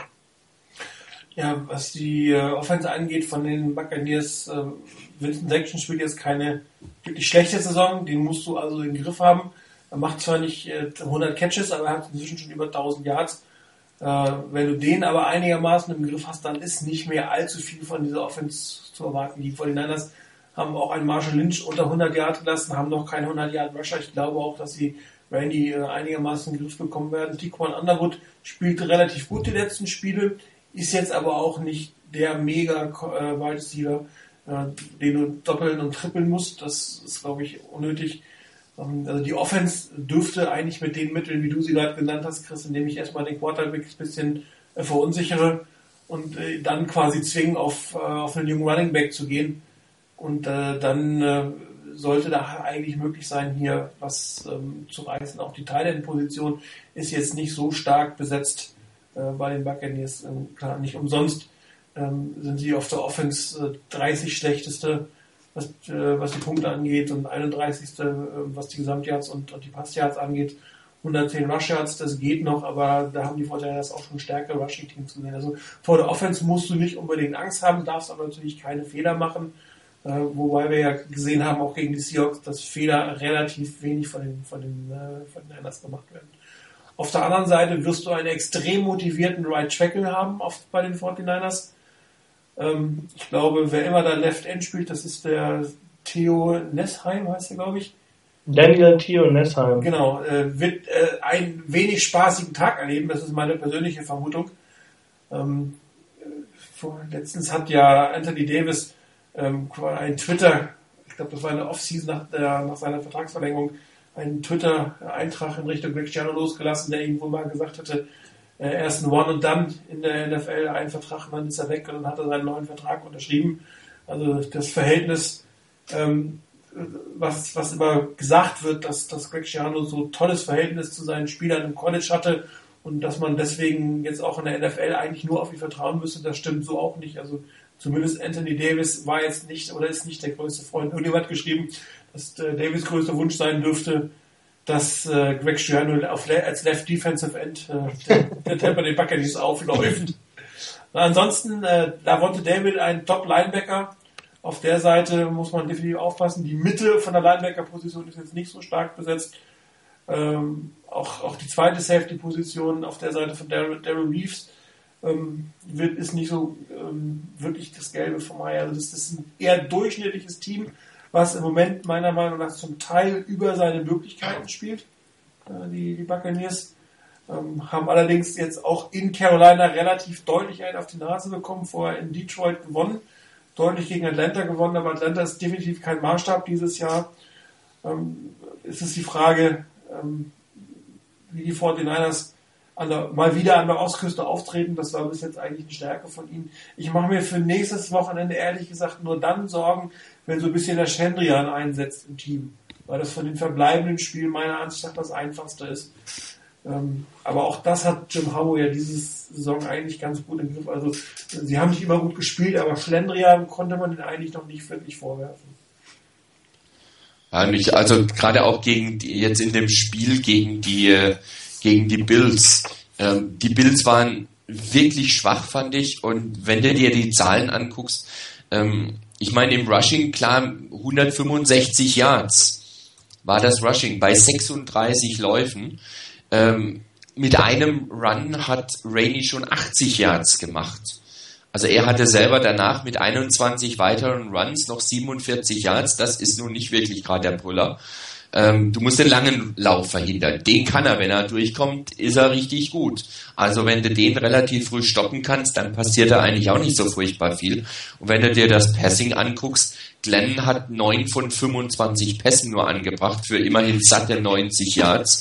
B: Ja, was die Offense angeht von den Buccaneers, Winston Jackson spielt jetzt keine wirklich schlechte Saison, den musst du also im Griff haben. Er macht zwar nicht 100 Catches, aber er hat inzwischen schon über 1000 Yards. Wenn du den aber einigermaßen im Griff hast, dann ist nicht mehr allzu viel von dieser Offense zu erwarten. Die 49ers haben auch einen Marshall Lynch unter 100 Yards gelassen, haben noch keinen 100 Yard Rusher. Ich glaube auch, dass sie Randy einigermaßen in den Griff bekommen werden. Tiquan Underwood spielte relativ gut die letzten Spiele, ist jetzt aber auch nicht der mega Wide Receiver, den du doppeln und trippeln musst. Das ist, glaube ich, unnötig. Also die Offense dürfte eigentlich mit den Mitteln, wie du sie gerade genannt hast, Chris, indem ich erstmal den Quarterback ein bisschen verunsichere und dann quasi zwingen, auf einen jungen Running Back zu gehen. Und dann sollte da eigentlich möglich sein, hier was zu reißen. Auch die Tight End Position ist jetzt nicht so stark besetzt bei den Buccaneers. Klar, nicht umsonst sind sie auf der Offense 30 schlechteste, was die Punkte angeht, und 31. was die Gesamtyards und die Passyards angeht. 110 Rush Yards, das geht noch, aber da haben die Fortinanders auch schon stärkere Rushing-Teams gesehen. Also vor der Offense musst du nicht unbedingt Angst haben, darfst aber natürlich keine Fehler machen. Wobei wir ja gesehen haben, auch gegen die Seahawks, dass Fehler relativ wenig von den Niners gemacht werden. Auf der anderen Seite wirst du einen extrem motivierten Right Tackle haben bei den 49ers. Ich glaube, wer immer da Left End spielt, das ist der Theo Nessheim, heißt er, glaube ich.
D: Daniel Theo Nessheim.
B: Genau, wird einen wenig spaßigen Tag erleben, das ist meine persönliche Vermutung. Letztens hat ja Anthony Davis ein Twitter, ich glaube, das war eine Offseason nach seiner Vertragsverlängerung, einen Twitter-Eintrag in Richtung Greg Schiano losgelassen, der irgendwo mal gesagt hatte, er ist ein One and Done in der NFL, einen Vertrag, und dann ist er weg und dann hat er seinen neuen Vertrag unterschrieben. Also das Verhältnis, was immer gesagt wird, dass Greg Schiano so tolles Verhältnis zu seinen Spielern im College hatte und dass man deswegen jetzt auch in der NFL eigentlich nur auf ihn vertrauen müsste, das stimmt so auch nicht. Also zumindest Anthony Davis war jetzt nicht oder ist nicht der größte Freund. Irgendjemand hat geschrieben, dass Davis größter Wunsch sein dürfte, dass Greg Schiano als Left Defensive End der Tampa Bay Buccaneers aufläuft. Ansonsten, Lavonte David, ein Top-Linebacker. Auf der Seite muss man definitiv aufpassen. Die Mitte von der Linebacker-Position ist jetzt nicht so stark besetzt. Auch die zweite Safety-Position auf der Seite von Darrell Reeves ist nicht so wirklich das Gelbe vom Ei. Also das ist ein eher durchschnittliches Team, was im Moment meiner Meinung nach zum Teil über seine Möglichkeiten spielt. Die Buccaneers haben allerdings jetzt auch in Carolina relativ deutlich einen auf die Nase bekommen, vorher in Detroit gewonnen, deutlich gegen Atlanta gewonnen, aber Atlanta ist definitiv kein Maßstab dieses Jahr. Es ist die Frage, wie die 49ers mal wieder an der Ostküste auftreten. Das war bis jetzt eigentlich eine Stärke von ihnen. Ich mache mir für nächstes Wochenende ehrlich gesagt nur dann Sorgen, wenn so ein bisschen der Chandrian einsetzt im Team, weil das von den verbleibenden Spielen meiner Ansicht nach das Einfachste ist. Aber auch das hat Jim Harbaugh ja diese Saison eigentlich ganz gut im Griff. Also sie haben nicht immer gut gespielt, aber Schlendrian konnte man den eigentlich noch nicht wirklich vorwerfen.
C: Ja, also gerade auch jetzt in dem Spiel gegen die Bills. Die Bills waren wirklich schwach, fand ich. Und wenn du dir die Zahlen anguckst, ich meine im Rushing, klar, 165 Yards war das Rushing bei 36 Läufen. Mit einem Run hat Rainey schon 80 Yards gemacht. Also er hatte selber danach mit 21 weiteren Runs noch 47 Yards. Das ist nun nicht wirklich gerade der Puller. Du musst den langen Lauf verhindern. Den kann er, wenn er durchkommt, ist er richtig gut. Also wenn du den relativ früh stoppen kannst, dann passiert da eigentlich auch nicht so furchtbar viel. Und wenn du dir das Passing anguckst, Glenn hat 9 von 25 Pässen nur angebracht für immerhin satte 90 Yards.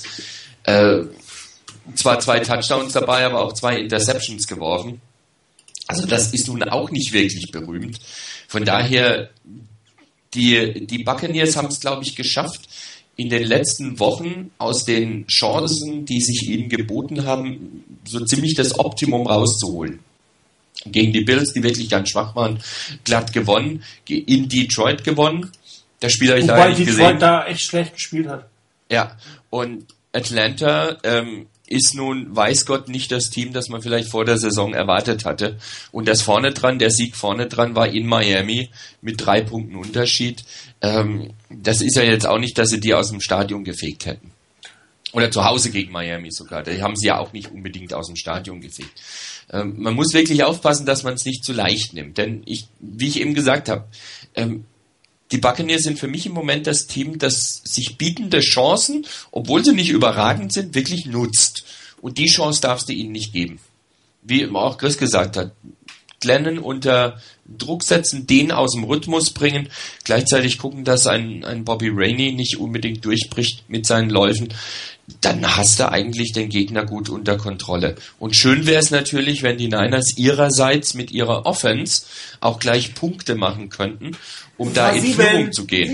C: Zwar 2 Touchdowns dabei, aber auch 2 Interceptions geworfen. Also das ist nun auch nicht wirklich berühmt. Von daher, die Buccaneers haben es, glaube ich, geschafft, in den letzten Wochen aus den Chancen, die sich ihnen geboten haben, so ziemlich das Optimum rauszuholen. Gegen die Bills, die wirklich ganz schwach waren, glatt gewonnen. In Detroit gewonnen. Das Spiel habe ich leider nicht gesehen.
B: Wobei Detroit da echt schlecht gespielt hat.
C: Ja, und Atlanta ist nun, weiß Gott, nicht das Team, das man vielleicht vor der Saison erwartet hatte. Und der Sieg vorne dran war in Miami mit 3 Punkten Unterschied. Das ist ja jetzt auch nicht, dass sie die aus dem Stadion gefegt hätten. Oder zu Hause gegen Miami sogar. Da haben sie ja auch nicht unbedingt aus dem Stadion gefegt. Man muss wirklich aufpassen, dass man es nicht zu leicht nimmt. Denn wie ich eben gesagt habe, die Buccaneers sind für mich im Moment das Team, das sich bietende Chancen, obwohl sie nicht überragend sind, wirklich nutzt. Und die Chance darfst du ihnen nicht geben. Wie auch Chris gesagt hat, Glennon unter Druck setzen, den aus dem Rhythmus bringen, gleichzeitig gucken, dass ein Bobby Rainey nicht unbedingt durchbricht mit seinen Läufen, dann hast du eigentlich den Gegner gut unter Kontrolle. Und schön wäre es natürlich, wenn die Niners ihrerseits mit ihrer Offense auch gleich Punkte machen könnten, um da in Führung zu gehen.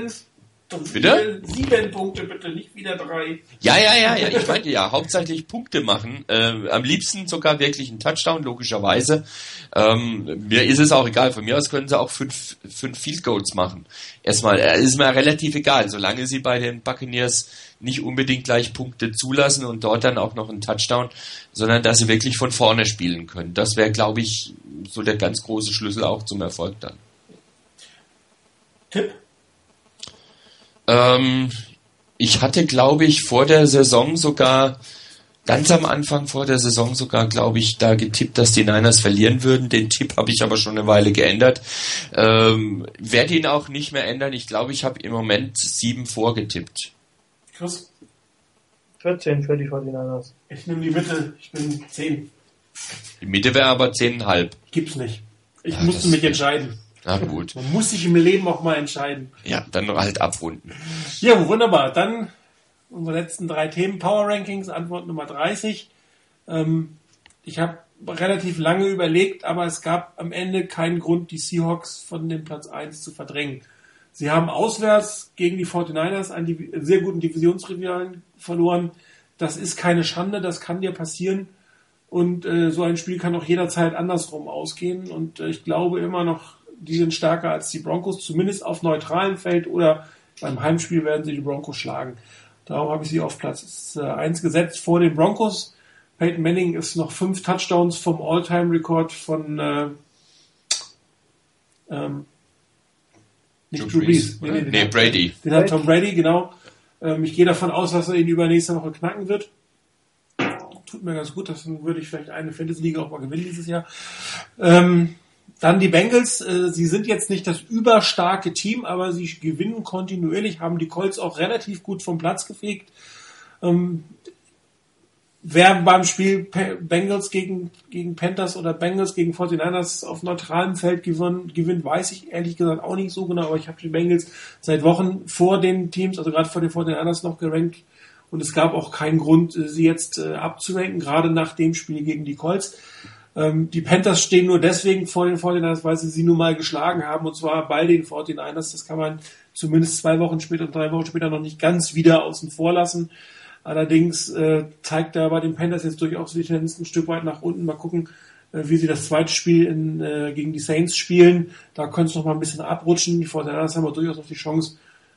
B: 7 Punkte bitte, nicht wieder 3.
C: Ja, ich meinte ja, hauptsächlich Punkte machen. Am liebsten sogar wirklich einen Touchdown, logischerweise. Mir ist es auch egal, von mir aus können sie auch 5 Field Goals machen. Erstmal, ist mir relativ egal, solange sie bei den Buccaneers nicht unbedingt gleich Punkte zulassen und dort dann auch noch einen Touchdown, sondern dass sie wirklich von vorne spielen können. Das wäre, glaube ich, so der ganz große Schlüssel auch zum Erfolg dann.
B: Tipp?
C: Ich hatte, glaube ich, vor der Saison sogar, ganz am Anfang vor der Saison sogar, glaube ich, da getippt, dass die Niners verlieren würden. Den Tipp habe ich aber schon eine Weile geändert. Werde ihn auch nicht mehr ändern. Ich glaube, ich habe im Moment 7 vorgetippt.
B: Chris?
D: 14 für die 49ers.
B: Ich nehme die Mitte, ich bin 10.
C: Die Mitte wäre aber 10,5.
B: Gibt's nicht. Ich musste mich entscheiden.
C: Na gut.
B: Man muss sich im Leben auch mal entscheiden.
C: Ja, dann halt abrunden.
B: Ja, wunderbar. Dann unsere letzten 3 Themen. Power Rankings, Antwort Nummer 30. Ich habe relativ lange überlegt, aber es gab am Ende keinen Grund, die Seahawks von dem Platz 1 zu verdrängen. Sie haben auswärts gegen die 49ers einen sehr guten Divisionsrivalen verloren. Das ist keine Schande, das kann dir passieren. Und so ein Spiel kann auch jederzeit andersrum ausgehen. Und ich glaube immer noch, die sind stärker als die Broncos, zumindest auf neutralem Feld oder beim Heimspiel werden sie die Broncos schlagen. Darum habe ich sie auf Platz 1 gesetzt vor den Broncos. Peyton Manning ist noch 5 Touchdowns vom All-Time-Rekord von nicht Drew Brees.
C: Nee, Brady.
B: Den hat Tom Brady, genau. Ich gehe davon aus, dass er ihn übernächste Woche knacken wird. Tut mir ganz gut, dann würde ich vielleicht eine Fantasy-Liga auch mal gewinnen dieses Jahr. Dann die Bengals, sie sind jetzt nicht das überstarke Team, aber sie gewinnen kontinuierlich, haben die Colts auch relativ gut vom Platz gefegt. Wer beim Spiel Bengals gegen Panthers oder Bengals gegen 49ers auf neutralem Feld gewinnt, weiß ich ehrlich gesagt auch nicht so genau, aber ich habe die Bengals seit Wochen vor den Teams, also gerade vor den 49ers noch gerankt und es gab auch keinen Grund, sie jetzt abzuranken, gerade nach dem Spiel gegen die Colts. Die Panthers stehen nur deswegen vor den 49ers, weil sie nun mal geschlagen haben, und zwar bei den 49ers. Das kann man zumindest 2 Wochen später, 3 Wochen später noch nicht ganz wieder außen vor lassen. Allerdings zeigt er bei den Panthers jetzt durchaus die Tendenz ein Stück weit nach unten. Mal gucken, wie sie das zweite Spiel gegen die Saints spielen. Da könnte es noch mal ein bisschen abrutschen. Die 49ers haben aber durchaus noch die Chance,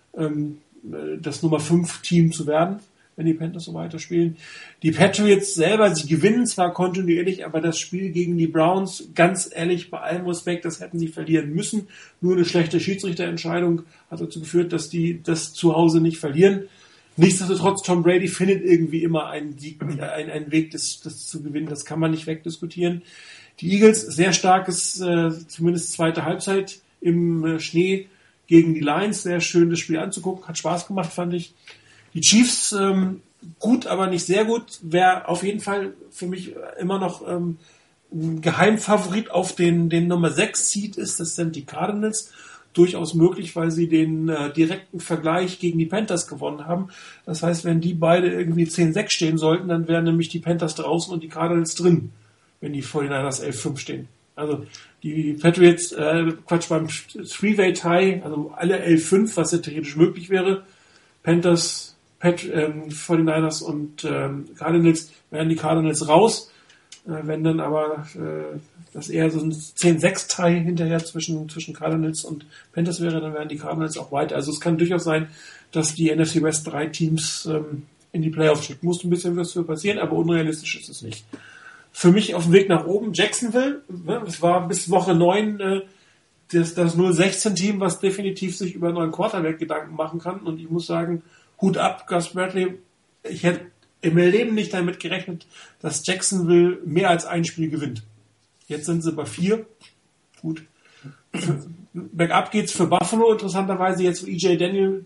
B: das Nummer 5 Team zu werden, wenn die Panthers so weiterspielen. Die Patriots selber, sie gewinnen zwar kontinuierlich, aber das Spiel gegen die Browns, ganz ehrlich, bei allem Respekt, das hätten sie verlieren müssen. Nur eine schlechte Schiedsrichterentscheidung hat dazu geführt, dass die das zu Hause nicht verlieren. Nichtsdestotrotz, Tom Brady findet irgendwie immer einen Weg, das zu gewinnen. Das kann man nicht wegdiskutieren. Die Eagles, sehr starkes, zumindest zweite Halbzeit im Schnee gegen die Lions. Sehr schön, das Spiel anzugucken. Hat Spaß gemacht, fand ich. Die Chiefs, gut, aber nicht sehr gut. Wer auf jeden Fall für mich immer noch ein Geheimfavorit auf den Nummer 6 Seed ist, das sind die Cardinals. Durchaus möglich, weil sie den direkten Vergleich gegen die Panthers gewonnen haben. Das heißt, wenn die beide irgendwie 10-6 stehen sollten, dann wären nämlich die Panthers draußen und die Cardinals drin, wenn die 49ers 11-5 stehen. Also die Patriots, beim Three-Way-Tie, also alle 11-5, was ja theoretisch möglich wäre, Panthers, 49ers und Cardinals, wären die Cardinals raus. Wenn dann aber das eher so ein 10-6-Tie hinterher zwischen Cardinals und Panthers wäre, dann wären die Cardinals auch weiter. Also es kann durchaus sein, dass die NFC West 3 Teams in die Playoffs schicken. Muss ein bisschen was für passieren, aber unrealistisch ist es nicht. Für mich auf dem Weg nach oben Jacksonville, das war bis Woche 9 das 0-16-Team, was definitiv sich über einen neuen Quarterback Gedanken machen kann. Und ich muss sagen, Hut ab, Gus Bradley. Ich hätte im Leben nicht damit gerechnet, dass Jacksonville mehr als ein Spiel gewinnt. Jetzt sind sie bei 4. Gut. Bergab geht's für Buffalo interessanterweise jetzt, wo EJ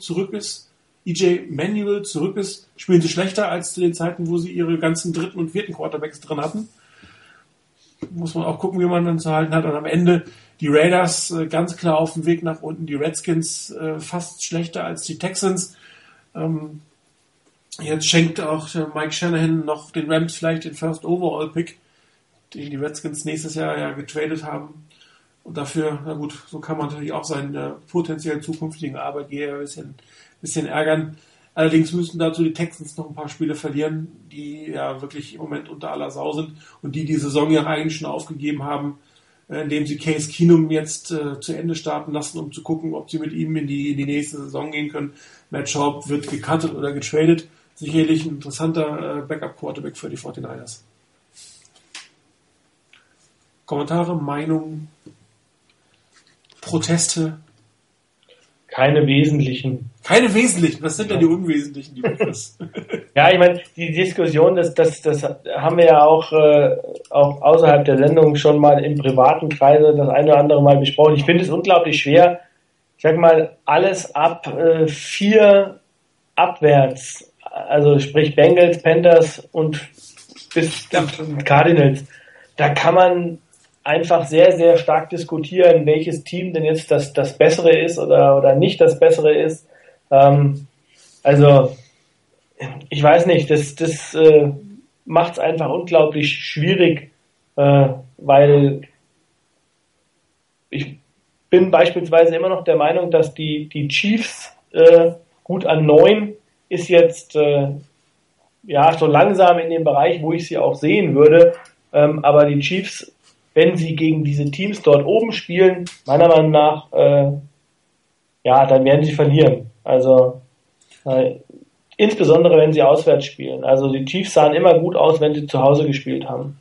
B: Manuel zurück ist, spielen sie schlechter als zu den Zeiten, wo sie ihre ganzen dritten und vierten Quarterbacks drin hatten. Muss man auch gucken, wie man dann zu halten hat. Und am Ende die Raiders ganz klar auf dem Weg nach unten, die Redskins fast schlechter als die Texans. Jetzt schenkt auch Mike Shanahan noch den Rams vielleicht den First Overall Pick, den die Redskins nächstes Jahr ja getradet haben. Und dafür, na gut, so kann man natürlich auch seinen potenziell zukünftigen Arbeitgeber ein bisschen ärgern. Allerdings müssen dazu die Texans noch ein paar Spiele verlieren, die ja wirklich im Moment unter aller Sau sind und die Saison ja eigentlich schon aufgegeben haben, indem sie Case Keenum jetzt zu Ende starten lassen, um zu gucken, ob sie mit ihm in die nächste Saison gehen können. Matt Schaub wird gecuttet oder getradet. Sicherlich ein interessanter Backup-Quarterback für die 49ers. Kommentare, Meinungen, Proteste?
D: Keine wesentlichen.
B: Keine wesentlichen? Was sind denn die unwesentlichen, die Buffers?
D: Ja, ich meine, die Diskussion, das haben wir ja auch außerhalb der Sendung schon mal im privaten Kreise das eine oder andere Mal besprochen. Ich finde es unglaublich schwer, ich sag mal, alles ab 4 abwärts, also sprich Bengals, Panthers und bis Cardinals, da kann man einfach sehr, sehr stark diskutieren, welches Team denn jetzt das Bessere ist oder nicht das Bessere ist. Also, ich weiß nicht, das macht es einfach unglaublich schwierig, weil ich bin beispielsweise immer noch der Meinung, dass die Chiefs gut an 9 ist jetzt so langsam in dem Bereich, wo ich sie auch sehen würde, aber die Chiefs, wenn sie gegen diese Teams dort oben spielen, meiner Meinung nach, dann werden sie verlieren. Also insbesondere, wenn sie auswärts spielen. Also die Chiefs sahen immer gut aus, wenn sie zu Hause gespielt haben.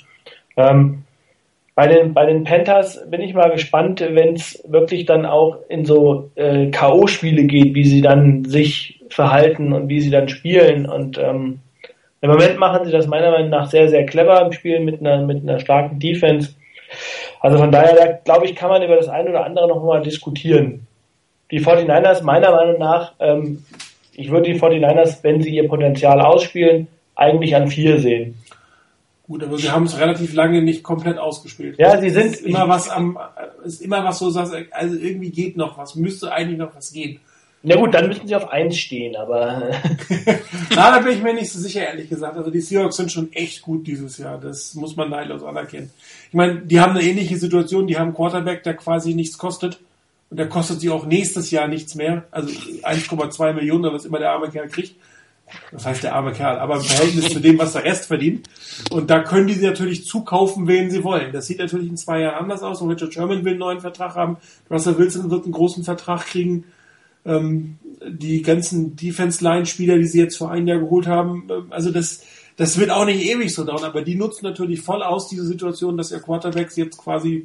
D: Bei den Panthers bin ich mal gespannt, wenn es wirklich dann auch in so K.O.-Spiele geht, wie sie dann sich verhalten und wie sie dann spielen. Und im Moment machen sie das meiner Meinung nach sehr, sehr clever im Spiel mit einer starken Defense. Also von daher, da glaube ich, kann man über das eine oder andere noch mal diskutieren. Die 49ers, meiner Meinung nach, ich würde die 49ers, wenn sie ihr Potenzial ausspielen, eigentlich an 4 sehen.
B: Gut, aber sie haben es relativ lange nicht komplett ausgespielt.
D: Ja, sie sind...
B: Ist immer was so, also irgendwie geht noch was, müsste eigentlich noch was gehen.
D: Na gut, dann müssen sie auf 1 stehen, aber...
B: Na, da bin ich mir nicht so sicher, ehrlich gesagt. Also die Seahawks sind schon echt gut dieses Jahr. Das muss man neidlos anerkennen. Ich meine, die haben eine ähnliche Situation. Die haben einen Quarterback, der quasi nichts kostet. Und der kostet sie auch nächstes Jahr nichts mehr. Also 1,2 Millionen, was immer der arme Kerl kriegt. Das heißt der arme Kerl, aber im Verhältnis zu dem, was der Rest verdient. Und da können die sie natürlich zukaufen, wen sie wollen. Das sieht natürlich in 2 Jahren anders aus. Und Richard Sherman will einen neuen Vertrag haben. Russell Wilson wird einen großen Vertrag kriegen. Die ganzen Defense-Line-Spieler, die sie jetzt vor 1 Jahr geholt haben, also das wird auch nicht ewig so dauern, aber die nutzen natürlich voll aus diese Situation, dass ihr Quarterbacks jetzt quasi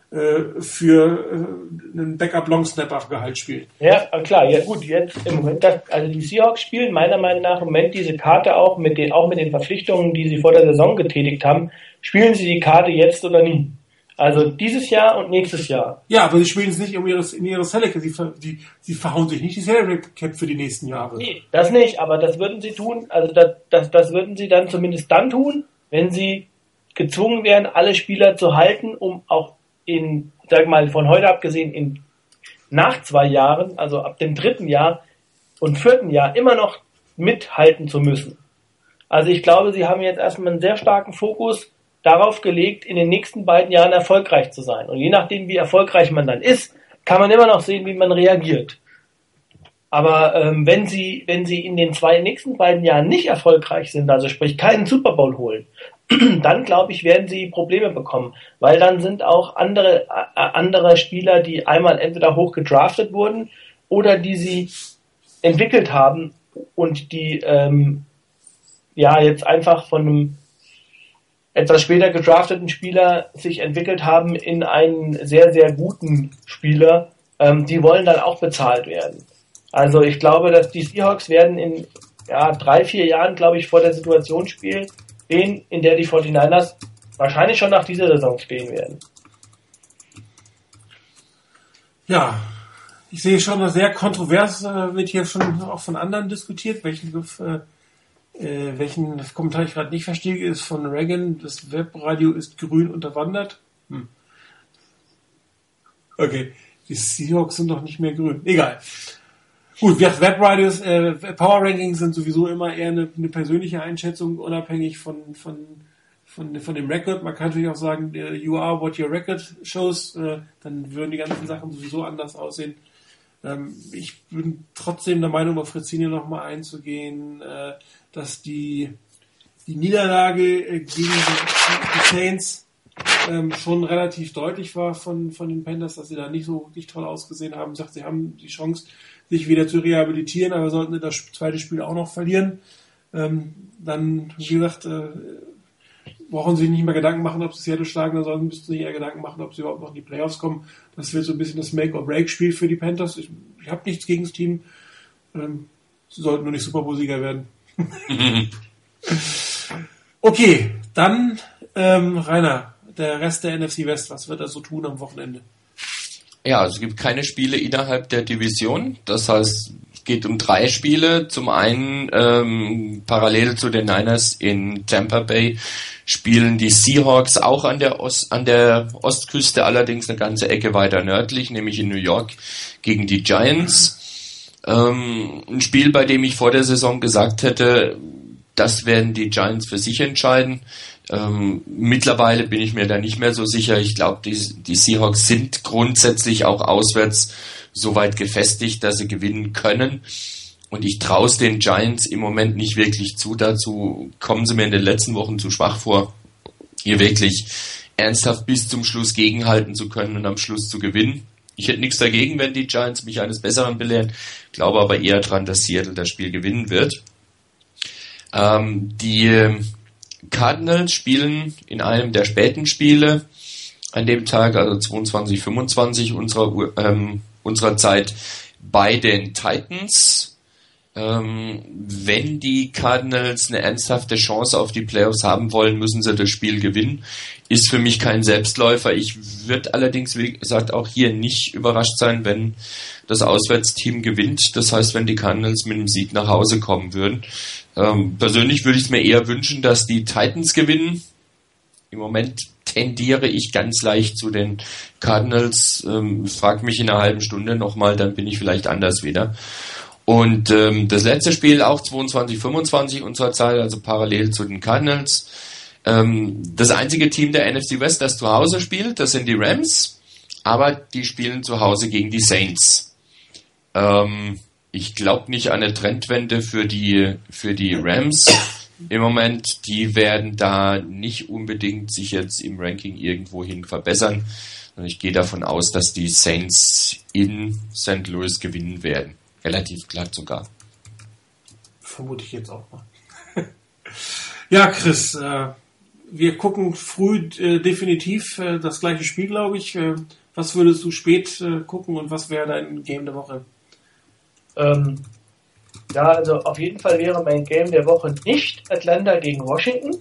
B: für einen Backup-Long-Snapper-Gehalt spielt.
D: Ja, klar, ja gut, jetzt im Moment, also die Seahawks spielen meiner Meinung nach im Moment diese Karte auch mit den Verpflichtungen, die sie vor der Saison getätigt haben, spielen sie die Karte jetzt oder nie. Also dieses Jahr und nächstes Jahr.
B: Ja, aber sie spielen es nicht in ihre Salary Cap. Sie verhauen sich nicht die Salary Cap für die nächsten Jahre. Nee,
D: das nicht, aber das würden sie tun, also das würden sie dann zumindest dann tun, wenn sie gezwungen wären, alle Spieler zu halten, um auch von heute abgesehen, nach 2 Jahren, also ab dem 3. Jahr und 4. Jahr immer noch mithalten zu müssen. Also ich glaube, sie haben jetzt erstmal einen sehr starken Fokus darauf gelegt, in den nächsten beiden Jahren erfolgreich zu sein. Und je nachdem, wie erfolgreich man dann ist, kann man immer noch sehen, wie man reagiert. Aber wenn sie in den nächsten beiden Jahren nicht erfolgreich sind, also sprich keinen Super Bowl holen, dann glaube ich, werden sie Probleme bekommen, weil dann sind auch andere Spieler, die einmal entweder hoch gedraftet wurden oder die sie entwickelt haben und die jetzt einfach von einem etwas später gedrafteten Spieler sich entwickelt haben in einen sehr, sehr guten Spieler, die wollen dann auch bezahlt werden. Also ich glaube, dass die Seahawks werden in 3-4 Jahren, glaube ich, vor der Situation stehen, in der die 49ers wahrscheinlich schon nach dieser Saison stehen werden.
B: Ja, ich sehe schon, sehr kontrovers wird hier schon auch von anderen diskutiert. Welchen Kommentar ich gerade nicht verstehe, ist von Reagan, das Webradio ist grün unterwandert. Okay, die Seahawks sind doch nicht mehr grün. Egal. Gut, Webradios, Power Rankings sind sowieso immer eher eine persönliche Einschätzung, unabhängig von dem Record. Man kann natürlich auch sagen, you are what your record shows, dann würden die ganzen Sachen sowieso anders aussehen. Ich bin trotzdem der Meinung, auf Frizzini nochmal einzugehen, dass die Niederlage gegen die Saints schon relativ deutlich war von den Panthers, dass sie da nicht so wirklich toll ausgesehen haben. Sagt, sie haben die Chance, sich wieder zu rehabilitieren, aber sollten sie das zweite Spiel auch noch verlieren, dann, wie gesagt, brauchen sie sich nicht mehr Gedanken machen, ob sie Seattle schlagen, dann müssten sie sich eher Gedanken machen, ob sie überhaupt noch in die Playoffs kommen. Das wird so ein bisschen das Make-or-Break-Spiel für die Panthers. Ich habe nichts gegen das Team. Sie sollten nur nicht Super Bowl-Sieger werden. Okay, dann Rainer, der Rest der NFC West, was wird er so tun am Wochenende?
C: Ja, also es gibt keine Spiele innerhalb der Division. Das heißt, es geht um 3 Spiele. Zum einen parallel zu den Niners in Tampa Bay spielen die Seahawks auch an der Ostküste, allerdings eine ganze Ecke weiter nördlich, nämlich in New York gegen die Giants. Ein Spiel, bei dem ich vor der Saison gesagt hätte, das werden die Giants für sich entscheiden. Mittlerweile bin ich mir da nicht mehr so sicher. Ich glaube, die Seahawks sind grundsätzlich auch auswärts so weit gefestigt, dass sie gewinnen können. Und ich traue es den Giants im Moment nicht wirklich zu. Dazu kommen sie mir in den letzten Wochen zu schwach vor, hier wirklich ernsthaft bis zum Schluss gegenhalten zu können und am Schluss zu gewinnen. Ich hätte nichts dagegen, wenn die Giants mich eines Besseren belehren, glaube aber eher dran, dass Seattle das Spiel gewinnen wird. Die Cardinals spielen in einem der späten Spiele an dem Tag, also 22:25 unserer Zeit, bei den Titans. Wenn die Cardinals eine ernsthafte Chance auf die Playoffs haben wollen, müssen sie das Spiel gewinnen. Ist für mich kein Selbstläufer. Ich würde allerdings, wie gesagt, auch hier nicht überrascht sein, wenn das Auswärtsteam gewinnt. Das heißt, wenn die Cardinals mit einem Sieg nach Hause kommen würden. Persönlich würde ich es mir eher wünschen, dass die Titans gewinnen. Im Moment tendiere ich ganz leicht zu den Cardinals. Frag mich in einer halben Stunde nochmal, dann bin ich vielleicht anders wieder. Und das letzte Spiel auch 22:25 unserer Zeit, also parallel zu den Cardinals. Das einzige Team der NFC West, das zu Hause spielt, das sind die Rams, aber die spielen zu Hause gegen die Saints. Ich glaube nicht an eine Trendwende für die Rams im Moment. Die werden da nicht unbedingt sich jetzt im Ranking irgendwohin verbessern. Und ich gehe davon aus, dass die Saints in St. Louis gewinnen werden. Relativ glatt sogar.
B: Vermute ich jetzt auch mal. Ja, Chris, wir gucken früh definitiv das gleiche Spiel, glaube ich. Was würdest du spät gucken und was wäre dein Game der Woche?
D: Ja, also auf jeden Fall wäre mein Game der Woche nicht Atlanta gegen Washington.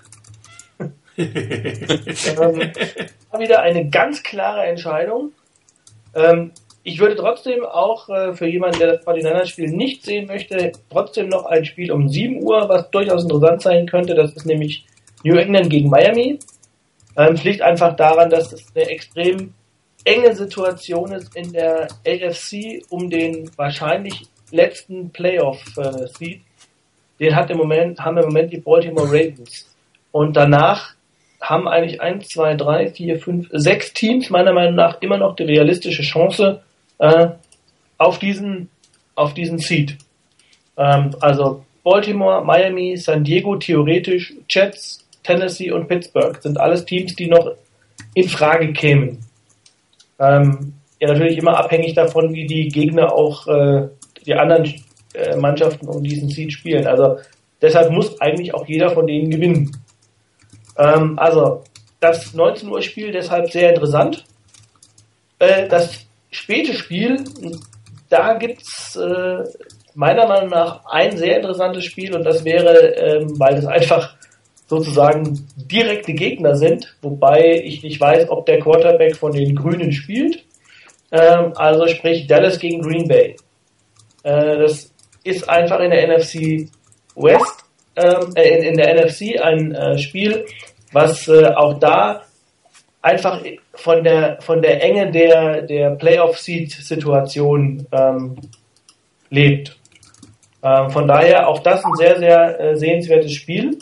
D: War wieder eine ganz klare Entscheidung. Ich würde trotzdem auch für jemanden, der das 49ers-Spiel nicht sehen möchte, trotzdem noch ein Spiel um 7 Uhr, was durchaus interessant sein könnte. Das ist nämlich New England gegen Miami. Liegt einfach daran, dass es eine extrem enge Situation ist in der AFC um den wahrscheinlich letzten Playoff-Seed. Haben im Moment die Baltimore Ravens. Und danach haben eigentlich 1, 2, 3, 4, 5, 6 Teams meiner Meinung nach immer noch die realistische Chance auf diesen Seed. Also Baltimore, Miami, San Diego, theoretisch Jets, Tennessee und Pittsburgh sind alles Teams, die noch in Frage kämen. Ja, natürlich immer abhängig davon, wie die Gegner auch die anderen Mannschaften um diesen Seed spielen. Also deshalb muss eigentlich auch jeder von denen gewinnen. Also das 19 Uhr Spiel deshalb sehr interessant. Das späte Spiel, da gibt's meiner Meinung nach ein sehr interessantes Spiel und das wäre, weil es einfach sozusagen direkte Gegner sind, wobei ich nicht weiß, ob der Quarterback von den Grünen spielt. also sprich Dallas gegen Green Bay. Das ist einfach in der NFC West, in der NFC ein Spiel, was auch da einfach von der Enge der Playoff-Seed-Situation lebt. Von daher auch das ein sehr, sehr sehenswertes Spiel.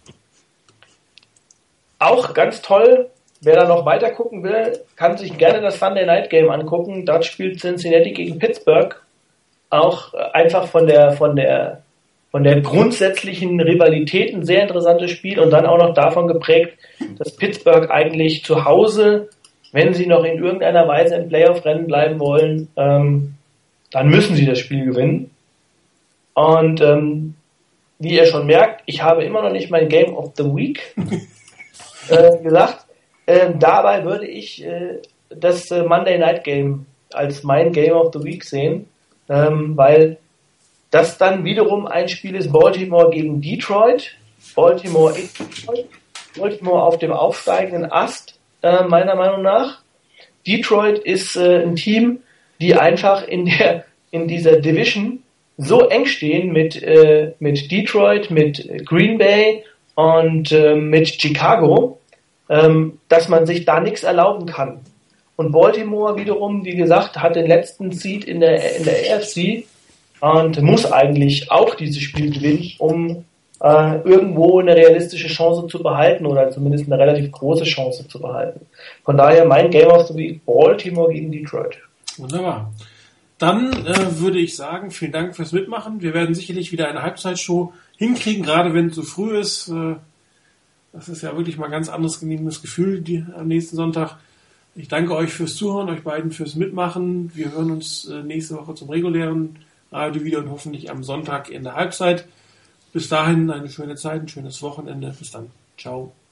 D: Auch ganz toll, wer da noch weiter gucken will, kann sich gerne das Sunday Night Game angucken. Dort spielt Cincinnati gegen Pittsburgh. Auch einfach von der grundsätzlichen Rivalität ein sehr interessantes Spiel und dann auch noch davon geprägt, dass Pittsburgh eigentlich zu Hause, wenn sie noch in irgendeiner Weise im Playoff-Rennen bleiben wollen, dann müssen sie das Spiel gewinnen. Und wie ihr schon merkt, ich habe immer noch nicht mein Game of the Week gesagt. Dabei würde ich das Monday Night Game als mein Game of the Week sehen, weil das dann wiederum ein Spiel ist, Baltimore gegen Detroit. Baltimore auf dem aufsteigenden Ast, meiner Meinung nach. Detroit ist ein Team, die einfach in dieser Division so eng stehen mit Detroit, mit Green Bay und mit Chicago, dass man sich da nichts erlauben kann. Und Baltimore wiederum, wie gesagt, hat den letzten Seed in der AFC und muss eigentlich auch dieses Spiel gewinnen, um irgendwo eine realistische Chance zu behalten oder zumindest eine relativ große Chance zu behalten. Von daher mein Game of the Week, Baltimore gegen Detroit.
B: Wunderbar. Dann würde ich sagen, vielen Dank fürs Mitmachen. Wir werden sicherlich wieder eine Halbzeitshow hinkriegen, gerade wenn es so früh ist. Das ist ja wirklich mal ein ganz anderes genehmes Gefühl am nächsten Sonntag. Ich danke euch fürs Zuhören, euch beiden fürs Mitmachen. Wir hören uns nächste Woche zum regulären Radio wieder und hoffentlich am Sonntag in der Halbzeit. Bis dahin eine schöne Zeit, ein schönes Wochenende. Bis dann. Ciao.